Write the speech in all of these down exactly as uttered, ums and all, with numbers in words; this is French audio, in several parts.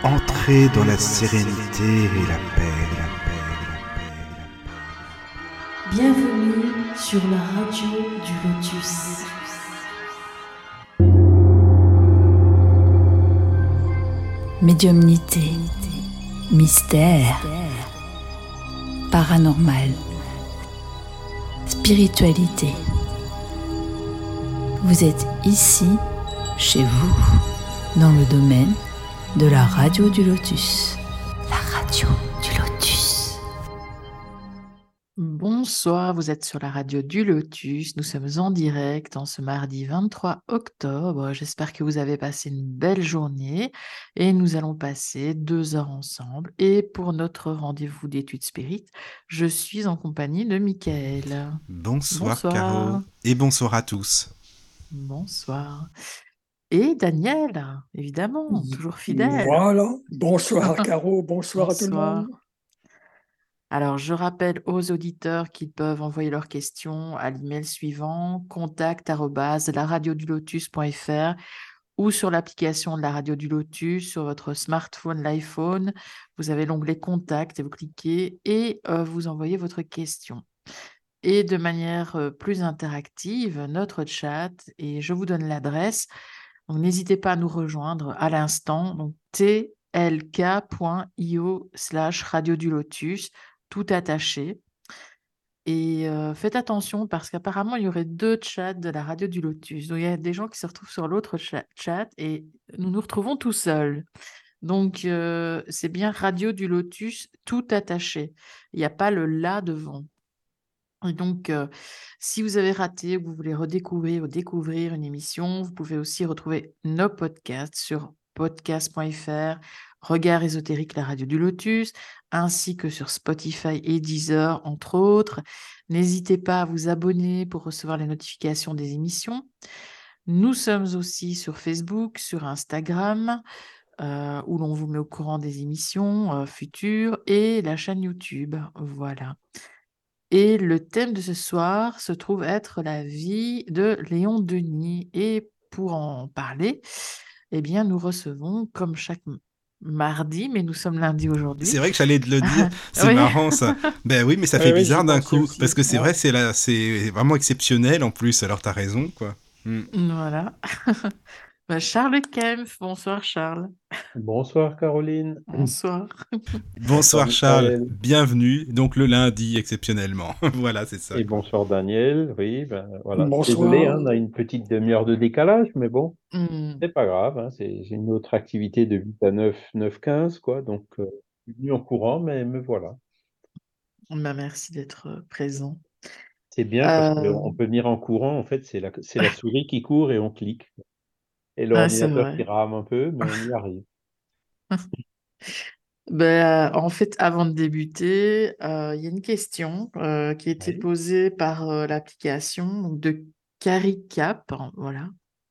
Entrez dans la sérénité et la paix, la paix, la paix, la paix. Bienvenue sur la radio du Lotus. Médiumnité, mystère, paranormal, spiritualité. Vous êtes ici, chez vous, dans le domaine de la radio du Lotus. La radio du Lotus. Bonsoir, vous êtes sur la radio du Lotus. Nous sommes en direct en ce mardi vingt-trois octobre. J'espère que vous avez passé une belle journée et nous allons passer deux heures ensemble. Et pour notre rendez-vous d'études spirites, je suis en compagnie de Michael. Bonsoir, Bonsoir. Caro, et bonsoir à tous. Bonsoir. Et Daniel, évidemment, toujours fidèle. Voilà. Bonsoir Caro, bonsoir, bonsoir à tout le monde. Alors, je rappelle aux auditeurs qu'ils peuvent envoyer leurs questions à l'email suivant contact arobase laradiodulotus point fr ou sur l'application de la Radio du Lotus sur votre smartphone, l'iPhone. Vous avez l'onglet Contact et vous cliquez et euh, vous envoyez votre question. Et de manière euh, plus interactive, notre chat, et je vous donne l'adresse. Donc, n'hésitez pas à nous rejoindre à l'instant. Donc, tlk.io slash radio du Lotus, tout attaché. Et euh, faites attention parce qu'apparemment, il y aurait deux chats de la radio du Lotus. Donc, il y a des gens qui se retrouvent sur l'autre cha- chat et nous nous retrouvons tout seuls. Donc, euh, c'est bien radio du Lotus, tout attaché. Il n'y a pas le là devant. Et donc, euh, si vous avez raté ou vous voulez redécouvrir ou découvrir une émission, vous pouvez aussi retrouver nos podcasts sur podcast point fr, Regard ésotérique, la radio du Lotus, ainsi que sur Spotify et Deezer, entre autres. N'hésitez pas à vous abonner pour recevoir les notifications des émissions. Nous sommes aussi sur Facebook, sur Instagram, euh, où l'on vous met au courant des émissions euh, futures, et la chaîne YouTube. Voilà. Et le thème de ce soir se trouve être la vie de Léon Denis. Et pour en parler, eh bien, nous recevons, comme chaque m- mardi, mais nous sommes lundi aujourd'hui. C'est vrai que j'allais te le dire, c'est Oui. marrant ça. Ben oui, mais ça Oui, fait oui, bizarre j'y d'un pensais coup, aussi. parce que c'est Ouais. vrai, c'est là, c'est vraiment exceptionnel en plus, alors t'as raison, quoi. Hmm. Voilà. Bah, Charles Kempf, bonsoir Charles. Bonsoir Caroline. Bonsoir. Bonsoir Charles, Michael. bienvenue, donc le lundi exceptionnellement. Voilà, c'est ça. Et bonsoir Daniel. Oui, ben voilà. Bonsoir. Désolé, hein, on a une petite demi-heure de décalage, mais bon, Hmm. c'est pas grave. Hein, c'est j'ai une autre activité de huit à neuf, neuf quinze, quoi. Donc, euh, je suis venu en courant, mais me voilà. Bah, merci d'être euh, présent. C'est bien parce Euh, qu'on peut venir en courant. En fait, c'est la, c'est la souris qui court et on clique. Et ah, c'est l'ordinateur qui vrai. rame un peu, mais on y arrive. Ben, en fait, avant de débuter, euh, il y a une question euh, qui a été Oui. posée par euh, l'application donc de CariCap. hein, Voilà.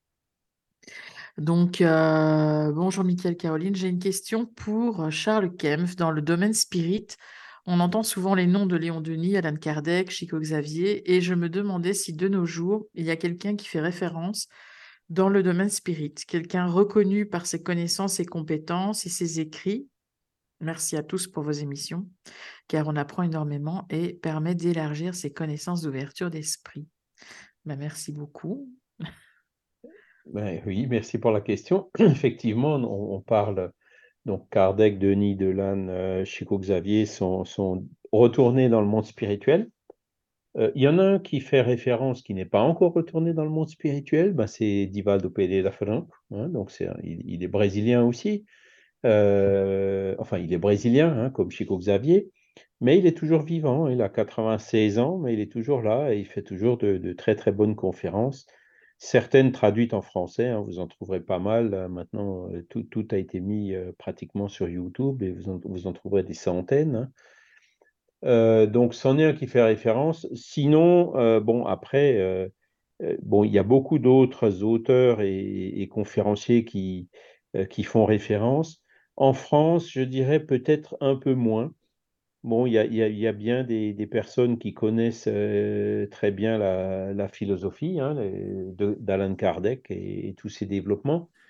Donc, euh, bonjour Mickaël, Caroline. J'ai une question pour Charles Kempf. Dans le domaine spirit, on entend souvent les noms de Léon Denis, Alan Kardec, Chico Xavier, et je me demandais si de nos jours, il y a quelqu'un qui fait référence dans le domaine spirit, quelqu'un reconnu par ses connaissances et compétences et ses écrits. Merci à tous pour vos émissions, car on apprend énormément et permet d'élargir ses connaissances d'ouverture d'esprit. Ben, merci beaucoup. Ben oui, merci pour la question. Effectivement, on, on parle. Donc Kardec, Denis, Delanne, euh, Chico Xavier sont, sont retournés dans le monde spirituel. Euh, Il y en a un qui fait référence, qui n'est pas encore retourné dans le monde spirituel, ben c'est Divaldo Pereira Franco, hein, donc c'est, un- il, il est brésilien aussi. Euh, enfin, il est brésilien, hein, comme Chico Xavier, mais il est toujours vivant. Il a quatre-vingt-seize ans, mais il est toujours là et il fait toujours de, de très très bonnes conférences. Certaines traduites en français, hein, vous en trouverez pas mal. Là, maintenant, euh, tout, tout a été mis euh, pratiquement sur YouTube et vous en, vous en trouverez des centaines. Hein. Euh, donc, c'en est un qui fait référence. Sinon, euh, bon, après, euh, euh, bon, il y a beaucoup d'autres auteurs et, et conférenciers qui, euh, qui font référence. En France, je dirais peut-être un peu moins. Bon, il y a, il y a- il y a bien des, des personnes qui connaissent euh, très bien la, la philosophie hein, les- de- d'Alan Kardec et, et tous ses développements.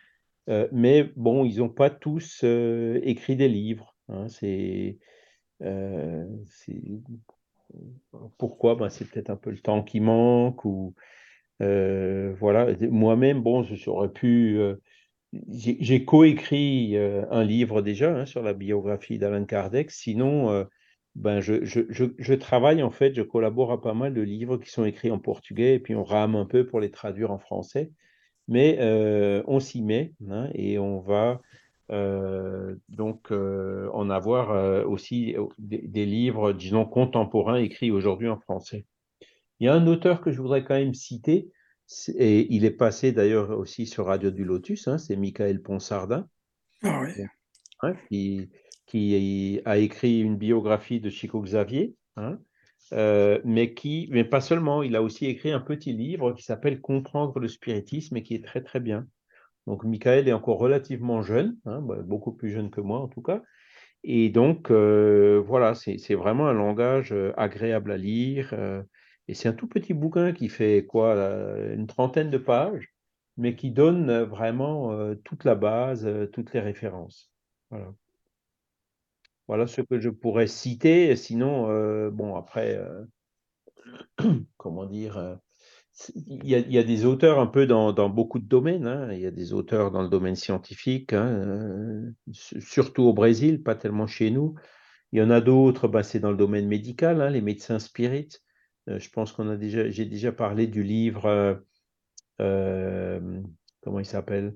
Euh, mais bon, ils n'ont pas tous euh, écrit des livres. Hein. C'est, euh, c'est- Pourquoi? Ben, c'est peut-être un peu le temps qui manque ou euh, voilà. Moi-même, bon, j'aurais pu. euh, j'ai j'ai coécrit euh, un livre déjà hein, sur la biographie d'Alan Kardec. Sinon, euh, ben je, je, je, je travaille en fait, je collabore à pas mal de livres qui sont écrits en portugais et puis on rame un peu pour les traduire en français. Mais euh, on s'y met hein, et on va euh, donc euh, en avoir euh, aussi des, des livres, disons, contemporains écrits aujourd'hui en français. Il y a un auteur que je voudrais quand même citer, c'est- et il est passé d'ailleurs aussi sur Radio du Lotus, hein, c'est Michael Ponsardin, Ah oui. hein, qui, qui a écrit une biographie de Chico Xavier, hein, euh, mais qui, mais pas seulement, il a aussi écrit un petit livre qui s'appelle Comprendre le spiritisme et qui est très très bien. Donc Michael est encore relativement jeune, hein, bah, beaucoup plus jeune que moi en tout cas, et donc, euh, voilà, c'est c'est vraiment un langage euh, agréable à lire. Euh, et c'est un tout petit bouquin qui fait quoi, euh, une trentaine de pages, mais qui donne euh, vraiment euh, toute la base, euh, toutes les références. Voilà. Voilà ce que je pourrais citer. Sinon, euh, bon, après, euh, comment dire, euh, c'est- il y a, il y a des auteurs un peu dans, dans beaucoup de domaines. Hein. Il y a des auteurs dans le domaine scientifique, hein, euh, su- surtout au Brésil, pas tellement chez nous. Il y en a d'autres, bah, c'est dans le domaine médical, hein, les médecins spirites. Euh, je pense qu'on a déjà, j'ai déjà parlé du livre, euh, euh, comment il s'appelle?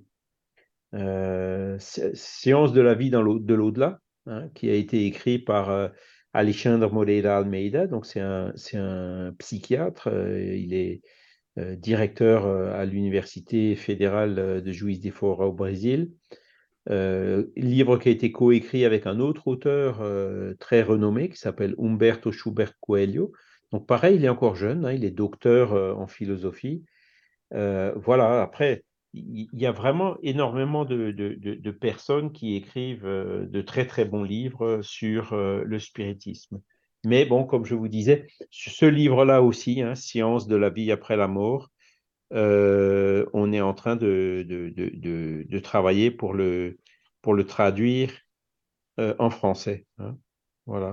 Euh, Sci- Science de la vie dans l'au- de l'au-delà, hein, qui a été écrit par euh, Alexandre Moreira Almeida. Donc c'est un, c'est un psychiatre. Euh, il est euh, directeur euh, à l'Université fédérale euh, de Juiz de Fora au Brésil. Euh, livre qui a été coécrit avec un autre auteur euh, très renommé qui s'appelle Humberto Schubert Coelho. Donc pareil, il est encore jeune, hein, il est docteur euh, en philosophie. Euh, voilà, après, il y, y a vraiment énormément de, de- de- de personnes qui écrivent euh, de très très bons livres sur euh, le spiritisme. Mais bon, comme je vous disais, ce livre-là aussi, hein, Science de la vie après la mort, euh, on est en train de, de, de, de, de travailler pour le, pour le traduire euh, en français. Hein. Voilà,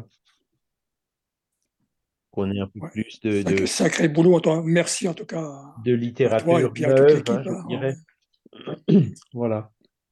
qu'on ait un peu Ouais. plus de, Sacré, de, sacré boulot. Toi. Merci en tout cas de à toi et littérature puis à toute neuve, hein, l'équipe. je Hein. dirais. Voilà.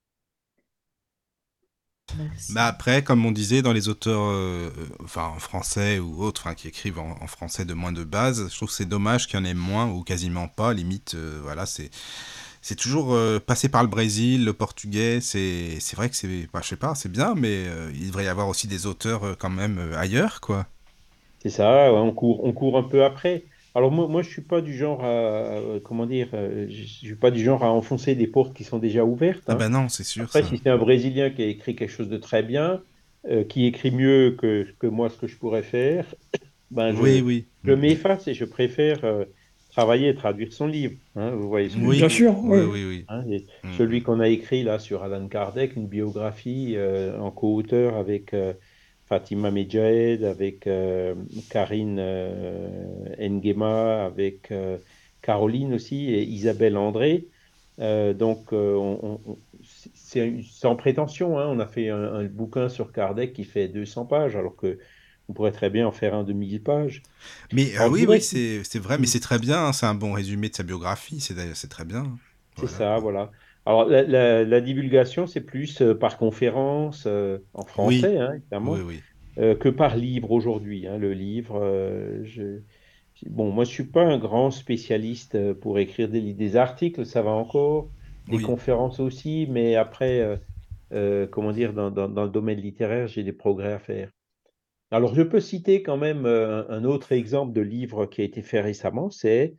Merci. Mais après, comme on disait, dans les auteurs, euh, euh, enfin en français ou autres, enfin qui écrivent en, en français de moins de base, je trouve que c'est dommage qu'il y en ait moins ou quasiment pas. Limite, euh, voilà, c'est c'est toujours euh, passé par le Brésil, le portugais. C'est c'est vrai que c'est, bah, je sais pas, c'est bien, mais euh, il devrait y avoir aussi des auteurs euh, quand même euh, ailleurs, quoi. C'est ça, ouais, on court, on court un peu après. Alors moi, moi je suis pas du genre à, à- comment dire, euh, je je suis pas du genre à enfoncer des portes qui sont déjà ouvertes. Ah Hein. ben non, c'est sûr Après, ça. si c'est un Brésilien qui a écrit quelque chose de très bien, euh, qui écrit mieux que, que moi ce que je pourrais faire, ben Oui, je, oui, je mm, m'efface et je préfère euh, travailler et traduire son livre. Hein, vous voyez ce que je oui, Bien veux dire. sûr, oui, oui, oui. oui, oui. Hein, et Mm, celui mm. qu'on a écrit là sur Alan Kardec, une biographie euh, en co-auteur avec euh, Fatima Medjahed, avec euh, Karine euh, Nguema, avec euh, Caroline aussi et Isabelle André. Euh, donc, euh, on- on- c'est sans prétention. Hein, on a fait un, un bouquin sur Kardec qui fait deux cents pages, alors que on pourrait très bien en faire un de mille pages. Mais euh, Alors, je oui, oui, voudrais. c'est c'est vrai, mais c'est très bien. Hein, c'est un bon résumé de sa biographie. C'est d'ailleurs- c'est très bien. C'est Voilà ça, quoi. voilà. Alors, la, la- la divulgation, c'est plus euh, par conférence, euh, en Oui, français, hein, oui, évidemment, oui. euh, que par livre aujourd'hui. Hein. Le livre, euh, je... bon, moi, je suis pas un grand spécialiste euh, pour écrire des, des articles, ça va encore, des Oui. conférences aussi, mais après, euh, euh, comment dire, dans, dans- dans le domaine littéraire, j'ai des progrès à faire. Alors, je peux citer quand même euh, un autre exemple de livre qui a été fait récemment, c'est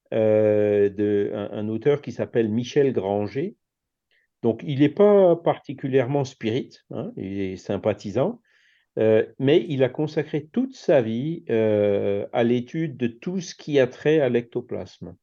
euh, de, un, un auteur qui s'appelle Michel Granger. Donc, il n'est pas particulièrement spirit, hein, il est sympathisant, euh, mais il a consacré toute sa vie euh, à l'étude de tout ce qui a trait à l'ectoplasme.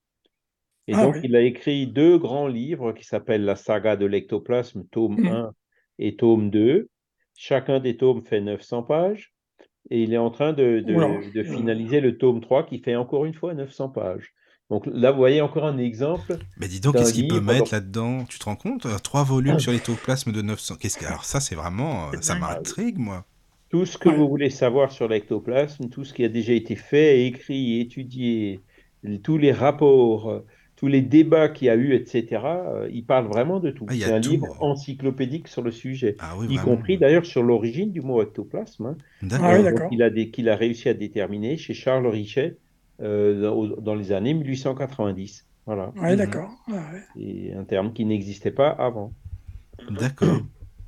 Et Ah donc, oui. il a écrit deux grands livres qui s'appellent La saga de l'ectoplasme, tome Mm. un et tome deux. Chacun des tomes fait neuf cents pages. Et il est en train de, Oula. de- de Euh, finaliser le tome trois qui fait encore une fois neuf cents pages. Donc là, vous voyez encore un exemple Mais dis donc, d'un qu'est-ce qu'il peut livre. mettre Donc, là-dedans? Tu te rends compte? Euh, Trois volumes sur l'ectoplasme de neuf cents. Qu'est-ce que... Alors ça, c'est vraiment... euh, C'est Ça dingue. m'intrigue, moi. tout ce que Ouais. vous voulez savoir sur l'ectoplasme, tout ce qui a déjà été fait, écrit, étudié, l- tous les rapports, euh, tous les débats qu'il y a eu, et cetera, euh, il parle vraiment de tout. Ah, il y a C'est un tout. livre encyclopédique sur le sujet, Ah oui, y vraiment. compris d'ailleurs sur l'origine du mot ectoplasme, hein, Ah oui, euh, D'accord. donc d'accord. il a, des- qu'il a réussi à déterminer chez Charles Richet euh, dans, dans les années mille huit cent quatre-vingt-dix. Voilà. Oui, Mhm. d'accord. Ah ouais. C'est un terme qui n'existait pas avant. D'accord.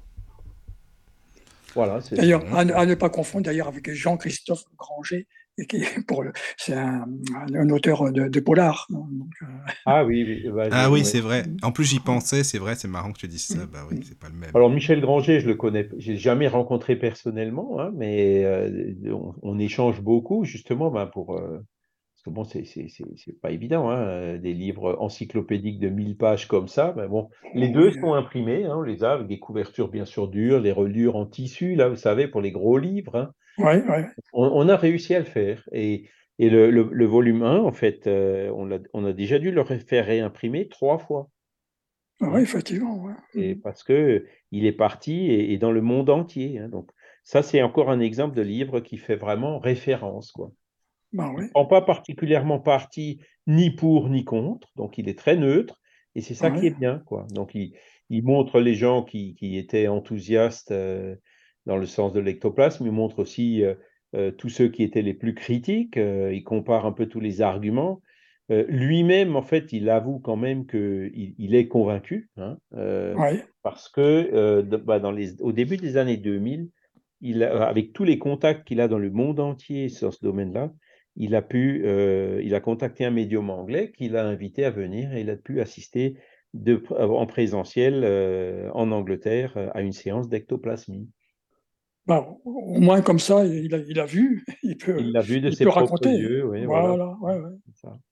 Voilà, c'est D'ailleurs, Bon. à, ne- à ne pas confondre d'ailleurs avec Jean-Christophe Granger, et qui, pour le- c'est un, un auteur de, de polar. Donc, euh, Ah oui, oui, bah, je- Ah oui, ouais. c'est vrai. En plus, j'y ouais. pensais, c'est vrai, c'est marrant que tu dises ça. Bah oui, c'est pas le même. Alors Michel Granger, je le connais, j'ai jamais rencontré personnellement, hein, mais euh, on, on échange beaucoup justement ben, pour euh, parce que bon, c'est c'est c'est c'est pas évident, hein, euh, des livres encyclopédiques de mille pages comme ça. Mais bon, les Oh, deux oui, sont imprimés, hein, on les a avec des couvertures bien sûr dures, les reliures en tissu là, vous savez, pour les gros livres. Hein. ouais, ouais. On, on a réussi à le faire et et le, le, le volume un, en fait, euh, on a on a déjà dû le faire réimprimer trois fois. Ah ouais, Hein. effectivement. Ouais. Et Mhm. parce que il est parti et, et dans le monde entier. Hein. Donc, ça, c'est encore un exemple de livre qui fait vraiment référence, quoi. Bah Il oui, ne prend pas particulièrement parti ni pour ni contre, donc il est très neutre, et c'est ça qui ouais, est bien, quoi. Donc, il, il montre les gens qui, qui étaient enthousiastes euh, dans le sens de l'ectoplasme, il montre aussi euh, euh, tous ceux qui étaient les plus critiques, euh, il compare un peu tous les arguments. Euh, lui-même, en fait, il avoue quand même qu'il il est convaincu, hein, euh, ouais. parce que euh, de- bah, dans les, au début des années deux mille, il a- avec tous les contacts qu'il a dans le monde entier sur ce domaine-là, il a pu, euh, il a contacté un médium anglais qui l'a invité à venir et il a pu assister de, en présentiel euh, en Angleterre euh, à une séance d'ectoplasmie. Bah, au au moins comme ça, il a, il a vu, il Il peut, l'a vu de il ses peut propres raconter. yeux, oui, voilà. Voilà, ouais, ouais. C'est ça.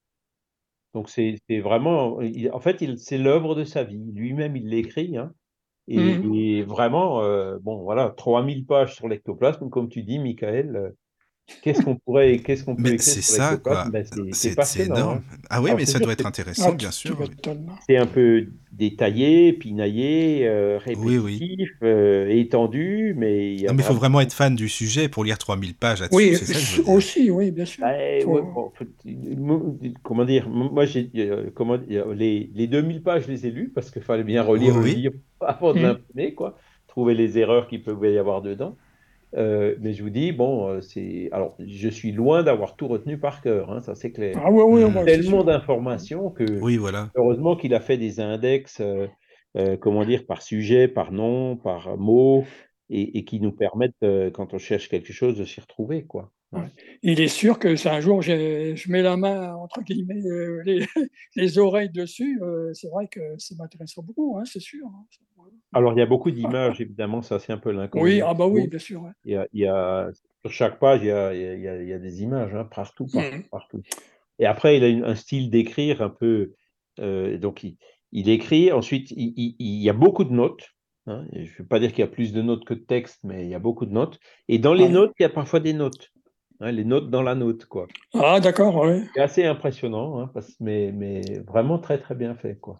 Donc c'est c'est vraiment, il- en fait, il- c'est l'œuvre de sa vie. Lui-même, il l'écrit, hein. Mhm. Et, et vraiment, euh, bon, voilà, trois mille pages sur l'ectoplasme, comme tu dis, Michael. euh, Qu'est-ce qu'on pourrait, qu'est-ce qu'on peut Mais écrire c'est sur ça, l'ectoplasme? quoi. Ben, c'est c'est C'est c'est passionnant, énorme. hein. Ah oui, Alors mais c'est ça sûr doit que être Ah, intéressant, tu, bien tu sûr. Oui, m'étonnes. c'est un peu détaillé, pinaillé, euh, oui. Oui. répétitif, euh, étendu, mais il y Non, a mais il faut vraiment. vraiment être fan du sujet pour lire trois mille pages là-dessus. Oui, C'est ça que je veux dire. aussi, oui, bien sûr. Ben, ouais, Faut... bon, faut- mo- comment dire, moi j'ai euh, comment dire, les, les deux mille pages, je les ai lues parce qu'il fallait bien Oui, relire le oui. livre avant de Mhm. l'imprimer, quoi, trouver les erreurs qu'il pouvait y avoir dedans. Euh, mais je vous dis, bon, euh, c'est. Alors, je suis loin d'avoir tout retenu par cœur, hein, ça c'est clair. Ah oui, oui, Mhm. bah, c'est Tellement sûr. d'informations que Oui, voilà. heureusement qu'il a fait des index, euh, euh, comment dire, par sujet, par nom, par mot, et, et qui nous permettent, euh, quand on cherche quelque chose, de s'y retrouver, quoi. Ouais. Hein. Il est sûr que si un jour j'ai- je mets la main, entre guillemets, euh, les, les oreilles dessus, euh, c'est vrai que ça m'intéressera beaucoup, hein, c'est sûr. Hein. Alors, il y a beaucoup d'images, évidemment, ça c'est un peu Oui, l'inconvénient. ah bah oui, Il bien sûr. Ouais. y a, il y a- sur chaque page, il y a, il y a- il y a- il y a des images, hein, partout, partout, Mhm. partout. Et après, il a une- un style d'écrire un peu. euh, donc, il, il écrit. Ensuite, il, il- il y a beaucoup de notes. Hein, et je ne veux pas dire qu'il y a plus de notes que de texte, mais il y a beaucoup de notes. Et dans les Ouais. notes, il y a parfois des notes. Hein, les notes dans la note, quoi. Ah d'accord, oui. C'est assez impressionnant, hein, parce- mais, mais vraiment très, très bien fait, quoi.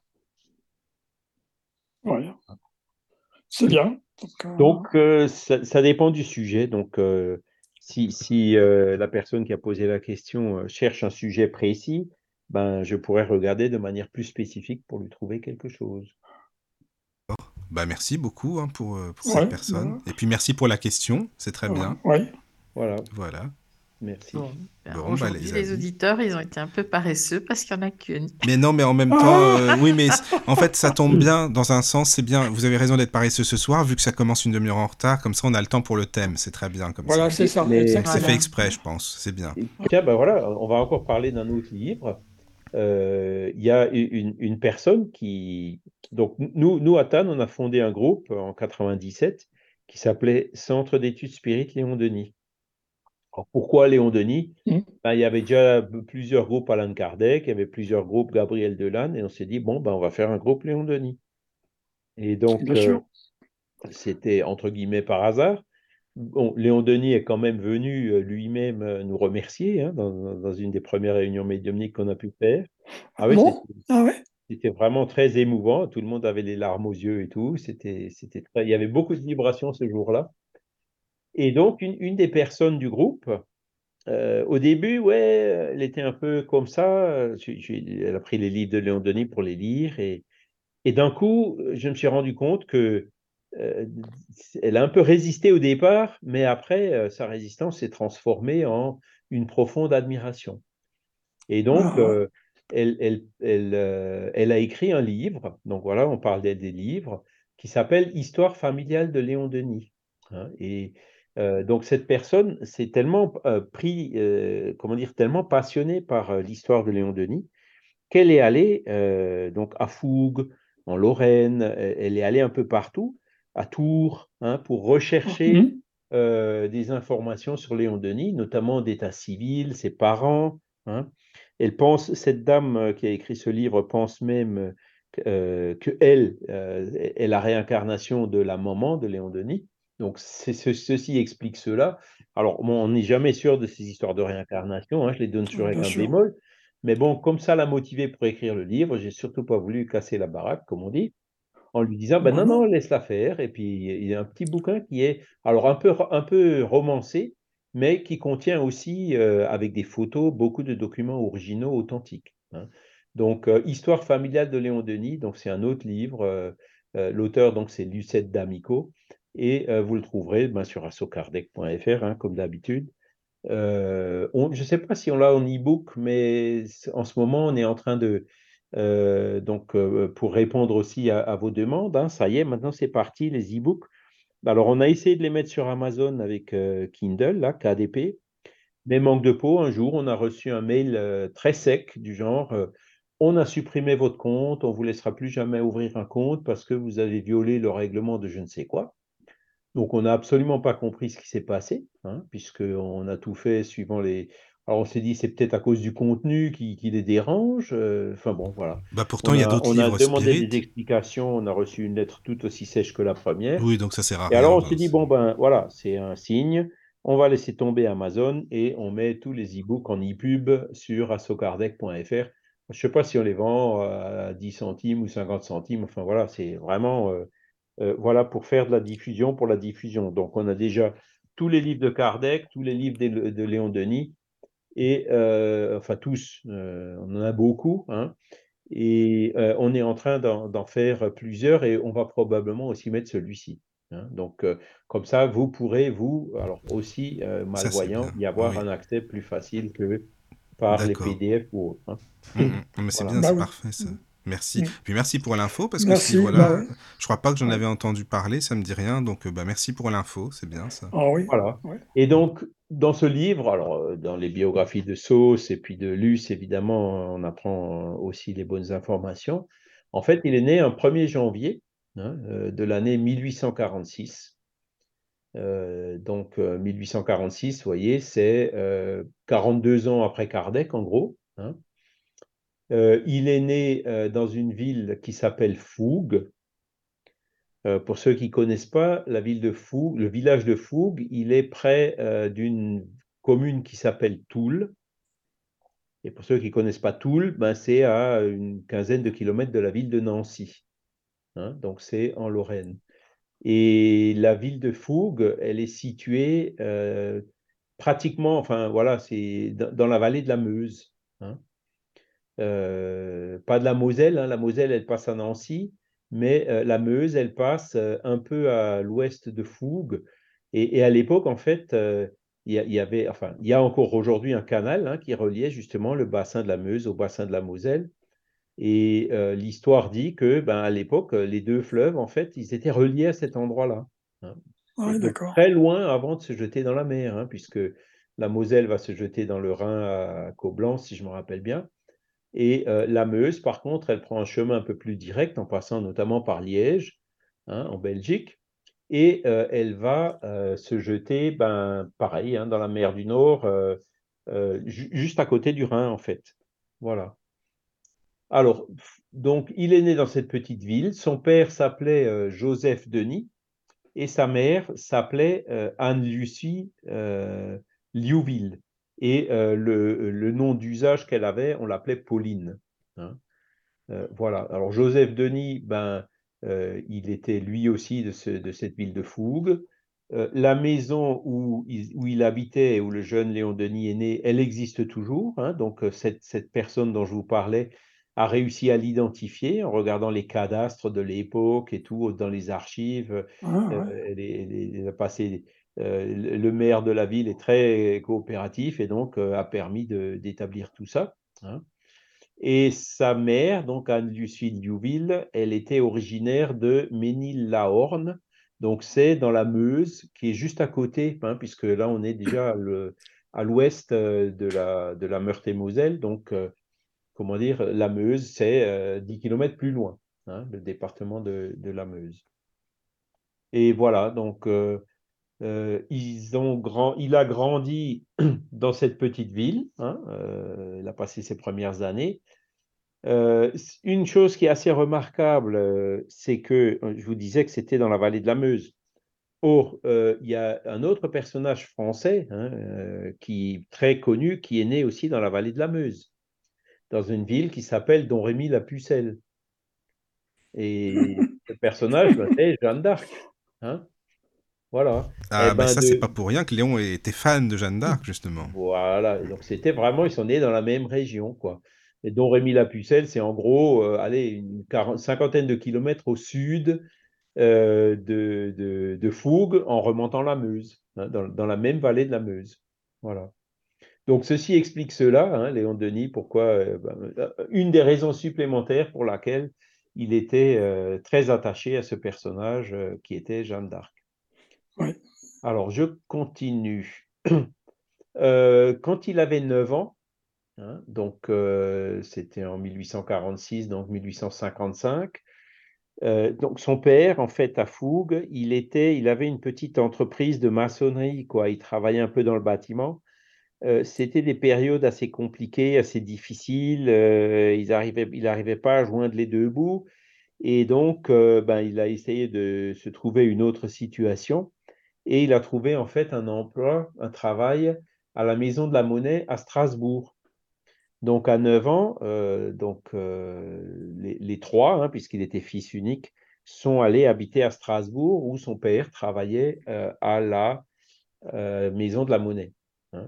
Ouais. C'est bien. Donc, euh, Donc, euh, ça, ça dépend du sujet. Donc, euh, si, si euh, la personne qui a posé la question euh, cherche un sujet précis, ben, je pourrais regarder de manière plus spécifique pour lui trouver quelque chose. Bah merci beaucoup hein, pour, euh, pour cette ouais, personne. bah, Et puis merci pour la question, c'est très ouais, bien. ouais. Voilà, Voilà. merci. Bon, ben, Bon, bah aujourd'hui, les les amis. auditeurs, ils ont été un peu paresseux parce qu'il n'y en a qu'une. Mais non, mais en même temps, euh, oui, mais c- en fait, ça tombe bien, dans un sens, c'est bien. Vous avez raison d'être paresseux ce soir, vu que ça commence une demi-heure en retard, comme ça on a le temps pour le thème, c'est très bien comme Voilà, ça. c'est ça, Mais C'est exactement. fait exprès, je pense, c'est bien. tiens, ben voilà, on va encore parler d'un autre livre. Euh, Il y a une, une personne qui... Donc, nous, nous, à Tannes, on a fondé un groupe en quatre-vingt-dix-sept qui s'appelait Centre d'études spirites Léon Denis. Alors, pourquoi Léon Denis? Mhm. Ben, il y avait déjà plusieurs groupes Alan Kardec, il y avait plusieurs groupes Gabriel Delanne, et on s'est dit, bon, ben, on va faire un groupe Léon Denis. Et donc, Bien euh, sûr. c'était entre guillemets par hasard. bon, Léon Denis est quand même venu euh, lui-même euh, nous remercier hein, dans, dans une des premières réunions médiumniques qu'on a pu faire. Ah Ah oui, c'était bon? Ah ouais? c'était vraiment très émouvant. Tout le monde avait les larmes aux yeux et tout. C'était, c'était très... Il y avait beaucoup de vibrations ce jour-là. Et donc, une, une des personnes du groupe, euh, au début, ouais, elle était un peu comme ça. J'ai- j'ai- Elle a pris les livres de Léon Denis pour les lire. Et, et d'un coup, je me suis rendu compte que euh, elle a un peu résisté au départ, mais après, euh, sa résistance s'est transformée en une profonde admiration. Et donc, Ah, euh, elle, elle, elle, euh, elle a écrit un livre, donc voilà, on parle des, des livres, qui s'appelle Histoire familiale de Léon Denis. Hein. Et euh, donc, cette personne s'est tellement euh, pris, euh, comment dire, tellement passionnée par euh, l'histoire de Léon Denis qu'elle est allée euh, donc à Fougue, en Lorraine, elle elle est allée un peu partout, à Tours, hein, pour ah, rechercher hum, euh, des informations sur Léon Denis, notamment d'état civil, ses parents. Hein. Elle pense, cette dame euh, qui a écrit ce livre pense même euh, que elle euh, est la réincarnation de la maman de Léon Denis. Donc c'est ce, ceci explique cela. Alors bon, on n'est jamais sûr de ces histoires de réincarnation, hein, je les donne toujours avec bien un sûr. bémol. Mais bon, comme ça l'a motivé pour écrire le livre, j'ai surtout pas voulu casser la baraque, comme on dit, en lui disant, ben Bah non, non, non. laisse-la faire. Et puis, il y a un petit bouquin qui est, alors un peu, un peu romancé, mais qui contient aussi, euh, avec des photos, beaucoup de documents originaux authentiques. Hein. Donc, euh, Histoire familiale de Léon Denis, donc c'est un autre livre. euh, euh, L'auteur, donc, c'est Lucette D'Amico. Et euh, vous le trouverez ben, sur assocardec point f r, hein, comme d'habitude. Euh, on- je ne sais pas si on l'a en e-book, mais en ce moment, on est en train de, euh, donc, euh, pour répondre aussi à, à vos demandes, hein, ça y est, maintenant c'est parti, les e-books. Alors, on a essayé de les mettre sur Amazon avec euh, Kindle, là, K D P, mais manque de peau, un jour, on a reçu un mail euh, très sec du genre, euh, on a supprimé votre compte, on ne vous laissera plus jamais ouvrir un compte parce que vous avez violé le règlement de je ne sais quoi. Donc, on n'a absolument pas compris ce qui s'est passé, hein, puisqu'on a tout fait suivant les. Alors, on s'est dit, c'est peut-être à cause du contenu qui, qui les dérange. euh, Enfin bon, voilà. Bah pourtant, On il y a a, d'autres on a livres demandé Spirit. des explications, on a reçu une lettre tout aussi sèche que la première. Oui, donc ça sert à Et alors, rien. on Enfin, s'est dit, c'est- bon, ben voilà, c'est un signe. On va laisser tomber Amazon et on met tous les e-books en e-pub sur assocardec point f r. Je ne sais pas si on les vend à dix centimes ou cinquante centimes. Enfin voilà, c'est vraiment. euh, euh, voilà, pour faire de la diffusion pour la diffusion. Donc, on a déjà tous les livres de Kardec, tous les livres de, de Léon Denis, et euh, enfin tous, euh, on en a beaucoup, hein, et euh, on est en train d'en d'en faire plusieurs, et on va probablement aussi mettre celui-ci. Hein. Donc, euh, comme ça, vous pourrez, vous, alors aussi euh, ça, c'est malvoyant, bien. y avoir Oui, un accès plus facile que par les d'accord. P D F ou autres. Hein. Mm, mm. Mais c'est Voilà. bien, Bah c'est oui. parfait ça. Hum, Merci. hum. Puis merci pour l'info, parce que ce Merci. Bah livre-là, ouais. je crois pas que j'en Ouais. avais entendu parler, ça me dit rien. Donc, euh, bah, merci pour l'info, c'est bien ça. Ah oui. Voilà. Ouais. Et donc, dans ce livre, alors euh, dans les biographies de Sauce et puis de Luce, évidemment, on apprend euh, aussi les bonnes informations. En fait, il est né un premier janvier hein, euh, de l'année mille huit cent quarante-six. Euh, donc, euh, mille huit cent quarante-six, vous voyez, c'est euh, quarante-deux ans après Kardec, en gros. Hein. Euh, il est né euh, dans une ville qui s'appelle Fougue. Euh, pour ceux qui ne connaissent pas, la ville de Fougue, le village de Fougue, il est près euh, d'une commune qui s'appelle Toul. Et pour ceux qui ne connaissent pas Toul, ben, c'est à une quinzaine de kilomètres de la ville de Nancy. Hein, donc c'est en Lorraine. Et la ville de Fougue, elle est située euh, pratiquement, enfin voilà, c'est dans, dans la vallée de la Meuse. Hein. Euh, pas de la Moselle, hein, la Moselle, elle passe à Nancy, mais euh, la Meuse, elle passe euh, un peu à l'ouest de Fougue. Et, et à l'époque, en fait, euh, il y, a- il y avait, enfin, il y a encore aujourd'hui un canal hein, qui reliait justement le bassin de la Meuse au bassin de la Moselle. Et euh, l'histoire dit que, ben, à l'époque, les deux fleuves, en fait, ils étaient reliés à cet endroit-là. Hein. Ah Et oui, donc d'accord. très loin avant de se jeter dans la mer, hein, puisque la Moselle va se jeter dans le Rhin à Coblence, si je me rappelle bien. Et euh, la Meuse, par contre, elle prend un chemin un peu plus direct en passant notamment par Liège, hein, en Belgique, et euh, elle va euh, se jeter, ben, pareil, hein, dans la mer du Nord, euh, euh, ju- juste à côté du Rhin, en fait. Voilà. Alors, donc, il est né dans cette petite ville. Son père s'appelait euh, Joseph Denis. et sa mère s'appelait euh, Anne-Lucie euh, Liouville. Et euh, le, le nom d'usage qu'elle avait, on l'appelait Pauline. Hein. Euh, voilà. Alors Joseph Denis, ben, euh, il était lui aussi de, ce, de cette ville de Fougue. Euh, la maison où il, où il habitait, où le jeune Léon Denis est né, elle existe toujours. Hein. Donc euh, cette, cette personne dont je vous parlais a réussi à l'identifier en regardant les cadastres de l'époque et tout dans les archives. Ah, Euh, ouais. elle, est- elle est- elle a passé, euh, le le maire de la ville est très coopératif et donc euh, a permis de- d'établir tout ça. Hein. Et sa mère, donc Anne-Lucie Diouville, elle était originaire de Ménil-la-Horne. Donc c'est dans la Meuse, qui est juste à côté, hein, puisque là on est déjà à le- à l'ouest euh, de la, de la Meurthe-et-Moselle. Donc, euh, comment dire, la Meuse, c'est euh, dix kilomètres plus loin, hein, le département de, de la Meuse. Et voilà, donc euh, euh, ils ont grand, il a grandi dans cette petite ville, hein, euh, il a passé ses premières années. Euh, une chose qui est assez remarquable, euh, c'est que euh, je vous disais que c'était dans la vallée de la Meuse. Or, euh, il y a un autre personnage français hein, euh, qui très connu, qui est né aussi dans la vallée de la Meuse, dans une ville qui s'appelle Don Rémy la Pucelle. Et ce personnage, ben, c'est Jeanne d'Arc. Hein, voilà. Et Ah, ben ben ça, c'est de, pas pour rien que Léon était fan de Jeanne d'Arc, justement. Voilà, et donc c'était vraiment, ils sont nés dans la même région, quoi. Et Don Rémy-la-Pucelle, c'est en gros, euh, allez, une quarantaine, cinquantaine de kilomètres au sud euh, de, de, de Fougue en remontant la Meuse, hein, dans, dans la même vallée de la Meuse. Voilà. Donc ceci explique cela, hein, Léon Denis, pourquoi, euh, ben, une des raisons supplémentaires pour laquelle il était euh, très attaché à ce personnage euh, qui était Jeanne d'Arc. Ouais. Alors, je continue. Euh, quand il avait neuf ans, hein, donc euh, c'était en mille huit cent quarante-six, donc mille huit cent cinquante-cinq, euh, donc son père, en fait, à Fougue, il était, il avait une petite entreprise de maçonnerie, quoi. Il travaillait un peu dans le bâtiment. Euh, c'était des périodes assez compliquées, assez difficiles. Euh, ils arrivaient, il n'arrivait pas à joindre les deux bouts. Et donc, euh, ben, il a essayé de se trouver une autre situation. Et il a trouvé en fait un emploi, un travail à la Maison de la Monnaie à Strasbourg. Donc à neuf ans, euh, donc, euh, les, les trois, hein, puisqu'il était fils unique, sont allés habiter à Strasbourg où son père travaillait euh, à la euh, Maison de la Monnaie. Hein.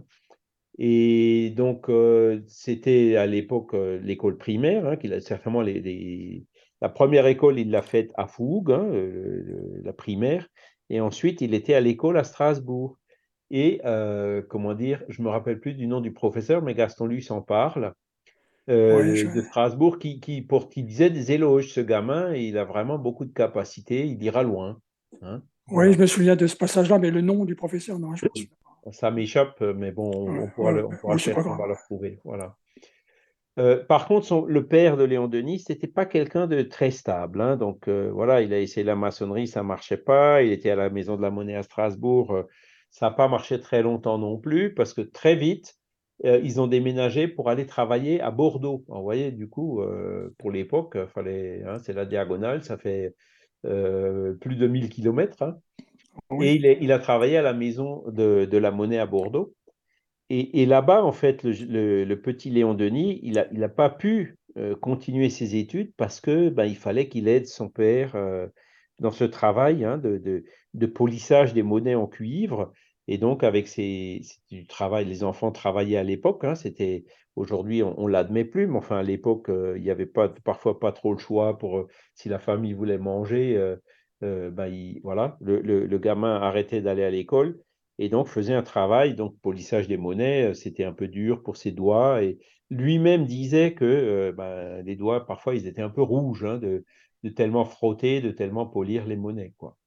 Et donc, euh, c'était à l'époque euh, l'école primaire, hein, qu'il a certainement les, les- la première école, il l'a faite à Fougue, hein, le- le- la primaire, et ensuite il était à l'école à Strasbourg. Et euh, comment dire, je me rappelle plus du nom du professeur, mais Gaston lui s'en parle, Ouais, euh, je, de Strasbourg, qui, qui, pour, qui disait des éloges, ce gamin, et il a vraiment beaucoup de capacités, il ira loin. Hein, ouais, voilà. je me souviens de ce passage-là, mais le nom du professeur, non, je me souviens Ça m'échappe, mais bon, pas. on, Ouais, on pourra ouais, le, on pourra ouais, le c'est pas chercher, on grave. va le retrouver. Voilà. Euh, par contre, son- le père de Léon Denis, c'était pas quelqu'un de très stable. Hein. Donc euh, voilà, il a essayé la maçonnerie, ça marchait pas. Il était à la Maison de la Monnaie à Strasbourg, euh, ça n'a pas marché très longtemps non plus, parce que très vite, euh, ils ont déménagé pour aller travailler à Bordeaux. Alors, vous voyez, du coup, euh, pour l'époque, fallait, hein, c'est la diagonale, ça fait euh, plus de mille kilomètres. Hein. Et Oui, il, est- il a travaillé à la Maison de, de la Monnaie à Bordeaux. Et, et là-bas, en fait, le, le- le petit Léon Denis, il n'a il a pas pu euh, continuer ses études parce que ben, il fallait qu'il aide son père euh, dans ce travail hein, de, de- de polissage des monnaies en cuivre. Et donc, avec ces, c'est du travail, les enfants travaillaient à l'époque. Hein, c'était aujourd'hui, on, on l'admet plus, mais enfin à l'époque, euh, il n'y avait pas parfois pas trop le choix pour euh, si la famille voulait manger. Euh, euh, ben, il- voilà, le, le- le gamin arrêtait d'aller à l'école et donc faisait un travail, donc polissage des monnaies, euh, c'était un peu dur pour ses doigts, et lui-même disait que euh, ben, les doigts, parfois, ils étaient un peu rouges, hein, de, de tellement frotter, de tellement polir les monnaies, quoi.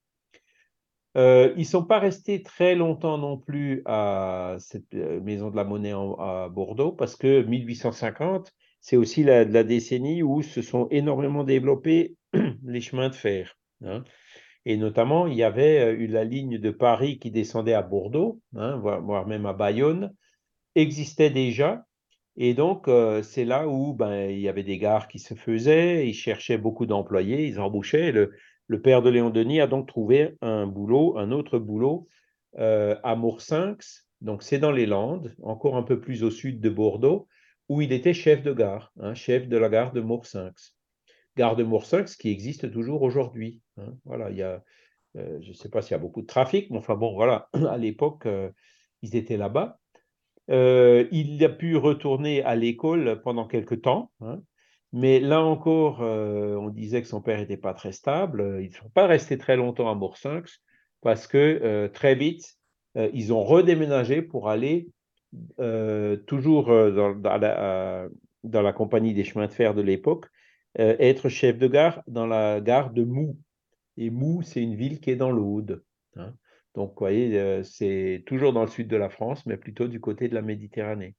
Euh, ils ne sont pas restés très longtemps non plus à cette euh, maison de la monnaie en- à Bordeaux, parce que mille huit cent cinquante, c'est aussi la, la décennie où se sont énormément développés les chemins de fer. Hein. Et notamment, il y avait euh, eu la ligne de Paris qui descendait à Bordeaux, hein, voire, voire même à Bayonne, existait déjà. Et donc, euh, c'est là où ben, il y avait des gares qui se faisaient, ils cherchaient beaucoup d'employés, ils embauchaient. Le, Le père de Léon Denis a donc trouvé un boulot, un autre boulot euh, à Moursinx, donc c'est dans les Landes, encore un peu plus au sud de Bordeaux, où il était chef de gare, hein, chef de la gare de Moursinx. Gare de Moursinx qui existe toujours aujourd'hui. Hein. Voilà, il y a, euh, je ne sais pas s'il y a beaucoup de trafic, mais enfin bon, voilà, à l'époque, euh, ils étaient là-bas. Euh, il a pu retourner à l'école pendant quelques temps, hein, mais là encore, euh, on disait que son père n'était pas très stable. Ils ne sont pas restés très longtemps à Moursinx parce que euh, très vite, euh, ils ont redéménagé pour aller euh, toujours euh, dans, dans, la, euh, dans la compagnie des chemins de fer de l'époque, euh, être chef de gare dans la gare de Mou. Et Mou, c'est une ville qui est dans l'Aude. Hein. Donc, vous voyez, euh, c'est toujours dans le sud de la France, mais plutôt du côté de la Méditerranée.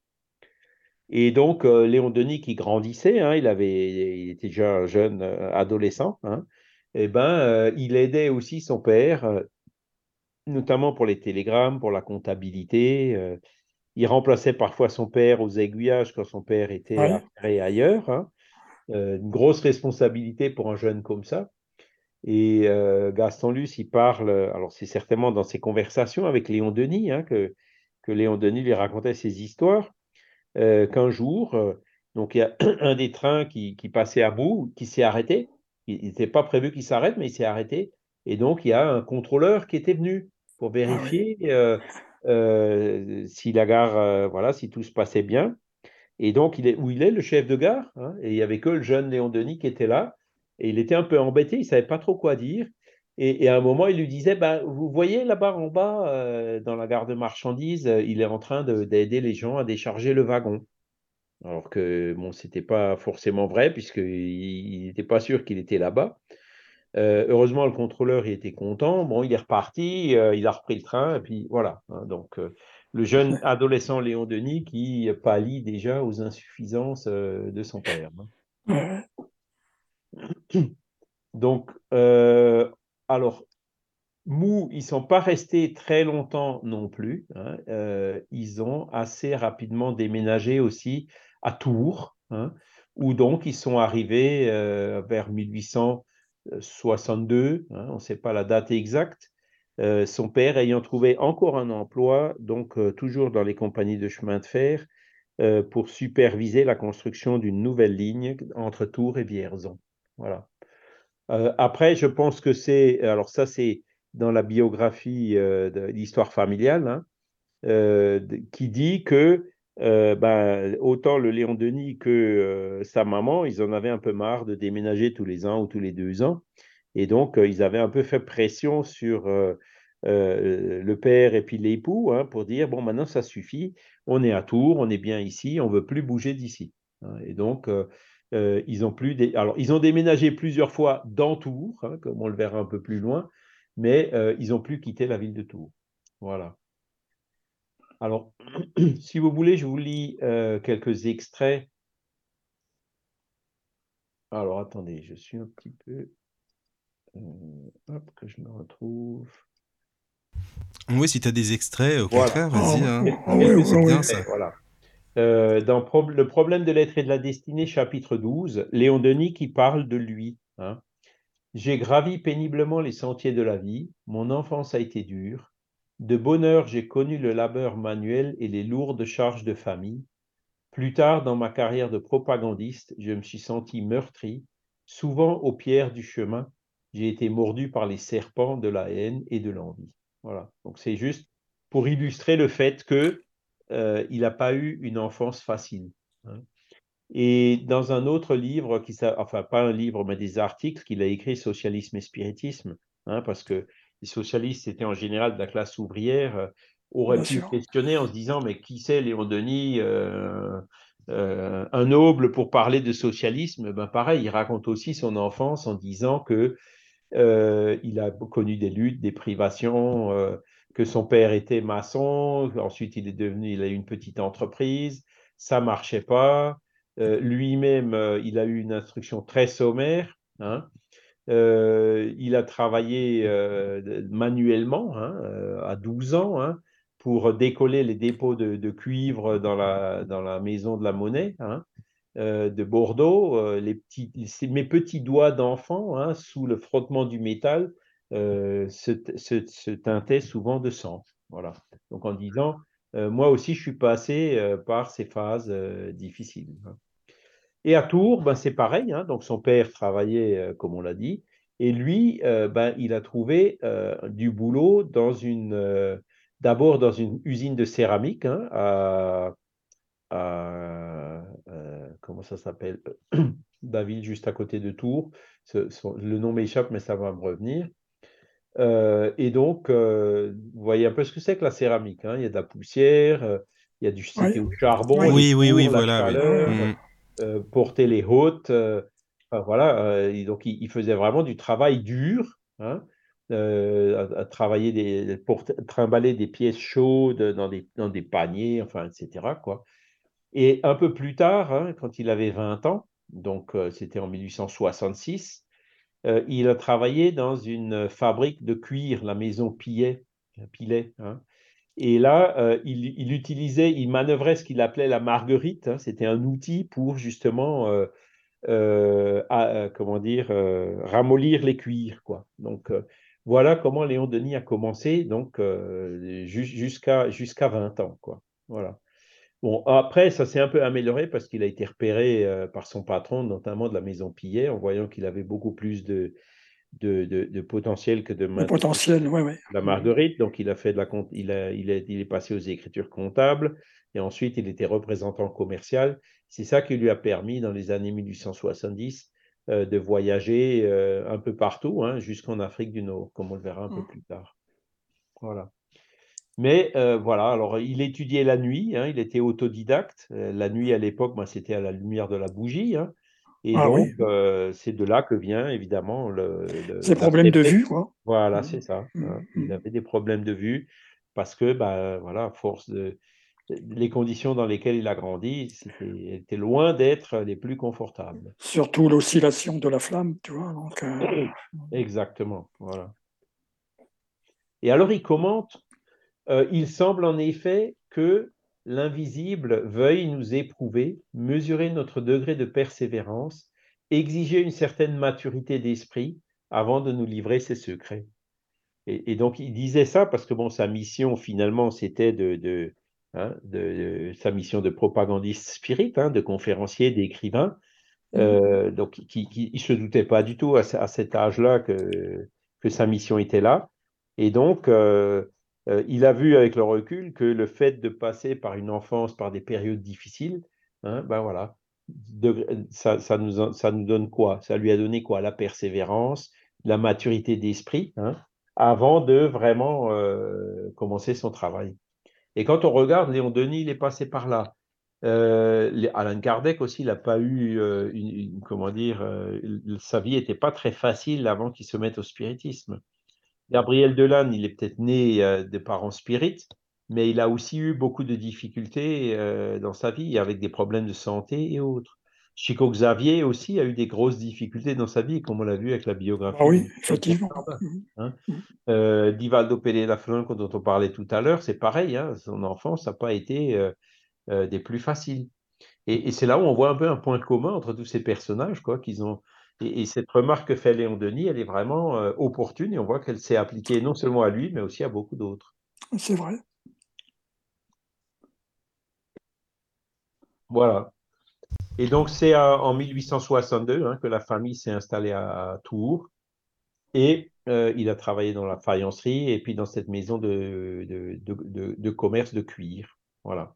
Et donc, euh, Léon Denis qui grandissait, hein, il avait, il était déjà un jeune euh, adolescent, hein, et ben, euh, il aidait aussi son père, euh, notamment pour les télégrammes, pour la comptabilité. Euh, il remplaçait parfois son père aux aiguillages quand son père était Ouais. affairé ailleurs. Hein. Euh, une grosse responsabilité pour un jeune comme ça. Et euh, Gaston Luce, il parle, alors c'est certainement dans ses conversations avec Léon Denis, hein, que, que Léon Denis lui racontait ses histoires, euh, qu'un jour, euh, donc il y a un des trains qui, qui passait à bout, qui s'est arrêté. Il n'était pas prévu qu'il s'arrête, mais il s'est arrêté. Et donc, il y a un contrôleur qui était venu pour Ah oui. vérifier euh, euh, si la gare, euh, voilà, si tout se passait bien. Et donc, il est, où il est, le chef de gare, hein, et il n'y avait que le jeune Léon Denis qui était là, et il était un peu embêté, il ne savait pas trop quoi dire. Et, et à un moment, il lui disait, bah, vous voyez là-bas en bas, euh, dans la gare de marchandises, euh, il est en train de- d'aider les gens à décharger le wagon. Alors que, bon, ce n'était pas forcément vrai, puisqu'il n'était pas sûr qu'il était là-bas. Euh, heureusement, le contrôleur il était content. Bon, il est reparti, euh, il a repris le train, et puis voilà. Hein, donc, euh, le jeune adolescent Léon Denis qui pâlit déjà aux insuffisances euh, de son père. Hein. Ouais. Donc, euh, alors, Mou, ils ne sont pas restés très longtemps non plus. Hein. Euh, ils ont assez rapidement déménagé aussi à Tours, hein, où donc ils sont arrivés euh, vers mille huit cent soixante-deux, hein, on ne sait pas la date exacte, euh, son père ayant trouvé encore un emploi, donc euh, toujours dans les compagnies de chemin de fer, euh, pour superviser la construction d'une nouvelle ligne entre Tours et Vierzon. Voilà. Euh, après, je pense que c'est, alors ça c'est dans la biographie euh, de l'histoire familiale, hein, euh, qui dit que euh, ben, autant le Léon Denis que euh, sa maman, ils en avaient un peu marre de déménager tous les ans ou tous les deux ans. Et donc, euh, ils avaient un peu fait pression sur euh, euh, le père et puis l'époux, hein, pour dire, bon, maintenant, ça suffit, on est à Tours, on est bien ici, on ne veut plus bouger d'ici. Hein. Et donc, euh, euh, ils ont plus dé... Alors, ils ont déménagé plusieurs fois dans Tours, hein, comme on le verra un peu plus loin, mais euh, ils n'ont plus quitté la ville de Tours. Voilà. Alors, si vous voulez, je vous lis euh, quelques extraits. Alors, attendez, je suis un petit peu... Euh, hop, que je me retrouve. Oui, si tu as des extraits, au Voilà. contraire, Ah vas-y. oui, Hein. ah oui, oui, C'est oui. bien ça. Voilà. Euh, dans Pro- Le problème de l'être et de la destinée, chapitre douze, Léon Denis qui parle de lui. Hein. J'ai gravi péniblement les sentiers de la vie, mon enfance a été dure. De bonne heure, j'ai connu le labeur manuel et les lourdes charges de famille. Plus tard, dans ma carrière de propagandiste, je me suis senti meurtri. Souvent, aux pierres du chemin, j'ai été mordu par les serpents de la haine et de l'envie. Voilà. Donc, c'est juste pour illustrer le fait que euh, il n'a pas eu une enfance facile. Hein. Et dans un autre livre, qui, enfin pas un livre, mais des articles qu'il a écrit, Socialisme et spiritisme, hein, parce que les socialistes, c'était en général de la classe ouvrière, euh, auraient Bien pu le sûr. questionner en se disant, mais qui c'est Léon Denis, euh, euh, un noble pour parler de socialisme? Ben pareil, il raconte aussi son enfance en disant que euh, il a connu des luttes, des privations, euh, que son père était maçon, ensuite il est devenu, il a eu une petite entreprise, ça marchait pas. Euh, lui-même, euh, il a eu une instruction très sommaire. Hein. Euh, il a travaillé euh, manuellement hein, euh, à douze ans hein, pour décoller les dépôts de, de cuivre dans la, dans la maison de la monnaie. Hein. euh, de Bordeaux, euh, les petits, c'est mes petits doigts d'enfant, hein, sous le frottement du métal, euh, se, se, se teintaient souvent de sang. Voilà. Donc en disant, euh, moi aussi, je suis passé euh, par ces phases euh, difficiles. Hein. Et à Tours, ben, c'est pareil. Hein, donc son père travaillait, euh, comme on l'a dit, et lui, euh, ben, il a trouvé euh, du boulot dans une, euh, d'abord dans une usine de céramique, hein, à, à, euh, comment ça s'appelle, la ville juste à côté de Tours. Ce- son- le nom m'échappe, mais ça va me revenir. Euh, et donc, euh, vous voyez un peu ce que c'est que la céramique. Hein. Il y a de la poussière, euh, il y a du, Oui, c'était au charbon, oui, les Oui, oui, oui, fours, la voilà, oui. oui, chaleur, oui. Mm. euh, porter les hôtes. Euh, enfin, voilà. Euh, et donc, il, il faisait vraiment du travail dur, hein, euh, à, à travailler des, pour t- trimballer des pièces chaudes dans des, dans des paniers, enfin, et cetera, quoi. Et un peu plus tard, hein, quand il avait vingt ans, donc euh, c'était en mille huit cent soixante-six, euh, il a travaillé dans une fabrique de cuir, la maison Pillet. Pillet, hein. Et là, euh, il, il utilisait, il manœuvrait ce qu'il appelait la marguerite. Hein. C'était un outil pour justement, euh, euh, à- euh, comment dire, euh, ramollir les cuirs, quoi. Donc, euh, voilà comment Léon Denis a commencé, donc euh, ju- jusqu'à jusqu'à vingt ans, quoi. Voilà. Bon, après, ça s'est un peu amélioré parce qu'il a été repéré euh, par son patron, notamment de la maison Pillet, en voyant qu'il avait beaucoup plus de, de, de, de potentiel que de Le maintenir potentiel, oui, oui. la marguerite. Donc, il a fait de la compte, il a, il est, il est passé aux écritures comptables et ensuite il était représentant commercial. C'est ça qui lui a permis, dans les années mille huit cent soixante-dix, euh, de voyager euh, un peu partout, hein, jusqu'en Afrique du Nord, comme on le verra un peu plus tard. Voilà. Mais euh, voilà, alors il étudiait la nuit, hein, il était autodidacte. Euh, la nuit à l'époque, ben, c'était à la lumière de la bougie. Hein, et Ah donc, oui, euh, c'est de là que vient évidemment le, le- ces problèmes l'aspect. de vue, quoi. Voilà, Mm, c'est ça. Hein. mm, Il mm. avait des problèmes de vue parce que, bah, voilà, à force de. Les conditions dans lesquelles il a grandi, c'était était loin d'être les plus confortables. Surtout l'oscillation de la flamme, tu vois. Donc, euh, Exactement, voilà. Et alors, il commente. Euh, il semble en effet que l'invisible veuille nous éprouver, mesurer notre degré de persévérance, exiger une certaine maturité d'esprit avant de nous livrer ses secrets. Et, et donc, il disait ça parce que bon, sa mission, finalement, c'était de, de, hein, de, de- sa mission de propagandiste spirit, hein, de conférencier, d'écrivain. Euh, donc, qui, qui, il ne se doutait pas du tout à, ce- à cet âge-là que, que sa mission était là. Et donc, euh, euh, il a vu avec le recul que le fait de passer par une enfance, par des périodes difficiles, hein, ben voilà, de- ça, ça nous, en- ça nous donne quoi? Ça lui a donné quoi? La persévérance, la maturité d'esprit, hein, avant de vraiment euh, commencer son travail. Et quand on regarde, Léon Denis, il est passé par là. Euh, les- Alan Kardec aussi, il n'a pas eu, euh, une, une- comment dire, euh, sa vie n'était pas très facile avant qu'il se mette au spiritisme. Gabriel Delanne, il est peut-être né euh, de parents spirites, mais il a aussi eu beaucoup de difficultés euh, dans sa vie, avec des problèmes de santé et autres. Chico Xavier aussi a eu des grosses difficultés dans sa vie, comme on l'a vu avec la bah biographie de oui, Michel effectivement. Constardin. Mm, Hein. mm. Euh, Divaldo Pereira Franco, dont on parlait tout à l'heure, c'est pareil, hein, son enfance n'a pas été euh, euh, des plus faciles. Et, et c'est là où on voit un peu un point commun entre tous ces personnages, quoi, qu'ils ont. Et, et cette remarque que fait Léon Denis, elle est vraiment euh, opportune et on voit qu'elle s'est appliquée non seulement à lui, mais aussi à beaucoup d'autres. C'est vrai. Voilà. Et donc, c'est euh, en mille huit cent soixante-deux, hein, que la famille s'est installée à, à Tours et euh, il a travaillé dans la faïencerie et puis dans cette maison de, de, de, de- de commerce de cuir. Voilà.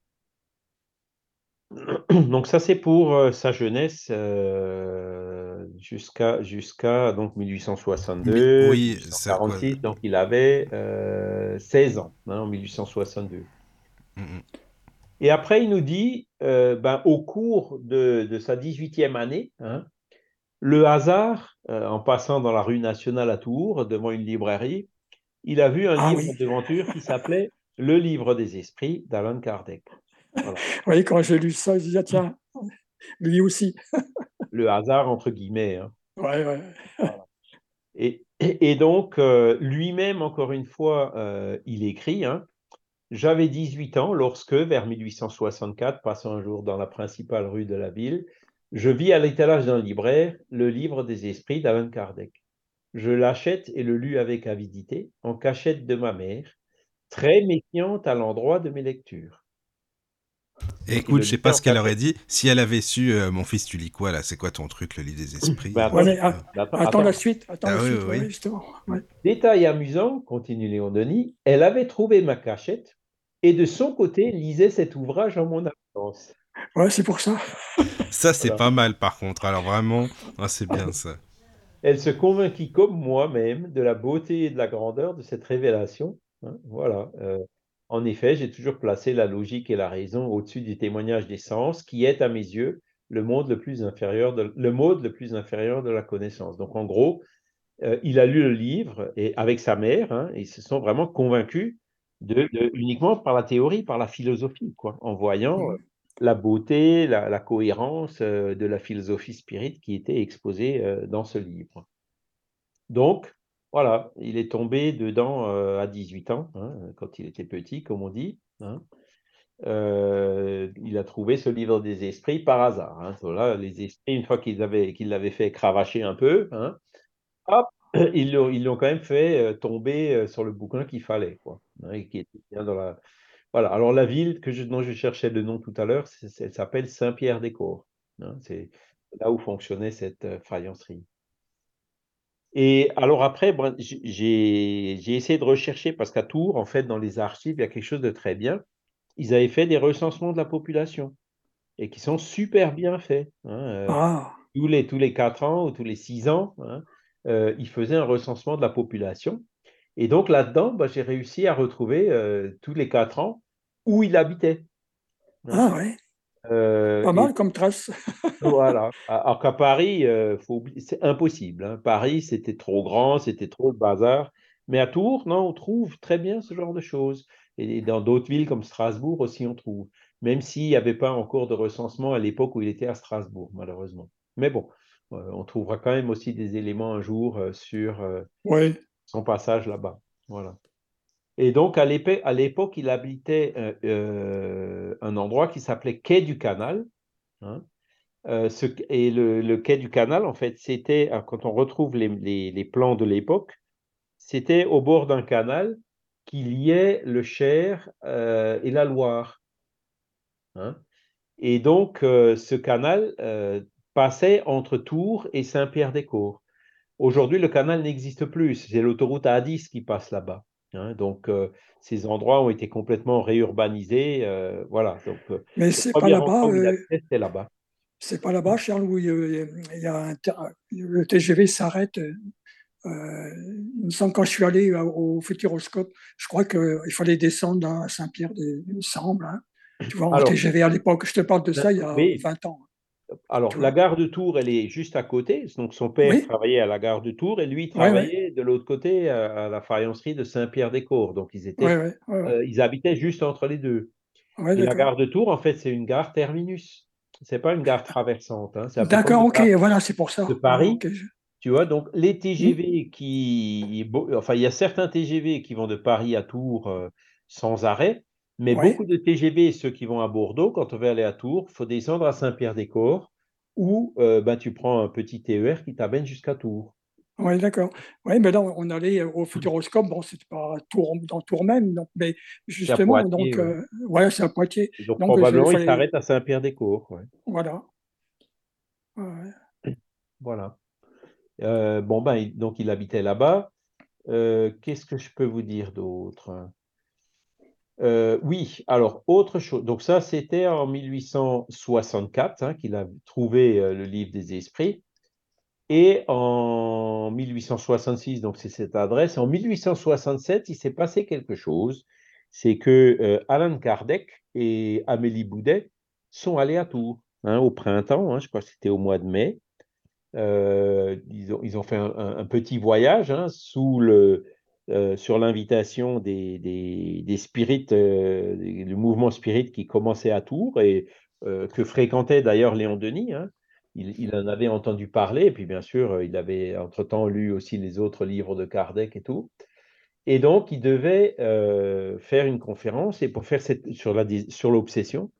Donc ça, c'est pour euh, sa jeunesse euh, jusqu'à jusqu'à donc Mais mille huit cent soixante-deux, oui, ça quoi. mille huit cent quarante-six. Donc il avait euh, seize ans, hein, en mille huit cent soixante-deux. Mm, mm. Et après, il nous dit, euh, ben, au cours de, de sa dix-huitième année, hein, le hasard, euh, en passant dans la rue nationale à Tours, devant une librairie, il a vu un Ah livre oui. d'aventure qui s'appelait Le livre des esprits d'Alan Kardec. Voilà. Oui, quand j'ai lu ça, je disais, ah, tiens, lui aussi. Le hasard, entre guillemets. Hein. Ouais, ouais. Voilà. Et, et, et donc, euh, lui-même, encore une fois, euh, il écrit, hein, J'avais dix-huit ans lorsque, vers mille huit cent soixante-quatre, passant un jour dans la principale rue de la ville, je vis à l'étalage d'un libraire le livre des esprits d'Alan Kardec. Je l'achète et le lus avec avidité, en cachette de ma mère, très méfiante à l'endroit de mes lectures. Et Donc, il écoute, le je sais lisait pas en ce qu'elle cachette. aurait dit. Si elle avait su, euh, mon fils, tu lis quoi là? C'est quoi ton truc, le livre des esprits? Mais euh, attends, Ouais, je mais sais ah, pas. attends, attends la attends. suite, attends Ah la oui, suite, oui, ouais, oui. justement. Ouais. Détail amusant, continue Léon Denis, elle avait trouvé ma cachette et de son côté lisait cet ouvrage en mon absence. Ouais, c'est pour ça. Ça, c'est Voilà. pas mal par contre. Alors vraiment, ah, c'est bien ça. Elle se convainquit comme moi-même de la beauté et de la grandeur de cette révélation. Hein, voilà. Euh, en effet, j'ai toujours placé la logique et la raison au-dessus du témoignage des sens, qui est, à mes yeux, le mode le plus inférieur de, le mode le plus inférieur de la connaissance. Donc, en gros, euh, il a lu le livre et, avec sa mère, hein, et ils se sont vraiment convaincus de, de- uniquement par la théorie, par la philosophie, quoi, en voyant euh, Mhm. la beauté, la, la cohérence euh, de la philosophie spirite qui était exposée euh, dans ce livre. Donc, voilà, il est tombé dedans euh, à dix-huit ans, hein, quand il était petit, comme on dit. Hein. Euh, il a trouvé ce livre des esprits par hasard. Hein. Voilà, les esprits, une fois qu'ils avaient, qu'ils l'avaient fait cravacher un peu, hein, hop, ils l'ont, ils l'ont quand même fait euh, tomber euh, sur le bouquin qu'il fallait, quoi, hein, et qui était bien dans la... Voilà. Alors, la ville que je, dont je cherchais le nom tout à l'heure, c'est- c'est- elle s'appelle Saint-Pierre-des-Corps. Hein. C'est là où fonctionnait cette euh, faïencerie. Et alors après, bon, j'ai j'ai essayé de rechercher, parce qu'à Tours, en fait, dans les archives, il y a quelque chose de très bien. Ils avaient fait des recensements de la population et qui sont super bien faits. Hein. Euh, Ah, tous les, tous les quatre ans ou tous les six ans, hein, euh, ils faisaient un recensement de la population. Et donc là-dedans, bah, j'ai réussi à retrouver euh, tous les quatre ans où il habitait. Hein. ah ouais, Euh, pas et mal comme trace. voilà. Alors qu'à Paris, euh, faut oublier- c'est impossible. Hein. Paris, c'était trop grand, c'était trop le bazar. Mais à Tours, non, on trouve très bien ce genre de choses. Et dans d'autres villes comme Strasbourg aussi, on trouve. Même s'il n'y avait pas encore de recensement à l'époque où il était à Strasbourg, malheureusement. Mais bon, euh, on trouvera quand même aussi des éléments un jour euh, sur euh, Oui, son passage là-bas. Voilà. Et donc, à l'épée- à l'époque, il habitait euh, euh, un endroit qui s'appelait Quai du Canal. Hein. Euh, ce- et le, le quai du canal, en fait, c'était, euh, quand on retrouve les, les- les plans de l'époque, c'était au bord d'un canal qui liait le Cher euh, et la Loire. Hein. Et donc, euh, ce canal euh, passait entre Tours et Saint-Pierre-des-Corps. Aujourd'hui, le canal n'existe plus. C'est l'autoroute A dix qui passe là-bas. Hein. Donc, euh, ces endroits ont été complètement réurbanisés. euh, voilà. Donc, euh, mais le c'est pas premier là-bas, endroit où il euh, habitait, c'était là-bas. c'est pas là-bas, Charles, où il y a, il y a un ter- le T G V s'arrête. Euh, il me semble quand je suis allé au Futuroscope, je crois qu'il fallait descendre à Saint-Pierre, il me semble. Hein. Tu vois, en Alors, T G V à l'époque, je te parle de ça il y a oui, vingt ans. Tu alors, la vois. gare de Tours, elle est juste à côté. Donc, son père Oui, travaillait à la gare de Tours et lui il oui, oui, travaillait de l'autre côté à, à la faïencerie de Saint-Pierre-des-Corps. Donc, ils oui, étaient, oui, oui, oui. euh, ils habitaient juste entre les deux. Ouais, Et la d'accord. gare de Tours, en fait, c'est une gare terminus. C'est pas une gare traversante. Hein. C'est un peu comme D'accord, la ok, gare voilà, c'est pour de ça. Voilà, Paris. ok. je- Tu vois, donc les Hmm. T G V qui, bo- enfin, il y a certains T G V qui vont de Paris à Tours euh, sans arrêt, mais Oui, beaucoup de T G V, ceux qui vont à Bordeaux, quand on veut aller à Tours, il faut descendre à Saint-Pierre-des-Corps ou euh, ben, tu prends un petit T E R qui t'amène jusqu'à Tours. oui, d'accord. Oui, mais là, on allait au Futuroscope, bon, c'était pas Tour, dans Tours même, donc, mais C'est à justement, Poitiers, donc, ouais. euh, ouais, c'est à Poitiers. Et donc Donc, il probablement il fallait, s'arrête à Saint-Pierre-des-Corps. Ouais. voilà. Ouais. Voilà. Euh, bon ben il- donc il habitait là-bas. Euh, qu'est-ce que je peux vous dire d'autre? Euh, oui, alors autre chose. Donc ça, c'était en mille huit cent soixante-quatre hein, qu'il a trouvé euh, le livre des esprits. Et en mille huit cent soixante-six, donc c'est cette adresse. En mille huit cent soixante-sept, il s'est passé quelque chose. C'est que euh, Alan Kardec et Amélie Boudet sont allés à Tours hein, au printemps. Hein, je crois que c'était au mois de mai. Euh, ils ont, ils ont fait un, un- un petit voyage hein, sous le, euh, sur l'invitation des, des, des spirites, euh, des- du mouvement spirit qui commençait à Tours et euh, que fréquentait d'ailleurs Léon Denis. Hein. Il, il en avait entendu parler, et puis bien sûr, euh, il avait entre-temps lu aussi les autres livres de Kardec et tout. Et donc, il devait euh, faire une conférence et pour faire cette, sur, la, sur l'obsession.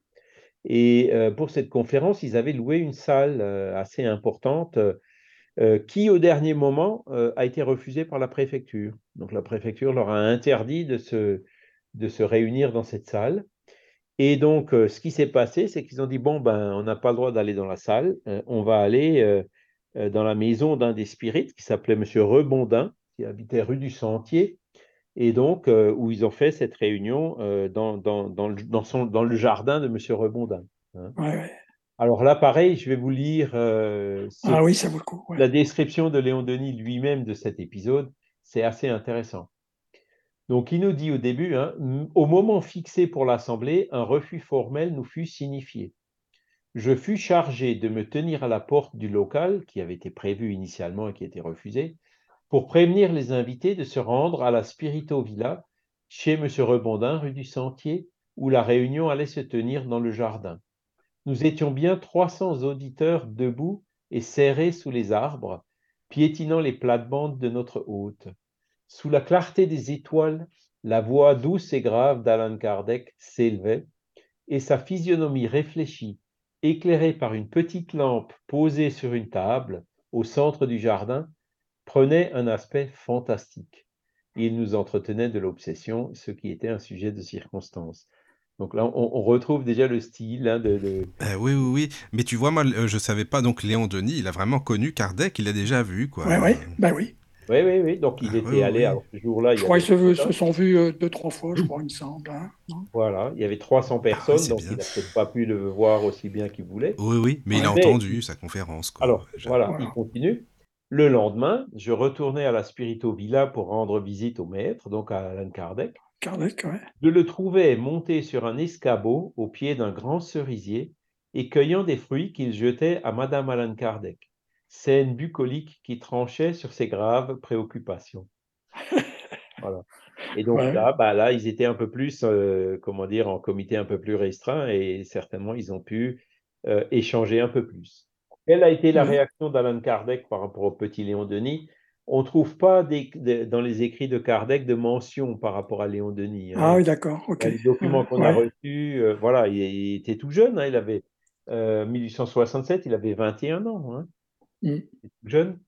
Et euh, pour cette conférence, ils avaient loué une salle euh, assez importante euh, qui, au dernier moment, euh, a été refusée par la préfecture. Donc, la préfecture leur a interdit de se, de se réunir dans cette salle. Et donc, euh, ce qui s'est passé, c'est qu'ils ont dit, bon, ben, on n'a pas le droit d'aller dans la salle, euh, on va aller euh, euh, dans la maison d'un des spirites qui s'appelait Monsieur Rebondin, qui habitait rue du Sentier, et donc euh, où ils ont fait cette réunion euh, dans, dans, dans, le, dans, son, dans le jardin de Monsieur Rebondin. Hein. Ouais, ouais. Alors là, pareil, je vais vous lire euh, ce, Ah oui, ça vaut le coup. Ouais. la description de Léon Denis lui-même de cet épisode. C'est assez intéressant. Donc, il nous dit au début, hein, au moment fixé pour l'Assemblée, un refus formel nous fut signifié. Je fus chargé de me tenir à la porte du local, qui avait été prévu initialement et qui a été refusé, pour prévenir les invités de se rendre à la Spirito Villa, chez M. Rebondin, rue du Sentier, où la réunion allait se tenir dans le jardin. Nous étions bien trois cents auditeurs debout et serrés sous les arbres, piétinant les plates-bandes de notre hôte. Sous la clarté des étoiles, la voix douce et grave d'Allan Kardec s'élevait, et sa physionomie réfléchie, éclairée par une petite lampe posée sur une table au centre du jardin, prenait un aspect fantastique. Il nous entretenait de l'obsession, ce qui était un sujet de circonstance. Donc là, on, on retrouve déjà le style hein, de... de... Euh, oui, oui, oui. Mais tu vois, moi, euh, je savais pas, donc Léon Denis, il a vraiment connu Kardec, il l'a déjà vu, quoi. Ouais, ouais, ben oui. Oui, oui, oui. Donc, il Ah, était oui, allé, oui. alors ce jour-là, il Je y crois avait... qu'ils se, se sont vus euh, deux, trois fois, je crois, il me semble. Hein. Voilà, il y avait trois cents Ah, oui, personnes, c'est donc bien. il n'a peut-être pas pu le voir aussi bien qu'il voulait. Oui, oui, mais il a Ouais. Mais, entendu sa conférence, quoi. alors, Déjà. voilà, Voilà. il continue. Le lendemain, je retournais à la Spirito Villa pour rendre visite au maître, donc à Allan Kardec. Kardec, ouais. Je le trouvais monté sur un escabeau au pied d'un grand cerisier et cueillant des fruits qu'il jetait à Madame Allan Kardec. Scène bucolique qui tranchait sur ses graves préoccupations. Voilà. Et donc Ouais. là, bah là, ils étaient un peu plus, euh, comment dire, en comité un peu plus restreint et certainement ils ont pu euh, échanger un peu plus. Quelle a été la Ouais. réaction d'Allan Kardec par rapport au petit Léon Denis? On ne trouve pas des, des, dans les écrits de Kardec de mention par rapport à Léon Denis. Hein. Ah oui, d'accord, ok. Les documents qu'on a Ouais. reçus, euh, voilà, il, il était tout jeune, hein, il avait euh, mille huit cent soixante-sept, il avait vingt et un ans, hein, Mm. il était tout jeune.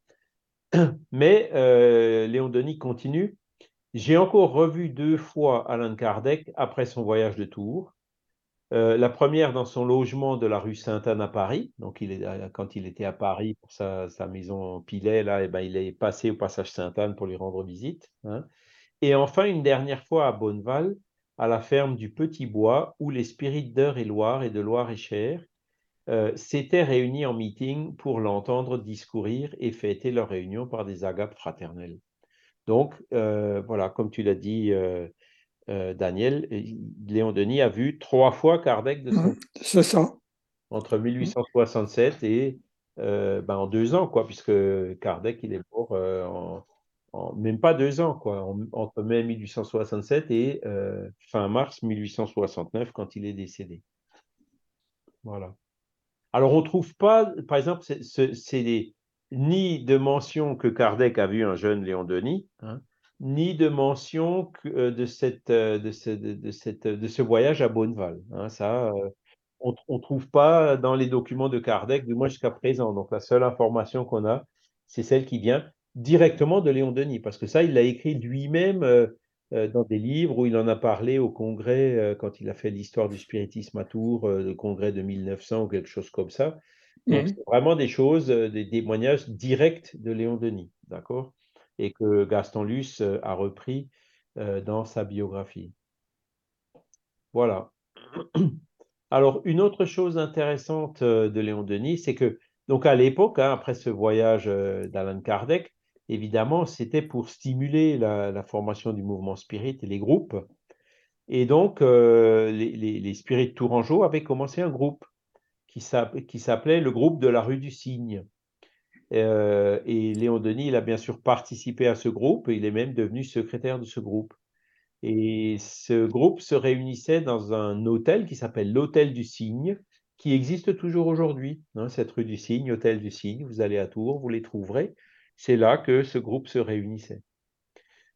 Mais euh, Léon Denis continue. J'ai encore revu deux fois Allan Kardec après son voyage de Tours. Euh, la première dans son logement de la rue Sainte-Anne à Paris. Donc, il est, quand il était à Paris pour sa, sa maison Pilet, là, et ben, il est passé au passage Sainte-Anne pour lui rendre visite. Hein. Et enfin, une dernière fois à Bonneval, à la ferme du Petit Bois, où les spirites d'Eure-et-Loire et de Loire-et-Cher euh, s'étaient réunis en meeting pour l'entendre discourir et fêter leur réunion par des agapes fraternelles. Donc, euh, voilà, comme tu l'as dit, euh, euh, Daniel, Léon Denis a vu trois fois Kardec de son Mm. C'est ça. entre mille huit cent soixante-sept et euh, ben, en deux ans, quoi, puisque Kardec, il est mort euh, en, en même pas deux ans, quoi, en- entre mai mille huit cent soixante-sept et euh, fin mars mille huit cent soixante-neuf, quand il est décédé. Voilà. Alors, on ne trouve pas, par exemple, c'est, c'est, c'est des- ni de mention que Kardec a vu un jeune Léon Denis, hein, ni de mention que, euh, de, cette, euh, de, ce, de, de cette, de ce voyage à Bonneval. Hein, ça, euh, on ne trouve pas dans les documents de Kardec, du moins jusqu'à présent. Donc, la seule information qu'on a, c'est celle qui vient directement de Léon Denis, parce que ça, il l'a écrit lui-même euh, euh, dans des livres où il en a parlé au congrès, euh, quand il a fait l'histoire du spiritisme à Tours, euh, le congrès de mille neuf cents ou quelque chose comme ça. Donc, Mm. c'est vraiment des choses, euh, des témoignages directs de Léon Denis, d'accord? Et que Gaston Luce euh, a repris euh, dans sa biographie. Voilà. Alors, une autre chose intéressante euh, de Léon Denis, c'est que, donc à l'époque, hein, après ce voyage euh, d'Allan Kardec, évidemment, c'était pour stimuler la, la formation du mouvement spirit et les groupes. Et donc, euh, les, les, les spirites tourangeaux avaient commencé un groupe qui s'appelait le groupe de la rue du Cygne. Euh, et Léon Denis, il a bien sûr participé à ce groupe, et il est même devenu secrétaire de ce groupe. Et ce groupe se réunissait dans un hôtel qui s'appelle l'Hôtel du Cygne, qui existe toujours aujourd'hui. Hein, cette rue du Cygne, Hôtel du Cygne, vous allez à Tours, vous les trouverez. C'est là que ce groupe se réunissait.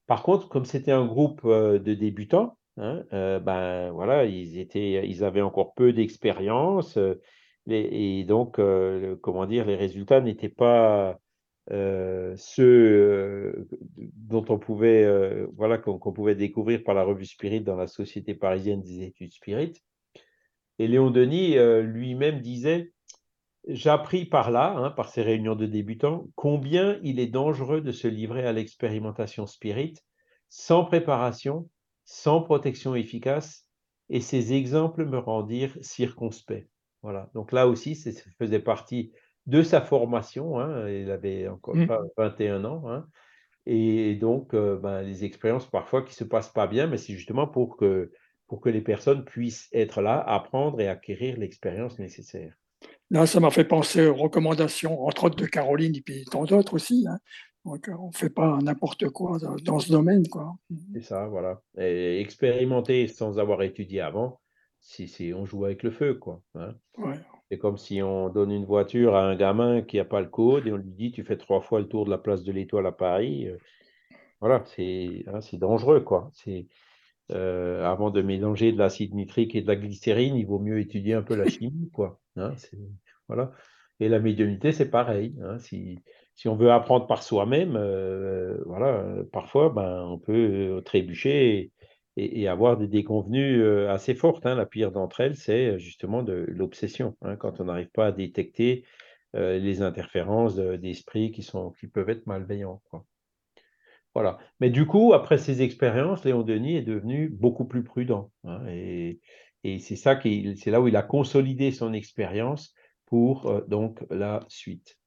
Par contre, comme c'était un groupe euh, de débutants, hein, euh, ben voilà, ils étaient, ils avaient encore peu d'expérience, euh, les- et donc, euh, le- comment dire, les résultats n'étaient pas euh, ceux euh, dont on pouvait, euh, voilà, qu'on qu'on pouvait découvrir par la revue Spirit dans la Société parisienne des études Spirit. Et Léon Denis euh, lui-même disait, j'ai appris par là, hein, par ces réunions de débutants, combien il est dangereux de se livrer à l'expérimentation spirit sans préparation, sans protection efficace, et ces exemples me rendirent circonspect. Voilà. Donc là aussi, ça faisait partie de sa formation. Hein, il avait encore Mm. pas vingt et un ans. Hein, et donc, euh, ben, les expériences parfois qui se passent pas bien, mais c'est justement pour que, pour que les personnes puissent être là, apprendre et acquérir l'expérience nécessaire. Là, ça m'a fait penser aux recommandations, entre autres de Caroline et puis tant d'autres aussi. Hein. Donc, on ne fait pas n'importe quoi dans, dans ce domaine, quoi. C'est ça, voilà. Et expérimenter sans avoir étudié avant, si, si on joue avec le feu, quoi. Hein. Ouais. C'est comme si on donne une voiture à un gamin qui n'a pas le code et on lui dit tu fais trois fois le tour de la place de l'Étoile à Paris. Euh, Voilà, c'est hein, c'est dangereux, quoi. C'est euh, avant de mélanger de l'acide nitrique et de la glycérine, il vaut mieux étudier un peu la chimie, quoi. Hein, c'est- voilà. Et la médiumnité, c'est pareil. Hein. Si, si on veut apprendre par soi-même, euh, voilà, euh, parfois, ben, on peut euh, trébucher et, et- et avoir des déconvenues euh, assez fortes. Hein. La pire d'entre elles, c'est euh, justement de l'obsession, hein, quand on n'arrive pas à détecter euh, les interférences de- d'esprit qui sont, qui peuvent être malveillants, quoi. Voilà. Mais du coup, après ces expériences, Léon Denis est devenu beaucoup plus prudent. Hein, et et c'est ça qui, c'est là où il a consolidé son expérience pour euh, donc la suite.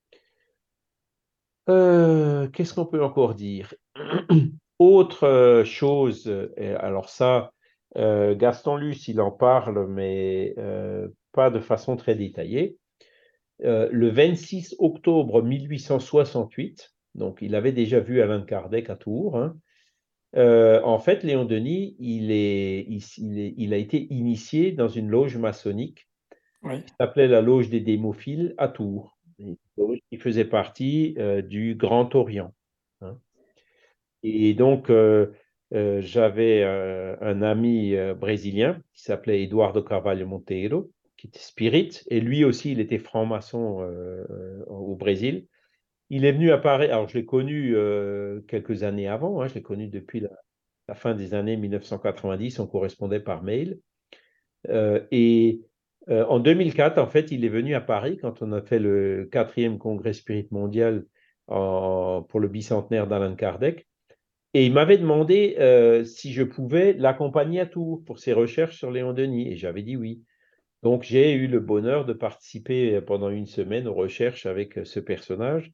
Euh, qu'est-ce qu'on peut encore dire? Autre euh, chose, euh, alors ça, euh, Gaston Luce, il en parle, mais euh, pas de façon très détaillée. Euh, le vingt-six octobre mille huit cent soixante-huit, donc il avait déjà vu Alain Kardec à Tours, hein. Euh, en fait, Léon Denis, il, est, il, il est- il a été initié dans une loge maçonnique Ouais. qui s'appelait la Loge des Démophiles à Tours, une loge qui faisait partie euh, du Grand Orient. Hein. Et donc, euh, euh, j'avais euh, un ami euh, brésilien qui s'appelait Eduardo Carvalho Monteiro, qui était spirit, et lui aussi, il était franc-maçon euh, euh, au Brésil. Il est venu à Paris, alors je l'ai connu euh, quelques années avant, hein, je l'ai connu depuis la la fin des années mille neuf cent quatre-vingt-dix, on correspondait par mail. Euh, et euh, en deux mille quatre, en fait, il est venu à Paris quand on a fait le quatrième congrès spirit mondial en- pour le bicentenaire d'Alain Kardec. Et il m'avait demandé euh, si je pouvais l'accompagner à Tours pour ses recherches sur Léon Denis. Et j'avais dit oui. Donc, j'ai eu le bonheur de participer pendant une semaine aux recherches avec ce personnage.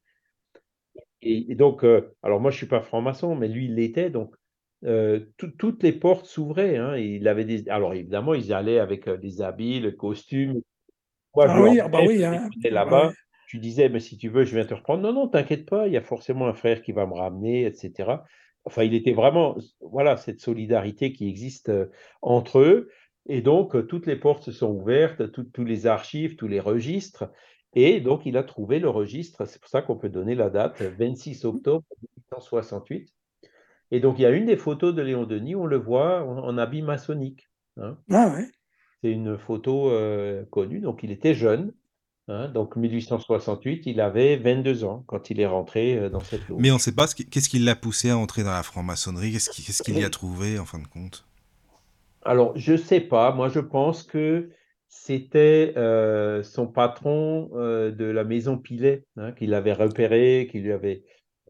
Et, et donc, euh, alors moi, je suis pas franc-maçon, mais lui, il l'était. Donc, euh, tout- toutes les portes s'ouvraient. Hein, et il avait des... Alors, évidemment, ils allaient avec euh, des habits, le costume. Moi, je Ah le oui, ah bah rendais, oui, je hein. descendais Ah bah oui. là-bas. Je lui disais, mais si tu veux, je viens te reprendre. Non, non, t'inquiète pas, il y a forcément un frère qui va me ramener, et cetera. Enfin, il était vraiment, voilà, cette solidarité qui existe euh, entre eux. Et donc, euh, toutes les portes se sont ouvertes, tout- tous les archives, tous les registres. Et donc, il a trouvé le registre, c'est pour ça qu'on peut donner la date, vingt-six octobre mille huit cent soixante-huit. Et donc, il y a une des photos de Léon Denis, on le voit en, en habit maçonnique. Hein. Ah ouais. C'est une photo euh, connue, donc il était jeune. Hein, donc mille huit cent soixante-huit, il avait vingt-deux ans quand il est rentré euh, dans cette Mais on ne loge. sait pas ce qui- qu'est-ce qui l'a poussé à entrer dans la franc-maçonnerie, qu'est-ce qui- qu'est-ce qu'il y a trouvé en fin de compte. Alors, je ne sais pas, moi je pense que c'était euh, son patron euh, de la maison Pilet, hein, qui l'avait repéré, qui lui avait...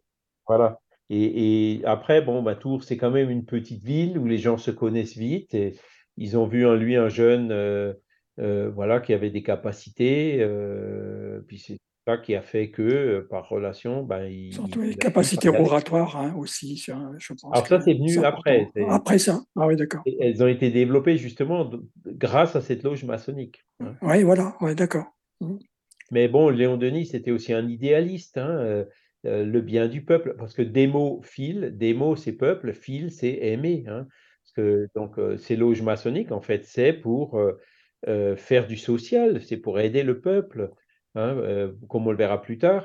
Voilà. Et, et après, bon, bah, Tours, c'est quand même une petite ville où les gens se connaissent vite et ils ont vu en lui un jeune euh, euh, voilà, qui avait des capacités. Euh, puis c'est ça qui a fait que, euh, par relation, ben, il, Surtout les il a pu capacités travailler avec. oratoires hein, aussi, ça, je pense Alors que ça, c'est c'est venu après. important. C'est- Après ça, ah oui, d'accord. Elles ont été développées justement d- grâce à cette loge maçonnique. Hein. Oui, voilà, ouais, d'accord. Mhm. Mais bon, Léon Denis, c'était aussi un idéaliste, hein, euh, euh, le bien du peuple, parce que démo, fil, démo, c'est peuple, fil, c'est aimer. Hein, parce que, donc, euh, ces loges maçonniques, en fait, c'est pour euh, euh, faire du social, c'est pour aider le peuple, hein, euh, comme on le verra plus tard.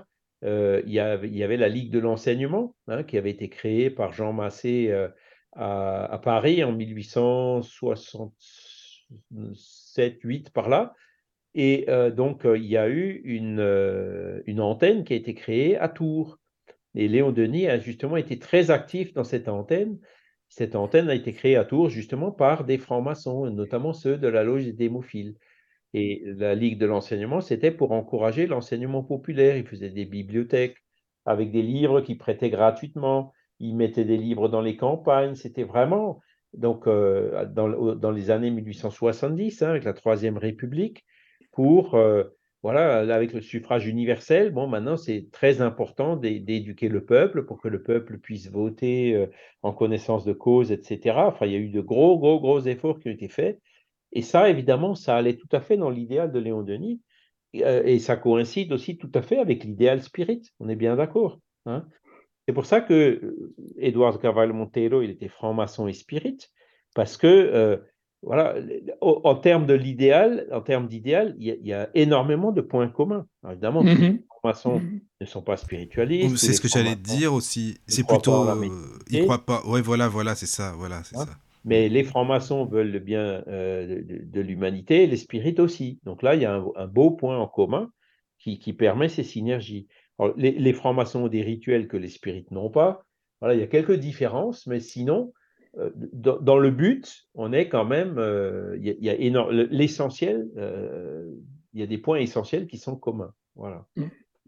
euh, il, y avait, il y avait la Ligue de l'enseignement, hein, qui avait été créée par Jean Massé euh, à, à Paris en mille huit cent soixante-sept huit par là. Et euh, donc, euh, il y a eu une, euh, une antenne qui a été créée à Tours. Et Léon Denis a justement été très actif dans cette antenne. Cette antenne a été créée à Tours justement par des francs-maçons, notamment ceux de la loge des Démophiles. Et la Ligue de l'enseignement, c'était pour encourager l'enseignement populaire. Ils faisaient des bibliothèques avec des livres qu'ils prêtaient gratuitement. Ils mettaient des livres dans les campagnes. C'était vraiment, donc, euh, dans, dans les années mille huit cent soixante-dix, hein, avec la Troisième République, pour, euh, voilà, avec le suffrage universel, bon, maintenant, c'est très important d'éduquer le peuple pour que le peuple puisse voter euh, en connaissance de cause, et cetera. Enfin, il y a eu de gros, gros, gros efforts qui ont été faits. Et ça, évidemment, ça allait tout à fait dans l'idéal de Léon Denis. Et, euh, et ça coïncide aussi tout à fait avec l'idéal spirit. On est bien d'accord, hein. C'est pour ça que euh, Édouard Carvalho Monteiro, il était franc-maçon et spirit, parce que, euh, voilà, en, en termes de l'idéal, en termes d'idéal, il, il y a énormément de points communs. Alors, évidemment, tous les Mhm. francs-maçons Mhm. ne sont pas Oh, spiritualistes, tous c'est les ce que j'allais te francs-maçons dire aussi. ne C'est croient pas en plutôt. la Euh, ils médecine. croient pas. Ouais, voilà, voilà, c'est ça. Voilà, c'est Hein. ça. Mais les francs-maçons veulent le bien euh, de, de- de l'humanité, les spirites aussi. Donc là, il y a un, un beau point en commun qui, qui permet ces synergies. Alors, les, les francs-maçons ont des rituels que les spirites n'ont pas. Voilà, il y a quelques différences, mais sinon, euh, dans, dans le but, on est quand même, euh, il y a, il y a énorme, l'essentiel, euh, il y a des points essentiels qui sont communs. Voilà. Mhm.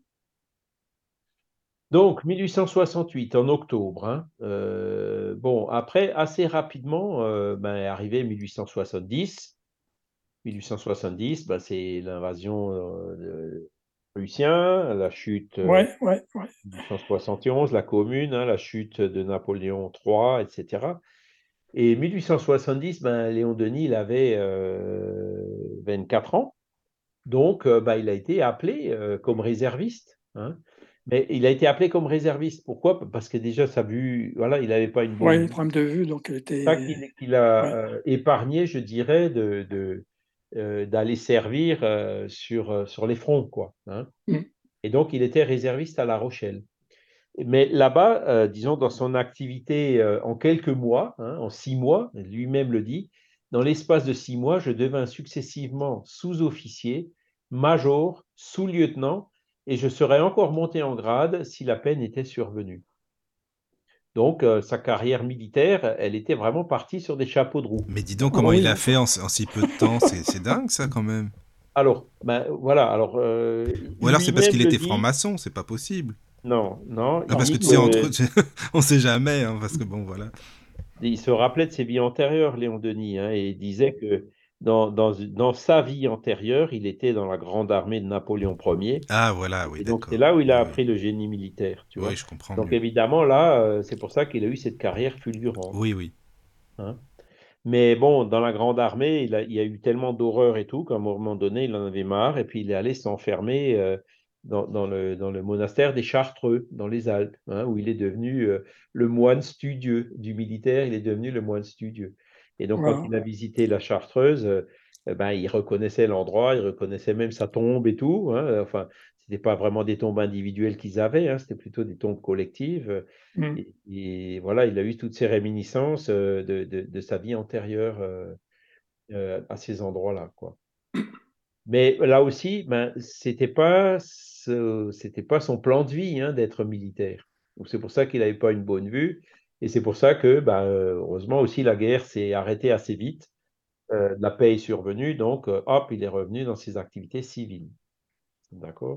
Donc, mille huit cent soixante-huit, en octobre. Hein, euh, bon, après, assez rapidement, euh, ben, est arrivé mille huit cent soixante-dix. mille huit cent soixante-dix, ben, c'est l'invasion euh, de Prussiens, la chute euh, Ouais, ouais, ouais. mille huit cent soixante et onze, la Commune, hein, la chute de Napoléon trois, et cetera. Et mille huit cent soixante-dix, ben, Léon Denis, il avait euh, vingt-quatre ans. Donc, euh, bah, il a été appelé euh, comme réserviste. Hein. Mais il a été appelé comme réserviste. Pourquoi? Parce que déjà, sa vue, voilà, il n'avait pas une Ouais, bonne le vue. problème de vue, donc elle C'est ça était. qu'il qu'il a Ouais. euh, épargné, je dirais, de, de, euh, d'aller servir euh, sur, euh, sur les fronts, quoi. Hein. Mhm. Et donc, il était réserviste à La Rochelle. Mais là-bas, euh, disons, dans son activité euh, en quelques mois, hein, en six mois, lui-même le dit, dans l'espace de six mois, je devins successivement sous-officier, major, sous-lieutenant, et je serais encore monté en grade si la peine était survenue. Donc, euh, sa carrière militaire, elle était vraiment partie sur des chapeaux de roue. Mais dis donc Ah comment il oui. a fait en, en si peu de temps. C'est c'est dingue ça quand même. Alors, ben, voilà, alors euh, Ou alors c'est parce lui-même qu'il le était dit, franc-maçon, c'est pas possible. non, non, Ah, il parce que dit tu sais, entre que eux, on sait jamais, hein, parce que bon, voilà. il se rappelait de ses vies antérieures, Léon Denis, hein, et il disait que dans, dans, dans sa vie antérieure, il était dans la grande armée de Napoléon Ier. Ah, voilà, oui, Et donc, c'est d'accord. là où il Oui, a oui. appris le génie militaire, tu Oui, vois. je comprends Donc, mieux. évidemment, là, euh, c'est pour ça qu'il a eu cette carrière fulgurante. Oui, oui. Hein. Mais bon, dans la grande armée, il a, il y a eu tellement d'horreur et tout qu'à un moment donné, il en avait marre et puis il est allé s'enfermer euh, dans, dans le, dans le monastère des Chartreux, dans les Alpes, hein, où il est devenu euh, le moine studieux du militaire, il est devenu le moine studieux. Et donc, quand Voilà. il a visité la Chartreuse, euh, eh ben, il reconnaissait l'endroit, il reconnaissait même sa tombe et tout. Hein. Enfin, ce n'était pas vraiment des tombes individuelles qu'ils avaient, hein, c'était plutôt des tombes collectives. Mhm. Et, et voilà, il a eu toutes ces réminiscences euh, de, de, de sa vie antérieure euh, euh, à ces endroits-là, quoi. Mais là aussi, ben, c'était pas ce- c'était pas son plan de vie hein, d'être militaire. Donc c'est pour ça qu'il n'avait pas une bonne vue. Et c'est pour ça que, ben, euh, heureusement aussi, la guerre s'est arrêtée assez vite. Euh, la paix est survenue, donc euh, hop, il est revenu dans ses activités civiles. D'accord?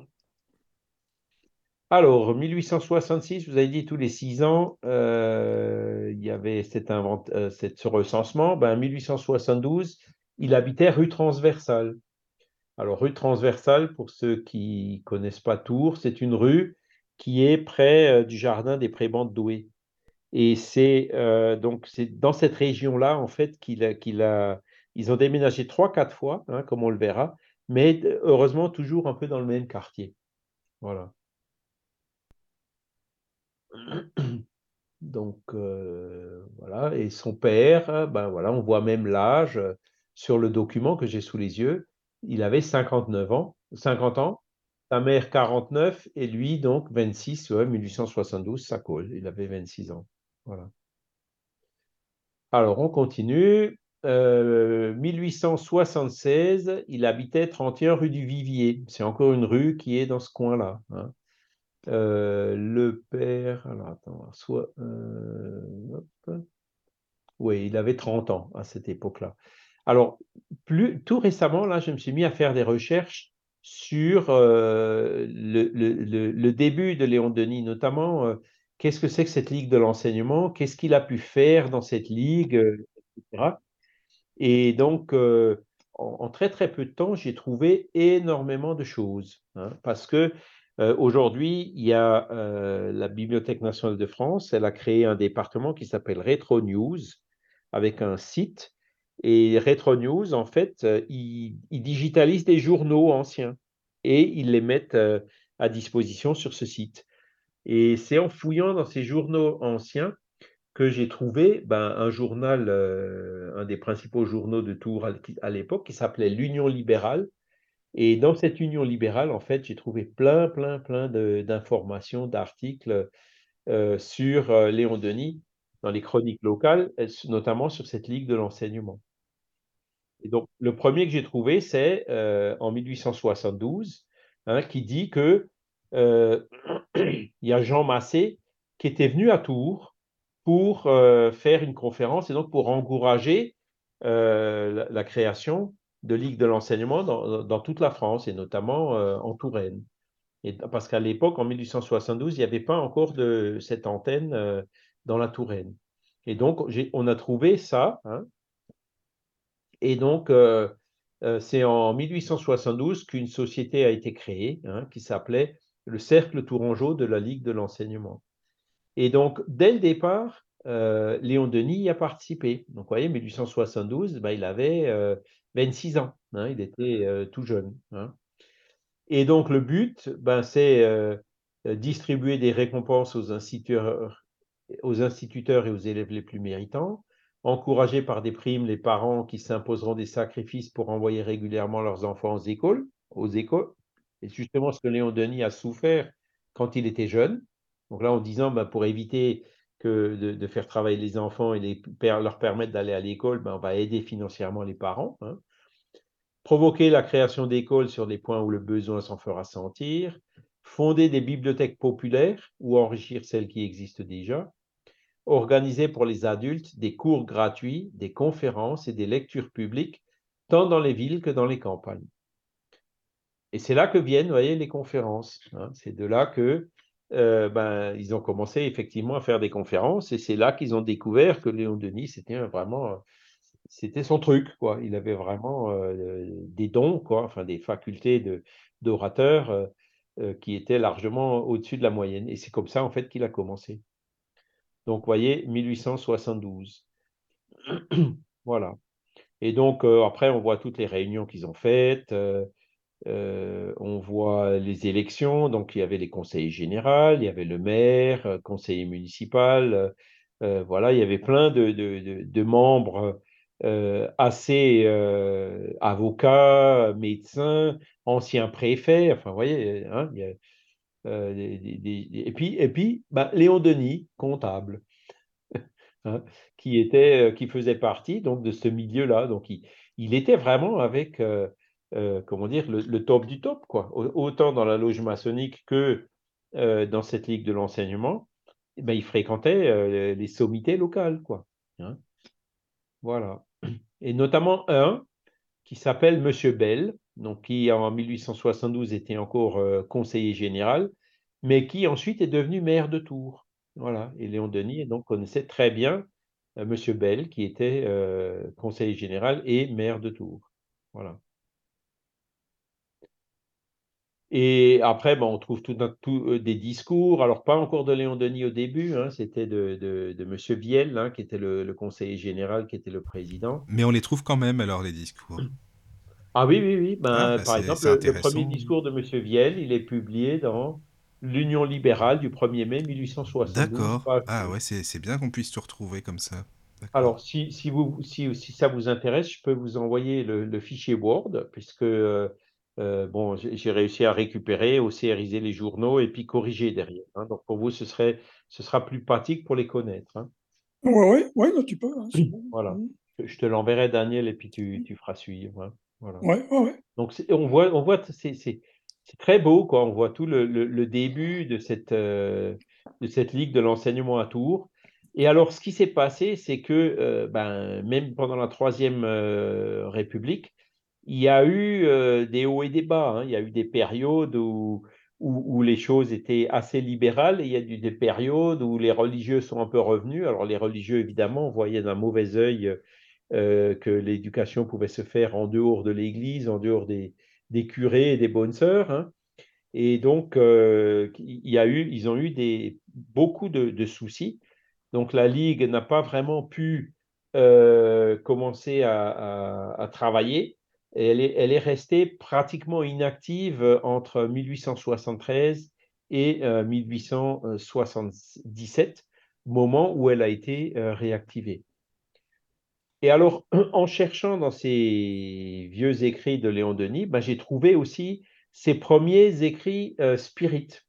Alors, mille huit cent soixante-six, vous avez dit tous les six ans, euh, il y avait cet invent- euh, cette- ce recensement. Ben, mille huit cent soixante-douze, il habitait rue Transversale. Alors, rue Transversale, pour ceux qui connaissent pas Tours, c'est une rue qui est près euh, du jardin des Prébans de Douai. Et c'est euh, donc c'est dans cette région-là, en fait, qu'il a, qu'il a, ils ont déménagé trois, quatre fois, hein, comme on le verra, mais euh, heureusement toujours un peu dans le même quartier. Voilà. Donc euh, voilà, et son père, euh, ben voilà, on voit même l'âge euh, sur le document que j'ai sous les yeux. Il avait cinquante-neuf ans, cinquante ans, sa mère quarante-neuf et lui donc vingt-six, ouais, mille huit cent soixante-douze, ça colle, il avait vingt-six ans. Voilà. Alors, on continue. Euh, mille huit cent soixante-seize, il habitait trente et un rue du Vivier. C'est encore une rue qui est dans ce coin-là, hein. Euh, le père, alors attends, soit, euh, hop. Oui, il avait trente ans à cette époque-là. Alors, plus, tout récemment, là, je me suis mis à faire des recherches sur euh, le, le- le- le début de Léon Denis, notamment euh, qu'est-ce que c'est que cette Ligue de l'enseignement, qu'est-ce qu'il a pu faire dans cette Ligue, euh, et cetera. Et donc, euh, en, en très très peu de temps, j'ai trouvé énormément de choses, hein, parce que euh, aujourd'hui, il y a euh, la Bibliothèque nationale de France, elle a créé un département qui s'appelle Retro News, avec un site. Et Retro News, en fait, euh, ils, ils digitalisent des journaux anciens et ils les mettent euh, à disposition sur ce site. Et c'est en fouillant dans ces journaux anciens que j'ai trouvé ben, un journal, euh, un des principaux journaux de Tours à l- à l'époque, qui s'appelait l'Union libérale. Et dans cette Union libérale, en fait, j'ai trouvé plein, plein, plein de- d'informations, d'articles euh, sur euh, Léon Denis dans les chroniques locales, euh, notamment sur cette Ligue de l'enseignement. Et donc, le premier que j'ai trouvé, c'est euh, en mille huit cent soixante-douze, hein, qui dit que euh, il y a Jean Massé qui était venu à Tours pour euh, faire une conférence et donc pour encourager euh, la, la création de Ligue de l'enseignement dans, dans toute la France et notamment euh, en Touraine. Et, parce qu'à l'époque, en mille huit cent soixante-douze, il n'y avait pas encore de cette antenne euh, dans la Touraine. Et donc, j'ai- on a trouvé ça, hein. Et donc, euh, euh, c'est en mille huit cent soixante-douze qu'une société a été créée, hein, qui s'appelait le Cercle Tourangeau de la Ligue de l'enseignement. Et donc, dès le départ, euh, Léon Denis y a participé. Donc, vous voyez, mille huit cent soixante-douze, ben, il avait euh, vingt-six ans, hein, il était euh, tout jeune, hein. Et donc, le but, ben, c'est euh, distribuer des récompenses aux instituteurs, aux instituteurs et aux élèves les plus méritants, encourager par des primes les parents qui s'imposeront des sacrifices pour envoyer régulièrement leurs enfants aux écoles, aux écoles. Et justement, ce que Léon Denis a souffert quand il était jeune. Donc là, en disant, ben, pour éviter que de, de faire travailler les enfants et les, leur permettre d'aller à l'école, ben, on va aider financièrement les parents, hein. Provoquer la création d'écoles sur des points où le besoin s'en fera sentir, fonder des bibliothèques populaires ou enrichir celles qui existent déjà, organiser pour les adultes des cours gratuits, des conférences et des lectures publiques, tant dans les villes que dans les campagnes. Et c'est là que viennent, vous voyez, les conférences, hein. C'est de là que euh, ben, ils ont commencé effectivement à faire des conférences et c'est là qu'ils ont découvert que Léon Denis, c'était vraiment, c'était son truc, quoi. Il avait vraiment euh, des dons, quoi, enfin des facultés de, d'orateur euh, euh, qui étaient largement au-dessus de la moyenne. Et c'est comme ça, en fait, qu'il a commencé. Donc, vous voyez, mille huit cent soixante-douze. Voilà. Et donc, euh, après, on voit toutes les réunions qu'ils ont faites. euh, euh, on voit les élections. Donc, il y avait les conseillers généraux, il y avait le maire, euh, conseiller municipal. euh, euh, voilà, il y avait plein de, de- de- de membres euh, assez euh, avocats, médecins, anciens préfets. Enfin, vous voyez, hein, il y a, euh, des- des- des- et puis, et puis bah, Léon Denis, comptable, hein, qui était, euh, qui faisait partie donc de ce milieu-là. Donc, il, il était vraiment avec, euh, euh, comment dire, le, le top du top, quoi. Au- Autant dans la loge maçonnique que euh, dans cette ligue de l'enseignement, eh ben, il fréquentait euh, les sommités locales, quoi, hein. Voilà. Et notamment un qui s'appelle Monsieur Bell, donc qui en mille huit cent soixante-douze était encore euh, conseiller général, mais qui ensuite est devenu maire de Tours. Voilà. Et Léon Denis donc connaissait très bien euh, Monsieur Bell, qui était euh, conseiller général et maire de Tours. Voilà. Et après, bon, on trouve tout, un- tout, euh, des discours. Alors, pas encore de Léon Denis au début, hein, c'était de, de, de Monsieur Viel, hein, qui était le, le conseiller général, qui était le président. Mais on les trouve quand même alors, les discours. Ah oui, oui, oui. Ah, Ben, bah par c'est exemple, c'est le, le premier intéressant. discours de Monsieur Viel, il est publié dans l'Union libérale du premier mai mille huit cent soixante-douze, D'accord. page Ah deux. ouais, c'est c'est bien qu'on puisse tout retrouver comme ça. D'accord. Alors, si, si, vous, si, si ça vous intéresse, je peux vous envoyer le, le fichier Word, puisque euh, Euh, bon, j'ai j'ai réussi à récupérer, aussi ériser les journaux et puis corriger derrière, hein. Donc pour vous, ce serait, ce sera plus pratique pour les connaître, hein. Ouais, ouais, ouais, non, tu peux, hein, c'est bon. Voilà. Mm. Je te l'enverrai, Daniel, et puis tu, tu feras suivre, hein. Voilà. Ouais, ouais, ouais. Donc c'est- on voit, on voit, c'est c'est- c'est très beau, quoi. On voit tout le, le- le début de cette, euh, de cette ligue de l'enseignement à Tours. Et alors, ce qui s'est passé, c'est que euh, ben, même pendant la Troisième euh, République, il y a eu euh, des hauts et des bas, hein. Il y a eu des périodes où, où, où les choses étaient assez libérales, et il y a eu des périodes où les religieux sont un peu revenus. Alors les religieux, évidemment, voyaient d'un mauvais œil euh, que l'éducation pouvait se faire en dehors de l'Église, en dehors des, des curés et des bonnes sœurs, hein. Et donc, euh, il y a eu, ils ont eu des, beaucoup de, de soucis. Donc, la Ligue n'a pas vraiment pu euh, commencer à, à- à travailler. Elle est, elle est restée pratiquement inactive entre mille huit cent soixante-treize et euh, mille huit cent soixante-dix-sept, moment où elle a été euh, réactivée. Et alors, en cherchant dans ces vieux écrits de Léon Denis, ben, j'ai trouvé aussi ses premiers écrits euh, spirites.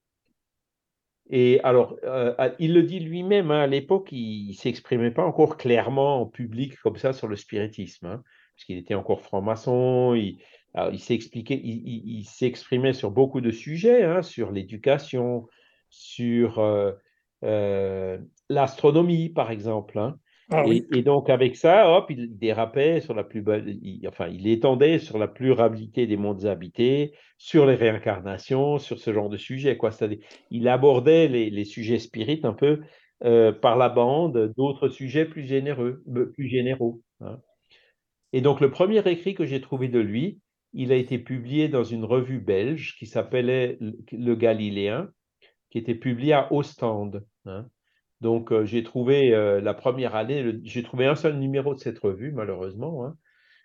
Et alors, euh, il le dit lui-même, hein, à l'époque, il ne s'exprimait pas encore clairement en public comme ça sur le spiritisme, hein, parce qu'il était encore franc-maçon. Il, alors, il s'expliquait, il, il- il s'exprimait sur beaucoup de sujets, hein, sur l'éducation, sur euh, euh, l'astronomie, par exemple, hein. Ah Et, oui. et donc, avec ça, hop, il dérapait sur la plus, il, enfin, il étendait sur la pluralité des mondes habités, sur les réincarnations, sur ce genre de sujets, quoi. C'est-à-dire, il abordait les, les sujets spirites un peu euh, par la bande d'autres sujets plus généreux, euh, plus généraux, hein. Et donc, le premier écrit que j'ai trouvé de lui, il a été publié dans une revue belge qui s'appelait Le Galiléen, qui était publié à Ostende, hein. Donc, euh, j'ai trouvé euh, la première année, le- j'ai trouvé un seul numéro de cette revue, malheureusement, hein.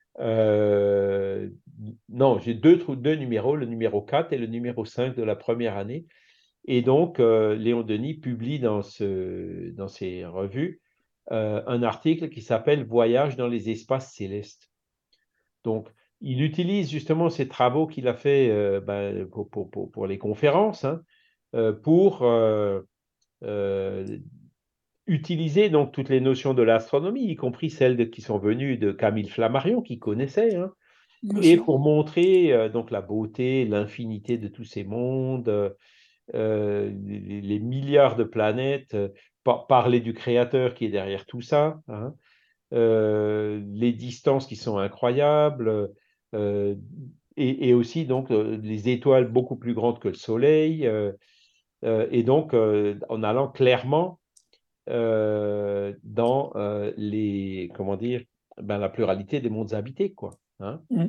Euh, non, j'ai deux, trou- deux numéros, le numéro quatre et le numéro cinq de la première année. Et donc, euh, Léon Denis publie dans, ce, dans ses revues euh, un article qui s'appelle Voyage dans les espaces célestes. Donc, il utilise justement ces travaux qu'il a fait euh, ben, pour, pour, pour, pour les conférences, hein, euh, pour euh, euh, utiliser donc toutes les notions de l'astronomie, y compris celles de- qui sont venues de Camille Flammarion, qui connaissait, hein, Bien et sûr. pour montrer euh, donc la beauté, l'infinité de tous ces mondes, euh, euh, les, les milliards de planètes, euh, par- parler du créateur qui est derrière tout ça, hein, euh, les distances qui sont incroyables, euh, et, et aussi donc euh, les étoiles beaucoup plus grandes que le Soleil, euh, euh, et donc euh, en allant clairement euh, dans euh, les, comment dire, ben, la pluralité des mondes habités, quoi, hein. Mm.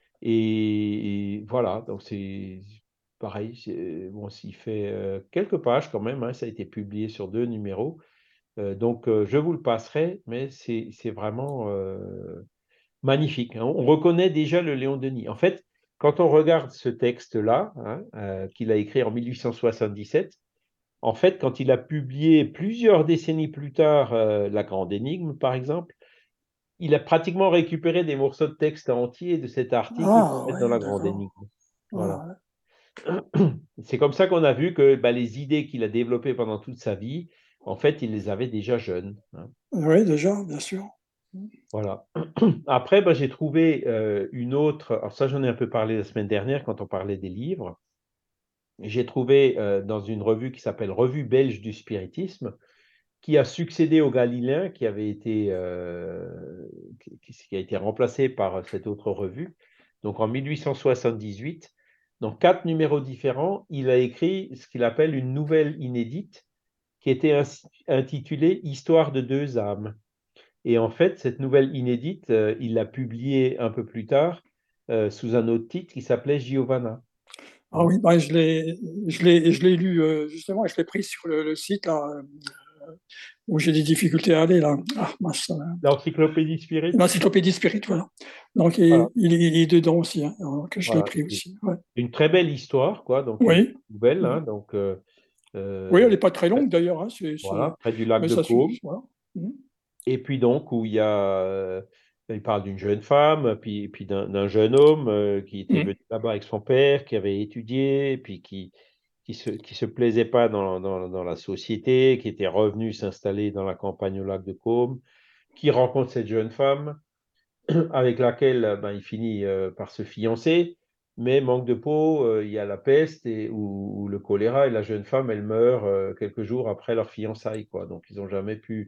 Et, et voilà, donc c'est pareil. c'est- Bon, s'il fait euh, quelques pages quand même, hein, ça a été publié sur deux numéros. Euh, donc, euh, je vous le passerai, mais c'est c'est vraiment euh, magnifique, hein. On reconnaît déjà le Léon Denis. En fait, quand on regarde ce texte-là, hein, euh, qu'il a écrit en mille huit cent soixante-dix-sept, en fait, quand il a publié plusieurs décennies plus tard euh, La Grande Énigme, par exemple, il a pratiquement récupéré des morceaux de texte entiers de cet article pour Ah mettre dans oui, La Grande d'accord. Énigme. Voilà. Ah, C'est comme ça qu'on a vu que bah, les idées qu'il a développées pendant toute sa vie, en fait, il les avait déjà jeunes, hein. oui, déjà, bien sûr. Voilà. Après, bah, j'ai trouvé euh, une autre. Alors, ça, j'en ai un peu parlé la semaine dernière quand on parlait des livres. J'ai trouvé euh, dans une revue qui s'appelle Revue belge du spiritisme, qui a succédé au Galiléen, qui avait été, euh, qui, qui a été remplacé par cette autre revue. Donc en mille huit cent soixante-dix-huit, dans quatre numéros différents, il a écrit ce qu'il appelle une nouvelle inédite, qui était intitulée Histoire de deux âmes. Et en fait, cette nouvelle inédite, euh, il l'a publiée un peu plus tard euh, sous un autre titre qui s'appelait Giovanna, Ah hein. oui, bah, je l'ai, je l'ai, je l'ai lu euh, justement, et je l'ai pris sur le, le site là, euh, où j'ai des difficultés à aller là. Ah, mince, euh, L'encyclopédie Spirit. l'encyclopédie Spirit, voilà. Donc il, Voilà, il, il est dedans aussi, hein, alors que je l'ai voilà. pris aussi. Ouais. Une très belle histoire, quoi. Donc une Oui, nouvelle, hein, mhm. donc euh, Oui, elle euh, n'est pas très longue d'ailleurs, hein, c'est, c'est- voilà, près du lac mais de ça suit. Caume. Voilà. Mhm. Et puis donc où il y a euh, il parle d'une jeune femme, puis, puis d'un, d'un jeune homme euh, qui était Mhm. venu là-bas avec son père, qui avait étudié, puis qui qui se, qui se plaisait pas dans, dans, dans la société, qui était revenu s'installer dans la campagne au lac de Caume, qui rencontre cette jeune femme avec laquelle euh, ben, il finit euh, par se fiancer, mais manque de peau, euh, il y a la peste et, ou, ou le choléra, et la jeune femme, elle meurt euh, quelques jours après leur fiançailles, quoi. Donc, ils n'ont jamais pu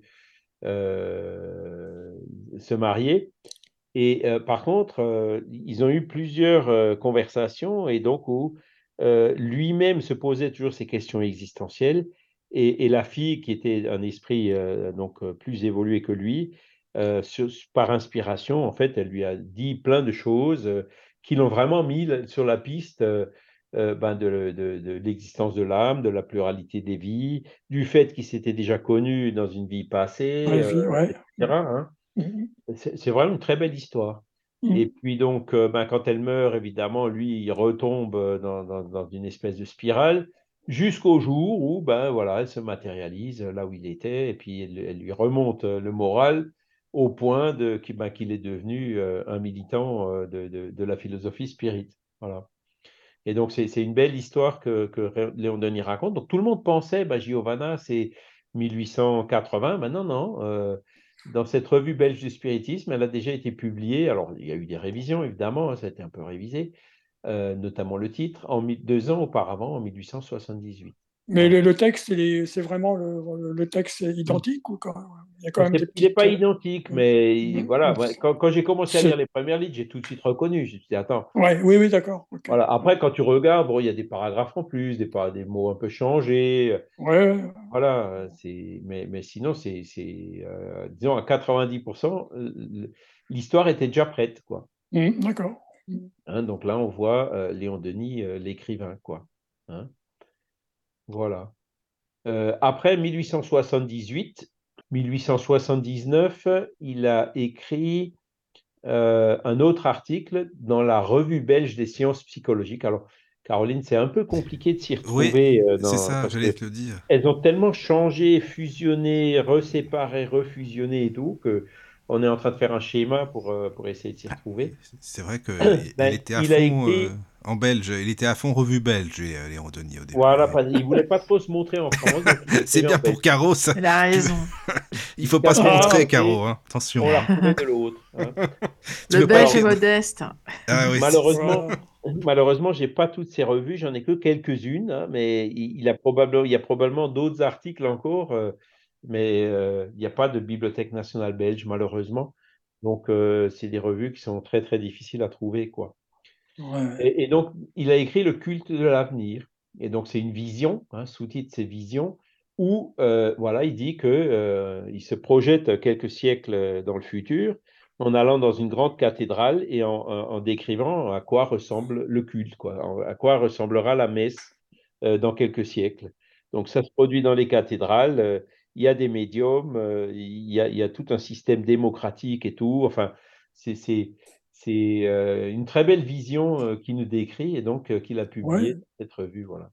euh, se marier. Et euh, par contre, euh, ils ont eu plusieurs euh, conversations et donc où euh, lui-même se posait toujours ces questions existentielles et, et la fille qui était un esprit euh, donc euh, plus évolué que lui, euh, sur- par inspiration, en fait, elle lui a dit plein de choses euh, qui l'ont vraiment mis là- sur la piste euh, euh, ben, de, de- de l'existence de l'âme, de la pluralité des vies, du fait qu'il s'était déjà connu dans une vie passée, Ouais, euh, vie, ouais. et cetera hein. Mhm. C'est c'est vraiment une très belle histoire. Et Mhm. puis donc, euh, ben, quand elle meurt, évidemment, lui, il retombe euh, dans, dans- dans une espèce de spirale jusqu'au jour où, ben voilà, elle se matérialise là où il était et puis elle, elle lui remonte euh, le moral au point de qu'il ben, qu'il est devenu euh, un militant euh, de, de- de la philosophie spirit. Voilà. Et donc, c'est c'est une belle histoire que, que Ré- Léon Denis raconte. Donc, tout le monde pensait, bah, Giovanna, c'est mille huit cent quatre-vingts. Maintenant, non. Euh, dans cette revue belge du spiritisme, elle a déjà été publiée. Alors, il y a eu des révisions, évidemment, hein, ça a été un peu révisé, euh, notamment le titre, en mi- deux ans auparavant, en mille huit cent soixante-dix-huit. Mais Voilà. le, le texte, il est- c'est vraiment le, le texte est identique ou quoi? Il y a quand Bon, même des c'est- il n'est petites. pas euh, identique, Mhm. mais il- voilà. Mhm. Ouais, Quand, quand j'ai commencé à lire C'est- les premières lignes, j'ai tout de suite reconnu. Je me suis dit, attends, Ouais, oui, oui, d'accord. Ok. voilà. Après, quand tu regardes, bon, il y a des paragraphes en plus, des, pa- des mots un peu changés. Ouais, ouais. Voilà, euh, c'est, mais, mais sinon, c'est, c'est euh, disons, à quatre-vingt-dix pour cent, euh, l'histoire était déjà prête, quoi. Mhm, d'accord. Mhm. Hein, donc là, on voit euh, Léon Denis, euh, l'écrivain, quoi. Hein, voilà. Euh, après mille huit cent soixante-dix-huit, mille huit cent soixante-dix-neuf, il a écrit euh, un autre article dans la Revue belge des sciences psychologiques. Alors, Caroline, c'est un peu compliqué de s'y Oui, retrouver euh, c'est dans, ça, parce j'allais que te le dire. elles ont tellement changé, fusionné, reséparé, refusionné et tout, que on est en train de faire un schéma pour, euh, pour essayer de s'y retrouver. C'est vrai qu'il Ben, était à il a fond euh, écrit, en belge, il était à fond revue belge, euh, Léon Denis, au début. voilà, Ouais. pas- il voulait pas trop se montrer en France, donc il C'est écrivait en bien pour belge. Caro, ça. Elle a Tu- raison. Il faut Car pas se si on Ah, montrer, le Caro, faisait, hein. Attention. on la Hein. retrouvait de l'autre. Hein. Tu Le veux pas belge est écrire. modeste. Ah oui, c'est- Malheureusement, voilà. malheureusement, j'ai pas toutes ces revues, j'en ai que quelques-unes, hein, mais il, il a probablement, il y a probablement d'autres articles encore, euh, mais euh, il n'y a pas de Bibliothèque nationale belge, malheureusement. Donc, euh, c'est des revues qui sont très, très difficiles à trouver, quoi. Ouais. Et, et donc, il a écrit Le culte de l'avenir. Et donc, c'est une vision, hein, sous-titre, c'est Vision, où euh, voilà, il dit que euh, il se projette quelques siècles dans le futur en allant dans une grande cathédrale et en, en- en décrivant à quoi ressemble le culte, quoi, en- à quoi ressemblera la messe euh, dans quelques siècles. Donc, ça se produit dans les cathédrales. Euh, il y a des médiums, euh, il y a, il y a tout un système démocratique et tout. Enfin, c'est, c'est, c'est euh, une très belle vision euh, qu'il nous décrit et donc euh, qu'il a publiée Ouais. dans cette revue. Voilà.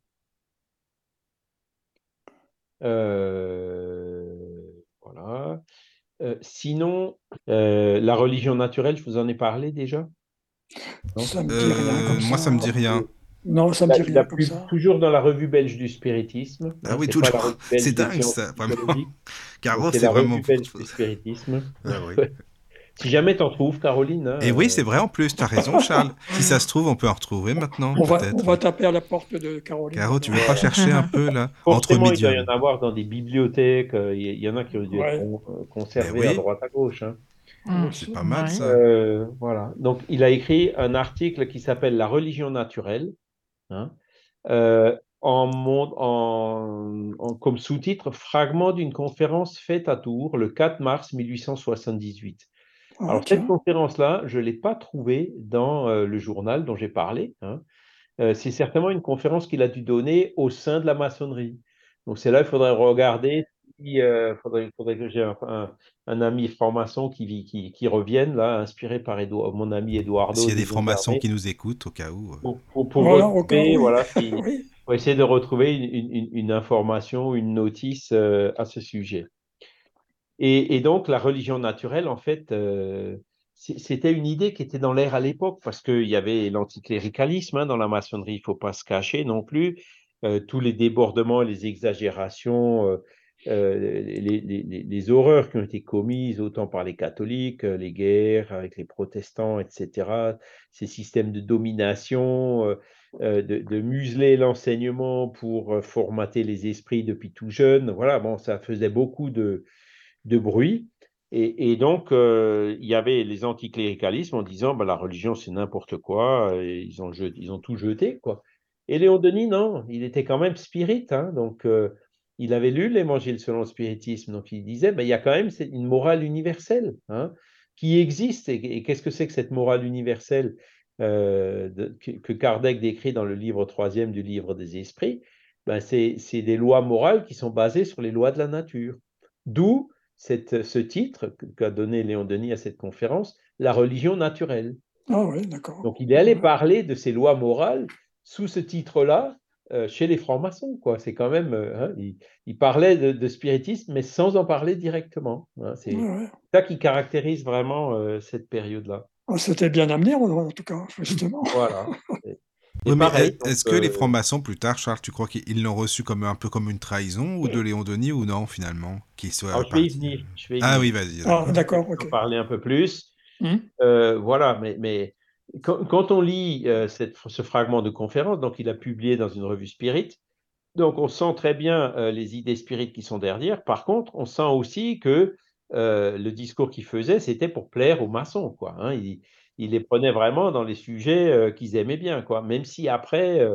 Euh, voilà. Euh, sinon, euh, la religion naturelle, je vous en ai parlé déjà, non? Ça me dit rien Euh, comme moi, ça me ça. dit rien. Non, ça Il me a, dit il a rien comme pub- ça. toujours dans la revue belge du spiritisme, Ah hein, oui, c'est pas la toujours. revue belge C'est des dingue, sciences ça, vraiment. psychologiques, mais Caro, c'est c'est la vraiment revue pour belge du spiritisme. Ah oui. Si jamais t'en trouves, Caroline, hein, Et oui, euh, c'est vrai en plus, t'as raison, Charles. Si ça se trouve, on peut en retrouver maintenant, On va, on peut-être. va taper à la porte de Caroline Caro, tu alors. veux pas voilà. chercher un peu, là, entre Forcément, il doit y en médiums? avoir dans des bibliothèques. euh, Il y, il y en a qui ont dû être Ouais. con- euh, Ben conservés à oui, droite à gauche, hein. Mm. c'est pas mal, Oui. ça. Euh, voilà. Donc, il a écrit un article qui s'appelle La religion naturelle, hein, euh, en, mon- en- en- comme sous-titre Fragment d'une conférence faite à Tours le quatre mars mille huit cent soixante-dix-huit. Ah, Alors, cette tiens. conférence-là, je ne l'ai pas trouvée dans euh, le journal dont j'ai parlé, hein. Euh, c'est certainement une conférence qu'il a dû donner au sein de la maçonnerie. Donc, c'est là il faudrait regarder. Il faudrait, faudrait que j'ai un, un- un ami franc-maçon qui, vit- qui, qui revienne, là, inspiré par Édouard- mon ami S'il Eduardo y a des des Ondes francs-maçons Armées, qui nous écoutent, au cas où. euh. pour, pour, pour Voilà, au cas retrouver, où, oui. voilà, si, Oui. pour essayer de retrouver une, une- une- une information, une notice euh, à ce sujet. Et, et donc, la religion naturelle, en fait, euh, c'était une idée qui était dans l'air à l'époque, parce qu'il y avait l'anticléricalisme hein, dans la maçonnerie, il ne faut pas se cacher non plus, euh, tous les débordements, les exagérations, euh, euh, les, les, les, les horreurs qui ont été commises autant par les catholiques, les guerres avec les protestants, et cetera, ces systèmes de domination, euh, euh, de, de museler l'enseignement pour euh, formater les esprits depuis tout jeune, voilà, bon, ça faisait beaucoup de, de bruit. Et, et donc, euh, il y avait les anticléricalismes en disant bah, la religion, c'est n'importe quoi, et ils, ont jeté, ils ont tout jeté, quoi. Et Léon Denis, non, il était quand même spirit, hein, donc euh, il avait lu l'Évangile selon le spiritisme, donc il disait bah, il y a quand même une morale universelle hein, qui existe. Et, et qu'est-ce que c'est que cette morale universelle euh, de, que, que Kardec décrit dans le livre troisième du livre des esprits? Ben, c'est, c'est des lois morales qui sont basées sur les lois de la nature. D'où cette, ce titre qu'a donné Léon Denis à cette conférence, la religion naturelle. Ah oui, d'accord. Donc, il est allé Ouais. parler de ces lois morales sous ce titre-là euh, chez les francs-maçons, quoi. C'est quand même, euh, hein, il, il parlait de, de spiritisme, mais sans en parler directement. Hein. C'est Ouais, ouais. ça qui caractérise vraiment euh, cette période-là. Ah, c'était bien amené, en, en tout cas, justement. Voilà. Et, Oui, et mais pareil, est- est-ce donc, que les euh, francs-maçons, plus tard, Charles, tu crois qu'ils l'ont reçu comme un peu comme une trahison ou de Léon Denis ou non, finalement, qu'il soit alors, je vais y parti? venir. Je vais y Ah venir. oui, vas-y, Ah, d'accord. d'accord, En ok. parler un peu plus. Hmm. Euh, voilà, mais, mais quand, quand on lit euh, cette, ce fragment de conférence, donc il a publié dans une revue Spirit, donc on sent très bien euh, les idées spirites qui sont derrière. Par contre, on sent aussi que euh, le discours qu'il faisait, c'était pour plaire aux maçons, quoi. Hein. Il, il les prenait vraiment dans les sujets euh, qu'ils aimaient bien, quoi. Même si après, euh,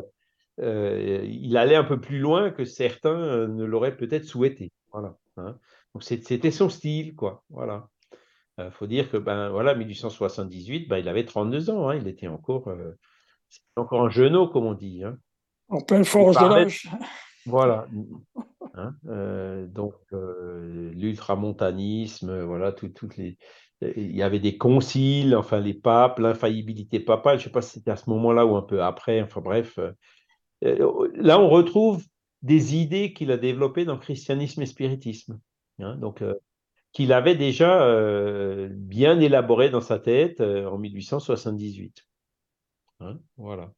euh, il allait un peu plus loin que certains euh, ne l'auraient peut-être souhaité. Voilà. Hein. Donc c'était son style, quoi. Voilà. Il euh, faut dire que, ben voilà, mille huit cent soixante-dix-huit, ben, il avait trente-deux ans, hein, il était encore, euh, encore un jeuneau, comme on dit. Hein. En pleine Il force de parlait, l'âge. voilà. Hein, euh, donc, euh, l'ultramontanisme, voilà, tout, toutes les. Il y avait des conciles, enfin, les papes, l'infaillibilité papale, je ne sais pas si c'était à ce moment-là ou un peu après, enfin, bref. Euh, là, on retrouve des idées qu'il a développées dans christianisme et spiritisme. Hein, donc, euh, qu'il avait déjà euh, bien élaboré dans sa tête euh, en mille huit cent soixante-dix-huit. Hein, voilà.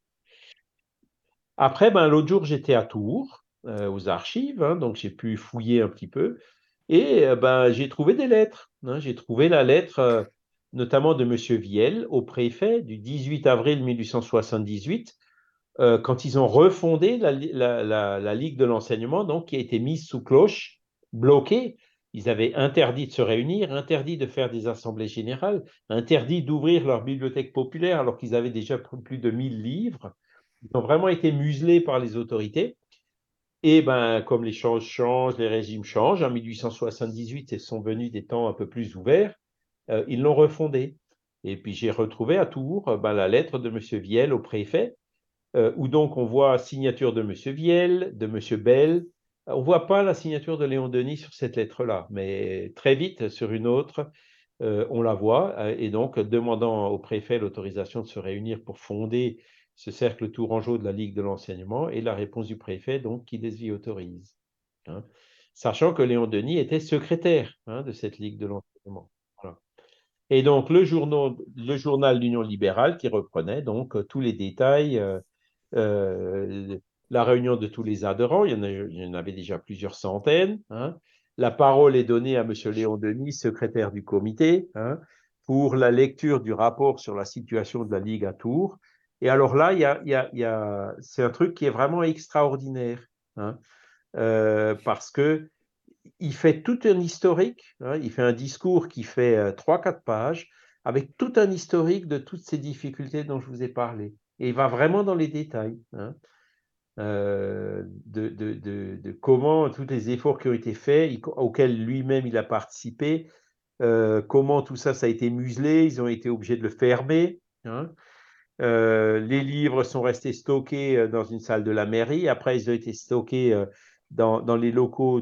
Après, ben, l'autre jour, j'étais à Tours, euh, aux archives, hein, donc j'ai pu fouiller un petit peu, et euh, ben, j'ai trouvé des lettres. Hein, j'ai trouvé la lettre euh, notamment de M. Viel au préfet du dix-huit avril mille huit cent soixante-dix-huit, euh, quand ils ont refondé la, la, la, la Ligue de l'enseignement, donc qui a été mise sous cloche, bloquée. Ils avaient interdit de se réunir, interdit de faire des assemblées générales, interdit d'ouvrir leur bibliothèque populaire alors qu'ils avaient déjà plus de mille livres. Ils ont vraiment été muselés par les autorités. Et ben, comme les choses changent, les régimes changent, en mille huit cent soixante-dix-huit, ils sont venus des temps un peu plus ouverts, euh, ils l'ont refondé. Et puis j'ai retrouvé à Tours ben, la lettre de M. Viel au préfet, euh, où donc on voit signature de M. Viel, de M. Bell. On ne voit pas la signature de Léon Denis sur cette lettre-là, mais très vite, sur une autre, euh, on la voit, euh, et donc demandant au préfet l'autorisation de se réunir pour fonder ce cercle tourangeau de la Ligue de l'enseignement, et la réponse du préfet, donc, qui les y autorise. Hein. Sachant que Léon Denis était secrétaire hein, de cette Ligue de l'enseignement. Voilà. Et donc, le, journal, le journal d'Union libérale qui reprenait donc tous les détails, euh, euh, la réunion de tous les adhérents, il y en, a, il y en avait déjà plusieurs centaines. Hein. La parole est donnée à M. Léon Denis, secrétaire du comité, hein, pour la lecture du rapport sur la situation de la Ligue à Tours. Et alors là, il y a, il y a, il y a, c'est un truc qui est vraiment extraordinaire, hein, euh, parce que il fait tout un historique, hein, il fait un discours qui fait euh, trois quatre pages, avec tout un historique de toutes ces difficultés dont je vous ai parlé. Et il va vraiment dans les détails, hein, euh, de, de, de, de comment tous les efforts qui ont été faits, il, auxquels lui-même il a participé, euh, comment tout ça, ça a été muselé, ils ont été obligés de le fermer. Hein. Euh, les livres sont restés stockés dans une salle de la mairie. Après, ils ont été stockés euh, dans, dans les locaux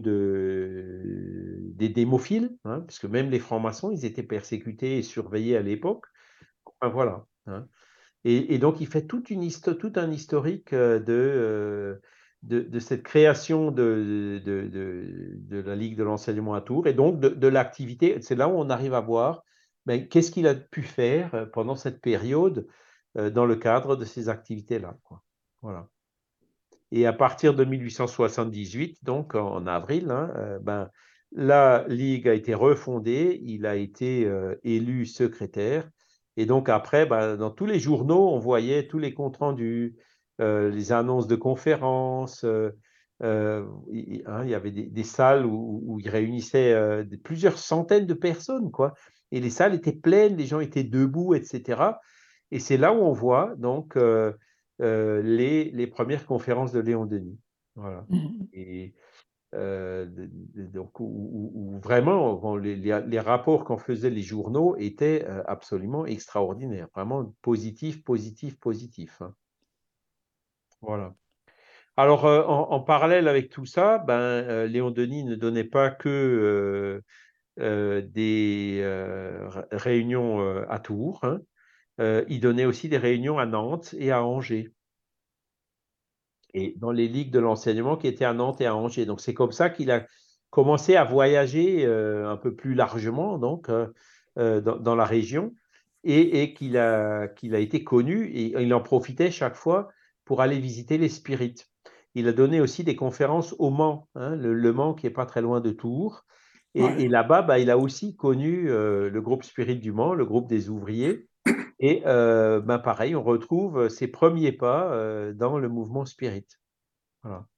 de, des démophiles, hein, parce que même les francs-maçons, ils étaient persécutés et surveillés à l'époque. Enfin, voilà. Hein. Et, et, donc, il fait toute une tout un historique de, euh, de, de cette création de, de, de, de la Ligue de l'enseignement à Tours, et donc de, de l'activité. C'est là où on arrive à voir ben, qu'est-ce qu'il a pu faire euh, pendant cette période euh, dans le cadre de ces activités-là, quoi. Voilà. Et à partir de mille huit cent soixante-dix-huit, donc en, en avril, hein, euh, ben, la Ligue a été refondée, il a été euh, élu secrétaire. Et donc après, ben, dans tous les journaux, on voyait tous les comptes rendus, euh, les annonces de conférences. Euh, euh, il, hein, il y avait des, des salles où, où il réunissait euh, des- plusieurs centaines de personnes, quoi. Et les salles étaient pleines, les gens étaient debout, et cetera. Et c'est là où on voit donc euh, euh, les, les premières conférences de Léon Denis. Voilà. Mhm. Et euh, de- de- donc, où, où- où vraiment, bon, les, les- les rapports qu'en faisaient les journaux étaient euh, absolument extraordinaires, vraiment positifs, positifs, positifs, hein. Voilà. Alors, euh, en, en parallèle avec tout ça, ben, euh, Léon Denis ne donnait pas que euh, euh, des euh, ré- réunions euh, à Tours, hein. Euh, il donnait aussi des réunions à Nantes et à Angers, et dans les ligues de l'enseignement qui étaient à Nantes et à Angers. Donc, c'est comme ça qu'il a commencé à voyager euh, un peu plus largement donc, euh, euh, dans, dans la région, et, et qu'il a, qu'il a été connu, et il en profitait chaque fois pour aller visiter les spirites. Il a donné aussi des conférences au Mans, hein, le, le Mans qui est pas très loin de Tours. Et, Ouais. et là-bas, bah, il a aussi connu euh, le groupe Spirit du Mans, le groupe des ouvriers. Et euh, ben pareil, on retrouve ses premiers pas euh, dans le mouvement spirit. Voilà.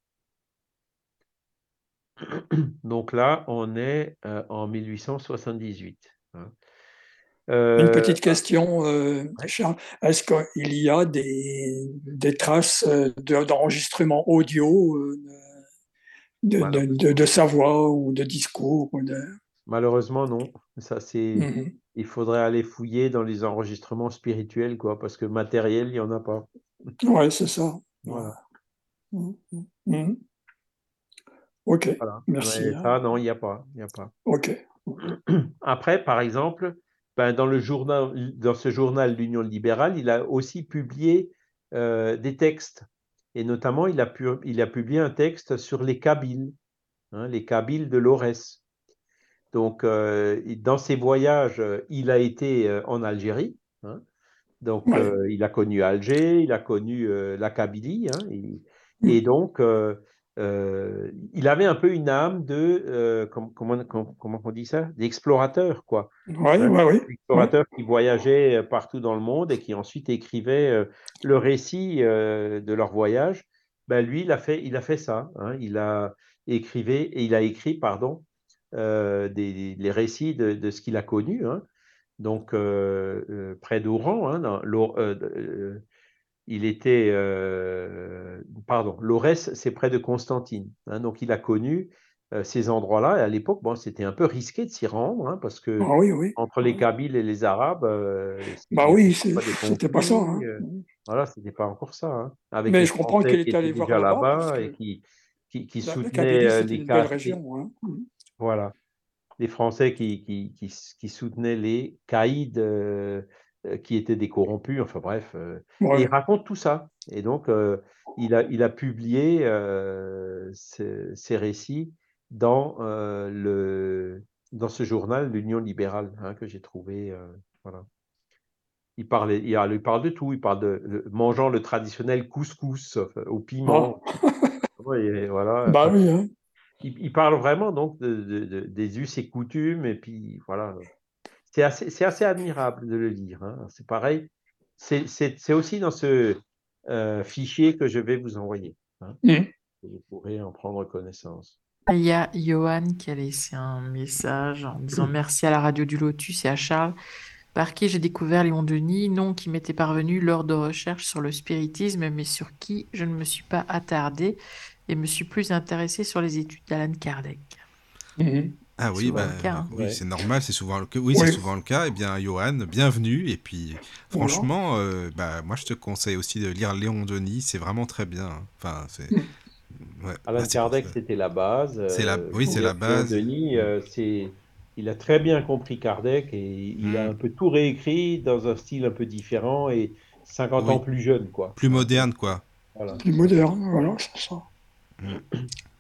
Donc là, on est euh, en mille huit cent soixante-dix-huit, hein. Une Euh, petite question, euh, ouais, Charles. Est-ce qu'il y a des, des traces euh, de- d'enregistrement audio euh, de, de, malheure- de, de sa voix ou de discours ou de... malheureusement, non. Ça, c'est, Mhm. il faudrait aller fouiller dans les enregistrements spirituels, quoi, parce que matériel, il n'y en a pas. Ouais, c'est ça. Ouais. Voilà. Mhm. Mhm. Ok, Voilà. merci, Mais hein. ça, non, il n'y a pas. Il n'y a pas. Ok. Après, par exemple, ben, dans le journal, dans ce journal L'Union libérale, il a aussi publié euh, des textes. Et notamment, il a, pu, il a publié un texte sur les Kabyles, hein, les Kabyles de l'Aurès. Donc, euh, dans ses voyages, euh, il a été euh, en Algérie, hein. Donc, Ouais. euh, il a connu Alger, il a connu euh, la Kabylie, hein, et, et Mhm. donc, euh, euh, il avait un peu une âme de, euh, com- comment, com- comment on dit ça? D'explorateur, quoi, Ouais, hein. ouais, oui. Ouais. Explorateur qui voyageait euh, partout dans le monde et qui ensuite écrivait euh, le récit euh, de leur voyage. Ben, lui, il a fait, il a fait ça, hein. Il a écrivé, et il a écrit, pardon, euh, des, les récits de, de ce qu'il a connu, hein. Donc, euh, euh, près d'Oran, hein, dans l'O- euh, euh, il était, euh, pardon, l'Aurès, c'est près de Constantine, hein. Donc, il a connu euh, ces endroits-là. Et à l'époque, bon, c'était un peu risqué de s'y rendre, hein, parce que Ah oui, oui. entre les Ouais. Kabyles et les Arabes, euh, il Bah n'y avait oui, c'est- pas des c'était pas ça, conflits. hein. euh, voilà, c'était pas encore ça, hein. Avec Mais les je comprends qu'il Français qui est étaient allé voir déjà là-bas parce là-bas et que qui, qui, qui la, la soutenaient Kabylie, euh, c'était les, une belle Ca- les- région, hein. Mhm. voilà, les Français qui, qui, qui, qui soutenaient les caïds euh, euh, qui étaient des corrompus, enfin bref. euh, et il Ouais. raconte tout ça. Et donc, euh, il a, il a publié euh, ce- ces récits dans, euh, le, dans ce journal, l'Union libérale, hein, que j'ai trouvé. euh, voilà. Il parle, il, il parle de tout. Il parle de, de mangeant le traditionnel couscous euh, au Ah, piment. Ouais, et voilà. bah Enfin, oui, hein. il, il parle vraiment donc de, de- de- des us et coutumes. Et puis voilà. C'est assez, c'est assez admirable de le lire, hein. C'est pareil. C'est c'est- c'est aussi dans ce euh, fichier que je vais vous envoyer, hein. Mhm. Vous pourrez en prendre connaissance. Il y a Johan qui a laissé un message en disant merci à la radio du Lotus et à Charles, par qui j'ai découvert Léon Denis, nom qui m'était parvenu lors de recherches sur le spiritisme, mais sur qui je ne me suis pas attardée et me suis plus intéressée sur les études d'Alan Kardec. Mhm. Ah oui, Souvent bah, le cas, hein. oui, Ouais. c'est normal, c'est souvent le cas. Oui, c'est Oui, souvent le cas. Eh bien, Johan, bienvenue. Et puis, voilà. franchement, euh, bah, moi, je te conseille aussi de lire Léon Denis. C'est vraiment très bien, hein. Enfin, c'est, Mhm. ouais, bah, Alan c'est pour ça. Kardec, c'était la base. C'est la, euh, oui, c'est Léon la Léon base. Denis, Mm. euh, c'est, il a très bien compris Kardec et il a Mm. un peu tout réécrit dans un style un peu différent et cinquante ans Oui, plus jeune, quoi, plus hein. moderne, quoi. Voilà. Plus moderne, voilà, c'est ça. Mm.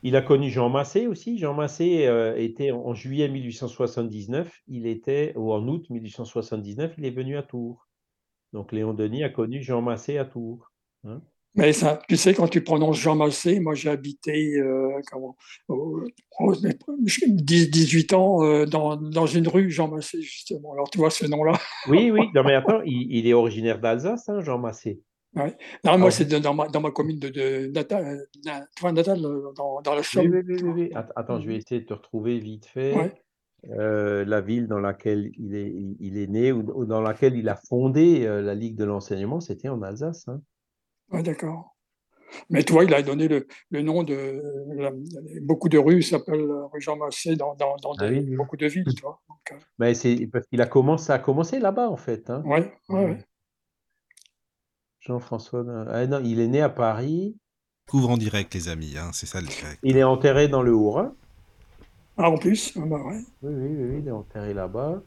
Il a connu Jean Massé aussi. Jean Massé euh, était en, en juillet mille huit cent soixante-dix-neuf, il était, ou en août mille huit cent soixante-dix-neuf, il est venu à Tours. Donc Léon Denis a connu Jean Massé à Tours. Hein. Mais ça, tu sais, quand tu prononces Jean Massé, moi j'ai habité euh, comment, euh, dix, dix-huit ans euh, dans, dans une rue Jean Massé, justement. Alors tu vois ce nom-là. Oui, oui, non mais attends, il, il est originaire d'Alsace, hein, Jean Massé. Ouais. Non, moi Alors, c'est de- dans ma, dans ma commune de, de Natal, euh, tu vois, Natal euh, dans, dans la oui, Somme. oui, oui, Tu oui, vois. oui. Att- Attends, je vais essayer de te retrouver vite fait Ouais, euh, la ville dans laquelle il est, il, il est né ou, ou dans laquelle il a fondé euh, la Ligue de l'enseignement, c'était en Alsace. Hein. ouais, d'accord. Mais tu vois, il a donné le, le nom de la- beaucoup de rues s'appellent rue Jean Massé dans, dans, dans Ah des, oui, oui. beaucoup de villes, tu vois. Donc, euh, Ben, c'est parce qu'il a commencé, ça a commencé là-bas en fait. Hein. ouais, ouais, ouais. Jean-François. Ah non, il est né à Paris. Couvre en direct, les amis, hein, c'est ça le direct. Il est enterré dans le Haut-Rhin. Ah, en plus, ah bah ouais. Oui, oui, oui, oui, il est enterré là-bas.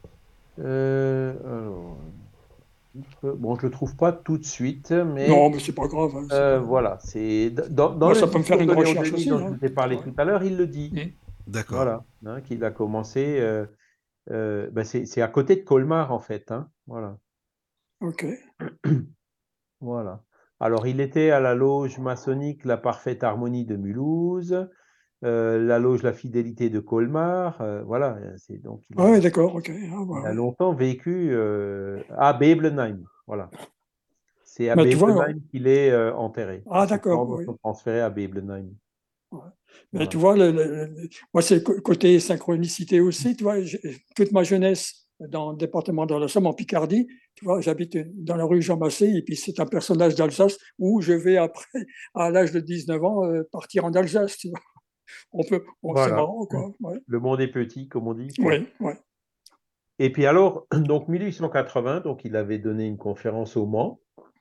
Euh, alors, bon, je le trouve pas tout de suite, mais Non, mais c'est pas grave. Hein, c'est euh, pas... voilà, c'est dans, dans Moi, le ça peut me faire discours une de Léon recherche Denis aussi. dont je Hein. vous ai parlé Ouais. tout à l'heure, il le dit. Mm. D'accord. Voilà, hein, qu'il a commencé. Euh, euh, ben, c'est c'est à côté de Colmar en fait. Hein, voilà, Ok. voilà. Alors, il était à la loge maçonnique La Parfaite Harmonie de Mulhouse. Euh, la loge La Fidélité de Colmar, euh, voilà, c'est donc il Ah a, ouais, d'accord, ok. Ah, bah, il a ouais. longtemps vécu euh, à Beblenheim, voilà. C'est à Mais tu vois, Beblenheim qu'il est euh, enterré. ah Ses d'accord, cendres oui. sont transférées à Beblenheim. Ouais. Mais tu Voilà. vois, le, le- le- moi, c'est le côté synchronicité aussi. Tu vois, j'ai- toute ma jeunesse dans le département de la Somme, en Picardie, tu vois, j'habite dans la rue Jean Massé, et puis c'est un personnage d'Alsace où je vais après, à l'âge de dix-neuf ans, euh, partir en Alsace. Tu vois. On peut, bon, c'est Voilà. marrant, quoi. Ouais. Le monde est petit, comme on dit. Quoi. Oui, ouais. Et puis alors, donc mille huit cent quatre-vingts, donc il avait donné une conférence au Mans.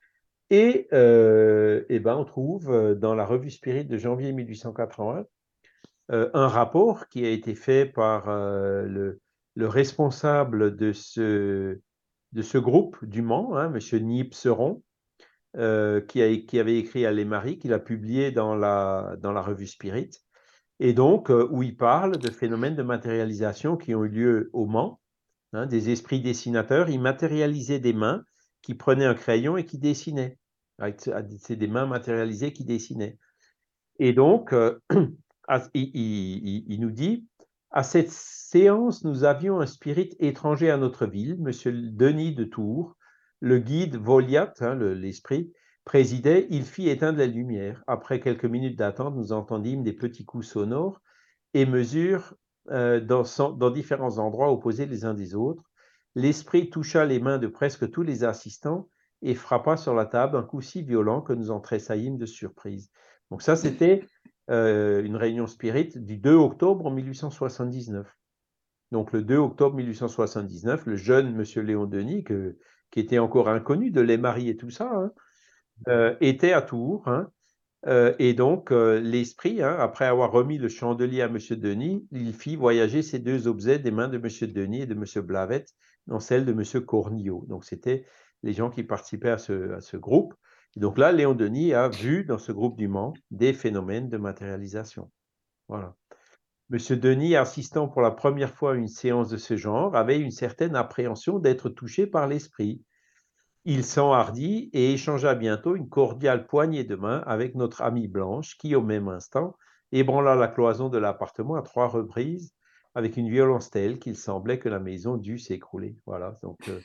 Et, euh, eh ben, on trouve euh, dans la revue Spirit de janvier mille huit cent quatre-vingts euh, un rapport qui a été fait par euh, le, le responsable de ce, de ce groupe du Mans, hein, M. Niepceron, euh, qui, a, qui avait écrit à Lémarie, qu'il a publié dans la, dans la revue Spirit, et donc euh, où il parle de phénomènes de matérialisation qui ont eu lieu au Mans, hein, des esprits dessinateurs. Ils matérialisaient des mains qui prenaient un crayon et qui dessinaient. C'est des mains matérialisées qui dessinaient. Et donc, euh, il, il, il, nous dit, à cette séance, nous avions un spirit étranger à notre ville, Monsieur Denis de Tours, le guide Voliat, hein, l'esprit, présidait, il fit éteindre la lumière. Après quelques minutes d'attente, nous entendîmes des petits coups sonores et mesures euh, dans, dans différents endroits opposés les uns des autres. L'esprit toucha les mains de presque tous les assistants et frappa sur la table un coup si violent que nous en tressaillîmes de surprise. Donc ça, c'était euh, une réunion spirit du deux octobre mille huit cent soixante-dix-neuf. Donc le deux octobre mille huit cent soixante-dix-neuf, le jeune monsieur Léon Denis, que, qui était encore inconnu de Lémarie et tout ça, hein, euh, était à Tours. Hein, euh, et donc euh, l'esprit, hein, après avoir remis le chandelier à monsieur Denis, il fit voyager ces deux objets des mains de monsieur Denis et de monsieur Blavette dans celles de monsieur Cornillot. Donc c'était les gens qui participaient à ce, à ce groupe. Et donc là, Léon Denis a vu dans ce groupe du Mans des phénomènes de matérialisation. Voilà. Monsieur Denis, assistant pour la première fois à une séance de ce genre, avait une certaine appréhension d'être touché par l'esprit. Il s'enhardit et échangea bientôt une cordiale poignée de main avec notre amie Blanche, qui, au même instant, ébranla la cloison de l'appartement à trois reprises avec une violence telle qu'il semblait que la maison dût s'écrouler. Voilà, donc euh,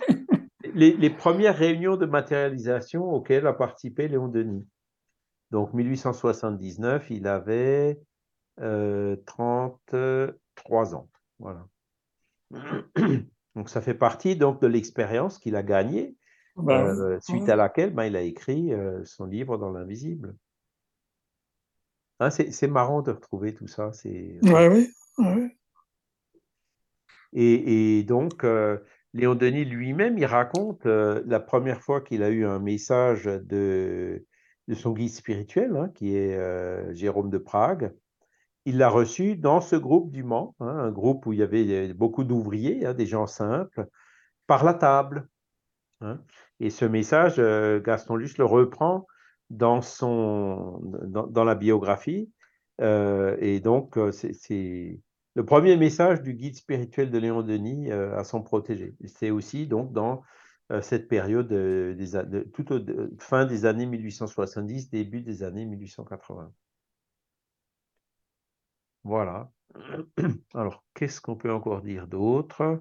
les, les premières réunions de matérialisation auxquelles a participé Léon Denis. Donc mille huit cent soixante-dix-neuf, il avait euh, trente-trois ans. Voilà. Donc ça fait partie donc de l'expérience qu'il a gagnée, Ben, euh, suite ouais. à laquelle ben, il a écrit euh, son livre Dans l'invisible. Hein, c'est marrant de retrouver tout ça. C'est Ouais, oui, ouais. Et, et donc, euh, Léon Denis lui-même, il raconte euh, la première fois qu'il a eu un message de, de son guide spirituel, hein, qui est euh, Jérôme de Prague. Il l'a reçu dans ce groupe du Mans, hein, un groupe où il y avait beaucoup d'ouvriers, hein, des gens simples, par la table. Hein. Et ce message, euh, Gaston Luce le reprend dans, son, dans, dans la biographie. Euh, et donc, euh, c'est, c'est le premier message du guide spirituel de Léon Denis euh, à son protégé. C'est aussi donc dans euh, cette période euh, des, a- de, tout au de- fin des années mille huit cent soixante-dix, début des années mille huit cent quatre-vingts. Voilà. Alors, qu'est-ce qu'on peut encore dire d'autre?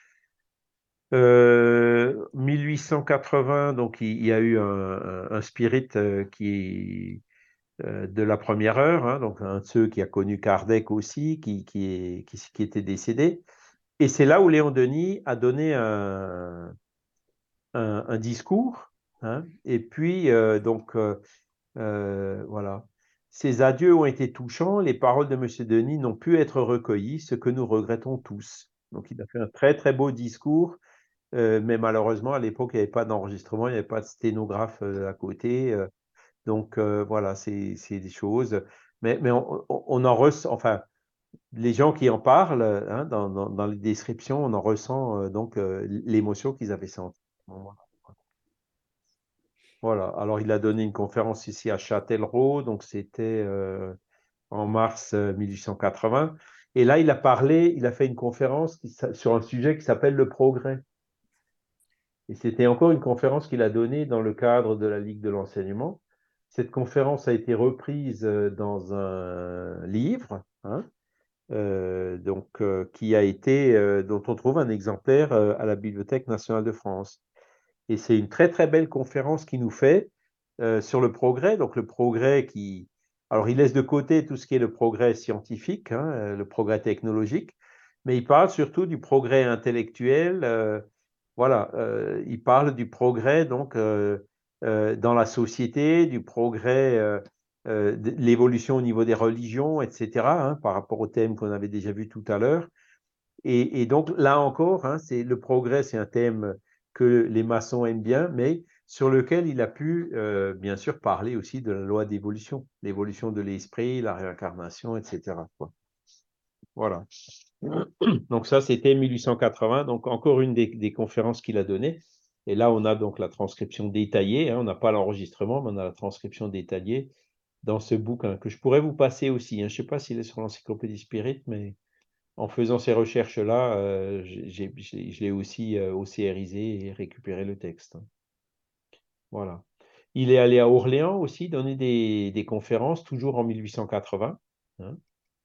Euh, mille huit cent quatre-vingts, donc il, il y a eu un, un- un spirit euh, qui euh, de la première heure, hein, donc un de ceux qui a connu Kardec aussi, qui, qui, est, qui, qui était décédé. Et c'est là où Léon Denis a donné un, un, un discours. Hein, et puis, euh, donc, euh, euh, voilà. Ces adieux ont été touchants. Les paroles de M. Denis n'ont pu être recueillies, ce que nous regrettons tous. Donc, il a fait un très, très beau discours. Euh, mais malheureusement, à l'époque, il n'y avait pas d'enregistrement, il n'y avait pas de sténographe euh, à côté. euh, donc, euh, voilà, c'est c'est des choses. Mais, mais on, on- on en ressent, enfin, les gens qui en parlent, hein, dans, dans- dans les descriptions, on en ressent euh, donc euh, l'émotion qu'ils avaient sentie. Voilà. Alors, il a donné une conférence ici à Châtellerault, donc c'était euh, en mars euh, mille huit cent quatre-vingts. Et là, il a parlé, il a fait une conférence qui s'a- sur un sujet qui s'appelle le progrès. Et c'était encore une conférence qu'il a donnée dans le cadre de la Ligue de l'enseignement. Cette conférence a été reprise euh, dans un livre, hein, euh, donc, euh, qui a été, euh, dont on trouve un exemplaire euh, à la Bibliothèque nationale de France. Et c'est une très très belle conférence qu'il nous fait euh, sur le progrès. Donc le progrès qui, alors il laisse de côté tout ce qui est le progrès scientifique, hein, euh, le progrès technologique, mais il parle surtout du progrès intellectuel. Euh, voilà, euh, il parle du progrès donc euh, euh, dans la société, du progrès, euh, euh, de l'évolution au niveau des religions, et cetera, hein, par rapport au thème qu'on avait déjà vu tout à l'heure. Et, et donc là encore, hein, c'est le progrès, c'est un thème que les maçons aiment bien, mais sur lequel il a pu euh, bien sûr parler aussi de la loi d'évolution, l'évolution de l'esprit, la réincarnation, et cetera quoi. Voilà. Donc ça, c'était mille huit cent quatre-vingts, donc encore une des, des conférences qu'il a données. Et là, on a donc la transcription détaillée, hein, on n'a pas l'enregistrement, mais on a la transcription détaillée dans ce bouquin que je pourrais vous passer aussi. Hein. Je ne sais pas s'il est sur l'encyclopédie Spirit, mais en faisant ces recherches-là, euh, j'ai, j'ai, je l'ai aussi euh, océarisé et récupéré le texte. Hein. Voilà. Il est allé à Orléans aussi donner des, des conférences, toujours en mille huit cent quatre-vingts. Hein.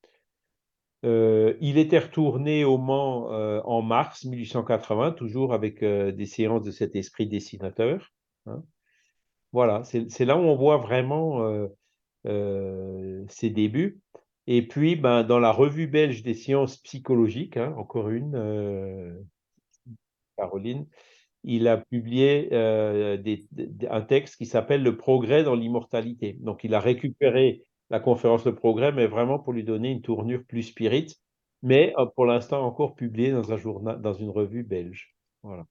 Euh, il était retourné au Mans euh, en mars mille huit cent quatre-vingts, toujours avec euh, des séances de cet esprit dessinateur. Hein. Voilà, c'est c'est là où on voit vraiment euh, euh, ses débuts. Et puis, ben, dans la revue belge des sciences psychologiques, hein, encore une, euh, Caroline, il a publié euh, des- des- un texte qui s'appelle Le progrès dans l'immortalité. Donc, il a récupéré la conférence Le progrès, mais vraiment pour lui donner une tournure plus spirit, mais euh, pour l'instant encore publié dans un journal, dans une revue belge. Voilà.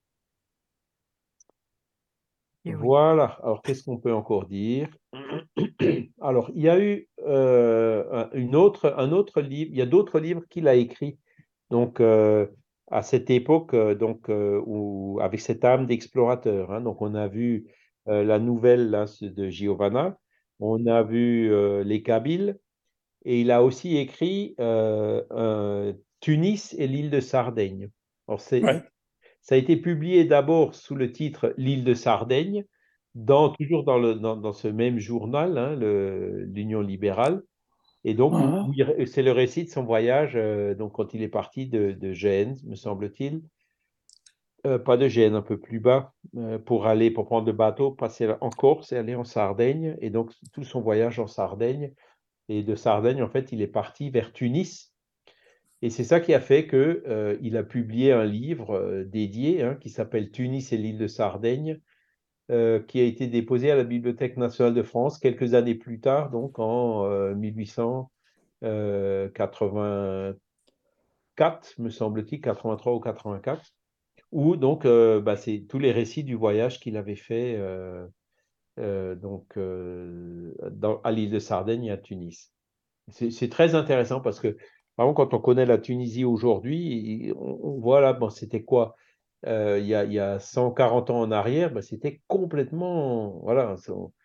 Et oui. Voilà. Alors, qu'est-ce qu'on peut encore dire? Alors, il y a eu euh, un- une autre, un autre livre, il y a d'autres livres qu'il a écrits. Donc, euh, à cette époque, euh, donc, euh, où, avec cette âme d'explorateur. Hein. Donc, on a vu euh, la nouvelle là, de Giovanna, on a vu euh, les Kabyles, et il a aussi écrit euh, un- Tunis et l'île de Sardaigne. Alors, c'est, Ouais. ça a été publié d'abord sous le titre L'île de Sardaigne, dans, toujours dans, le, dans, dans ce même journal, hein, le- l'Union libérale. Et donc, où- où Ah, il- c'est le récit de son voyage, euh, donc quand il est parti de, de Gênes, me semble-t-il, Euh, pas de Gênes, un peu plus bas, euh, pour aller, pour prendre le bateau, passer en Corse et aller en Sardaigne. Et donc, tout son voyage en Sardaigne. Et de Sardaigne, en fait, il est parti vers Tunis. Et c'est ça qui a fait que, euh, il a publié un livre euh, dédié, hein, qui s'appelle Tunis et l'île de Sardaigne, euh, qui a été déposé à la Bibliothèque nationale de France quelques années plus tard, donc en euh, mille huit cent quatre-vingt-quatre, me semble-t-il, quatre-vingt-trois ou quatre-vingt-quatre, où donc euh, bah, c'est tous les récits du voyage qu'il avait fait euh, euh, donc, euh, dans, à l'île de Sardaigne et à Tunis. C'est c'est très intéressant parce que, par exemple, quand on connaît la Tunisie aujourd'hui, on, on voit là, bon, c'était quoi? Euh, il y a, il y a cent quarante ans en arrière, bah, c'était complètement, voilà,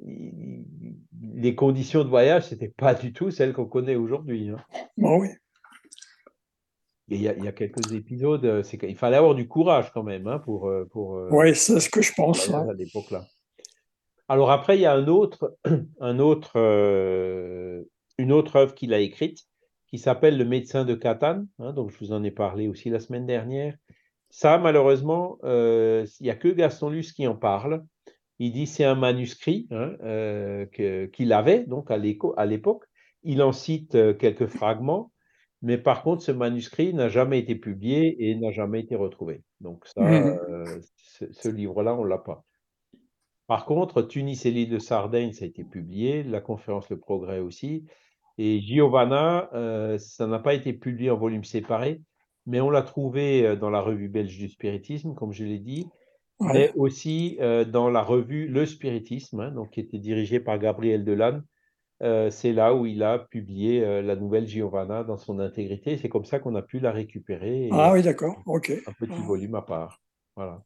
il- les conditions de voyage, c'était pas du tout celles qu'on connaît aujourd'hui, hein. Bon, oui. Et il y a, il y a quelques épisodes, euh, c'est qu'il fallait avoir du courage quand même, hein, pour, euh, pour euh, Oui, c'est ce que je le pense. voyage Ouais. à l'époque-là. Alors après, il y a un autre, un autre, euh, une autre œuvre qu'il a écrite qui s'appelle Le médecin de Catane, hein, donc je vous en ai parlé aussi la semaine dernière. Ça, malheureusement, euh, il n'y a que Gaston Luce qui en parle. Il dit c'est un manuscrit, hein, euh, que- qu'il avait donc à l'éco- à l'époque. Il en cite euh, quelques fragments, mais par contre, ce manuscrit n'a jamais été publié et n'a jamais été retrouvé. Donc ça, Mhm. euh, ce, ce livre-là, on l'a pas. Par contre, Tunis et l'île de Sardaigne, ça a été publié, la conférence Le Progrès aussi, et Giovanna, euh, ça n'a pas été publié en volume séparé, mais on l'a trouvé euh, dans la revue belge du spiritisme, comme je l'ai dit, Ouais. mais aussi euh, dans la revue Le Spiritisme, hein, donc, qui était dirigée par Gabriel Delanne. Euh, c'est là où il a publié euh, la nouvelle Giovanna dans son intégrité. C'est comme ça qu'on a pu la récupérer et Ah oui, d'accord. OK. un petit Ah, volume à part. Voilà.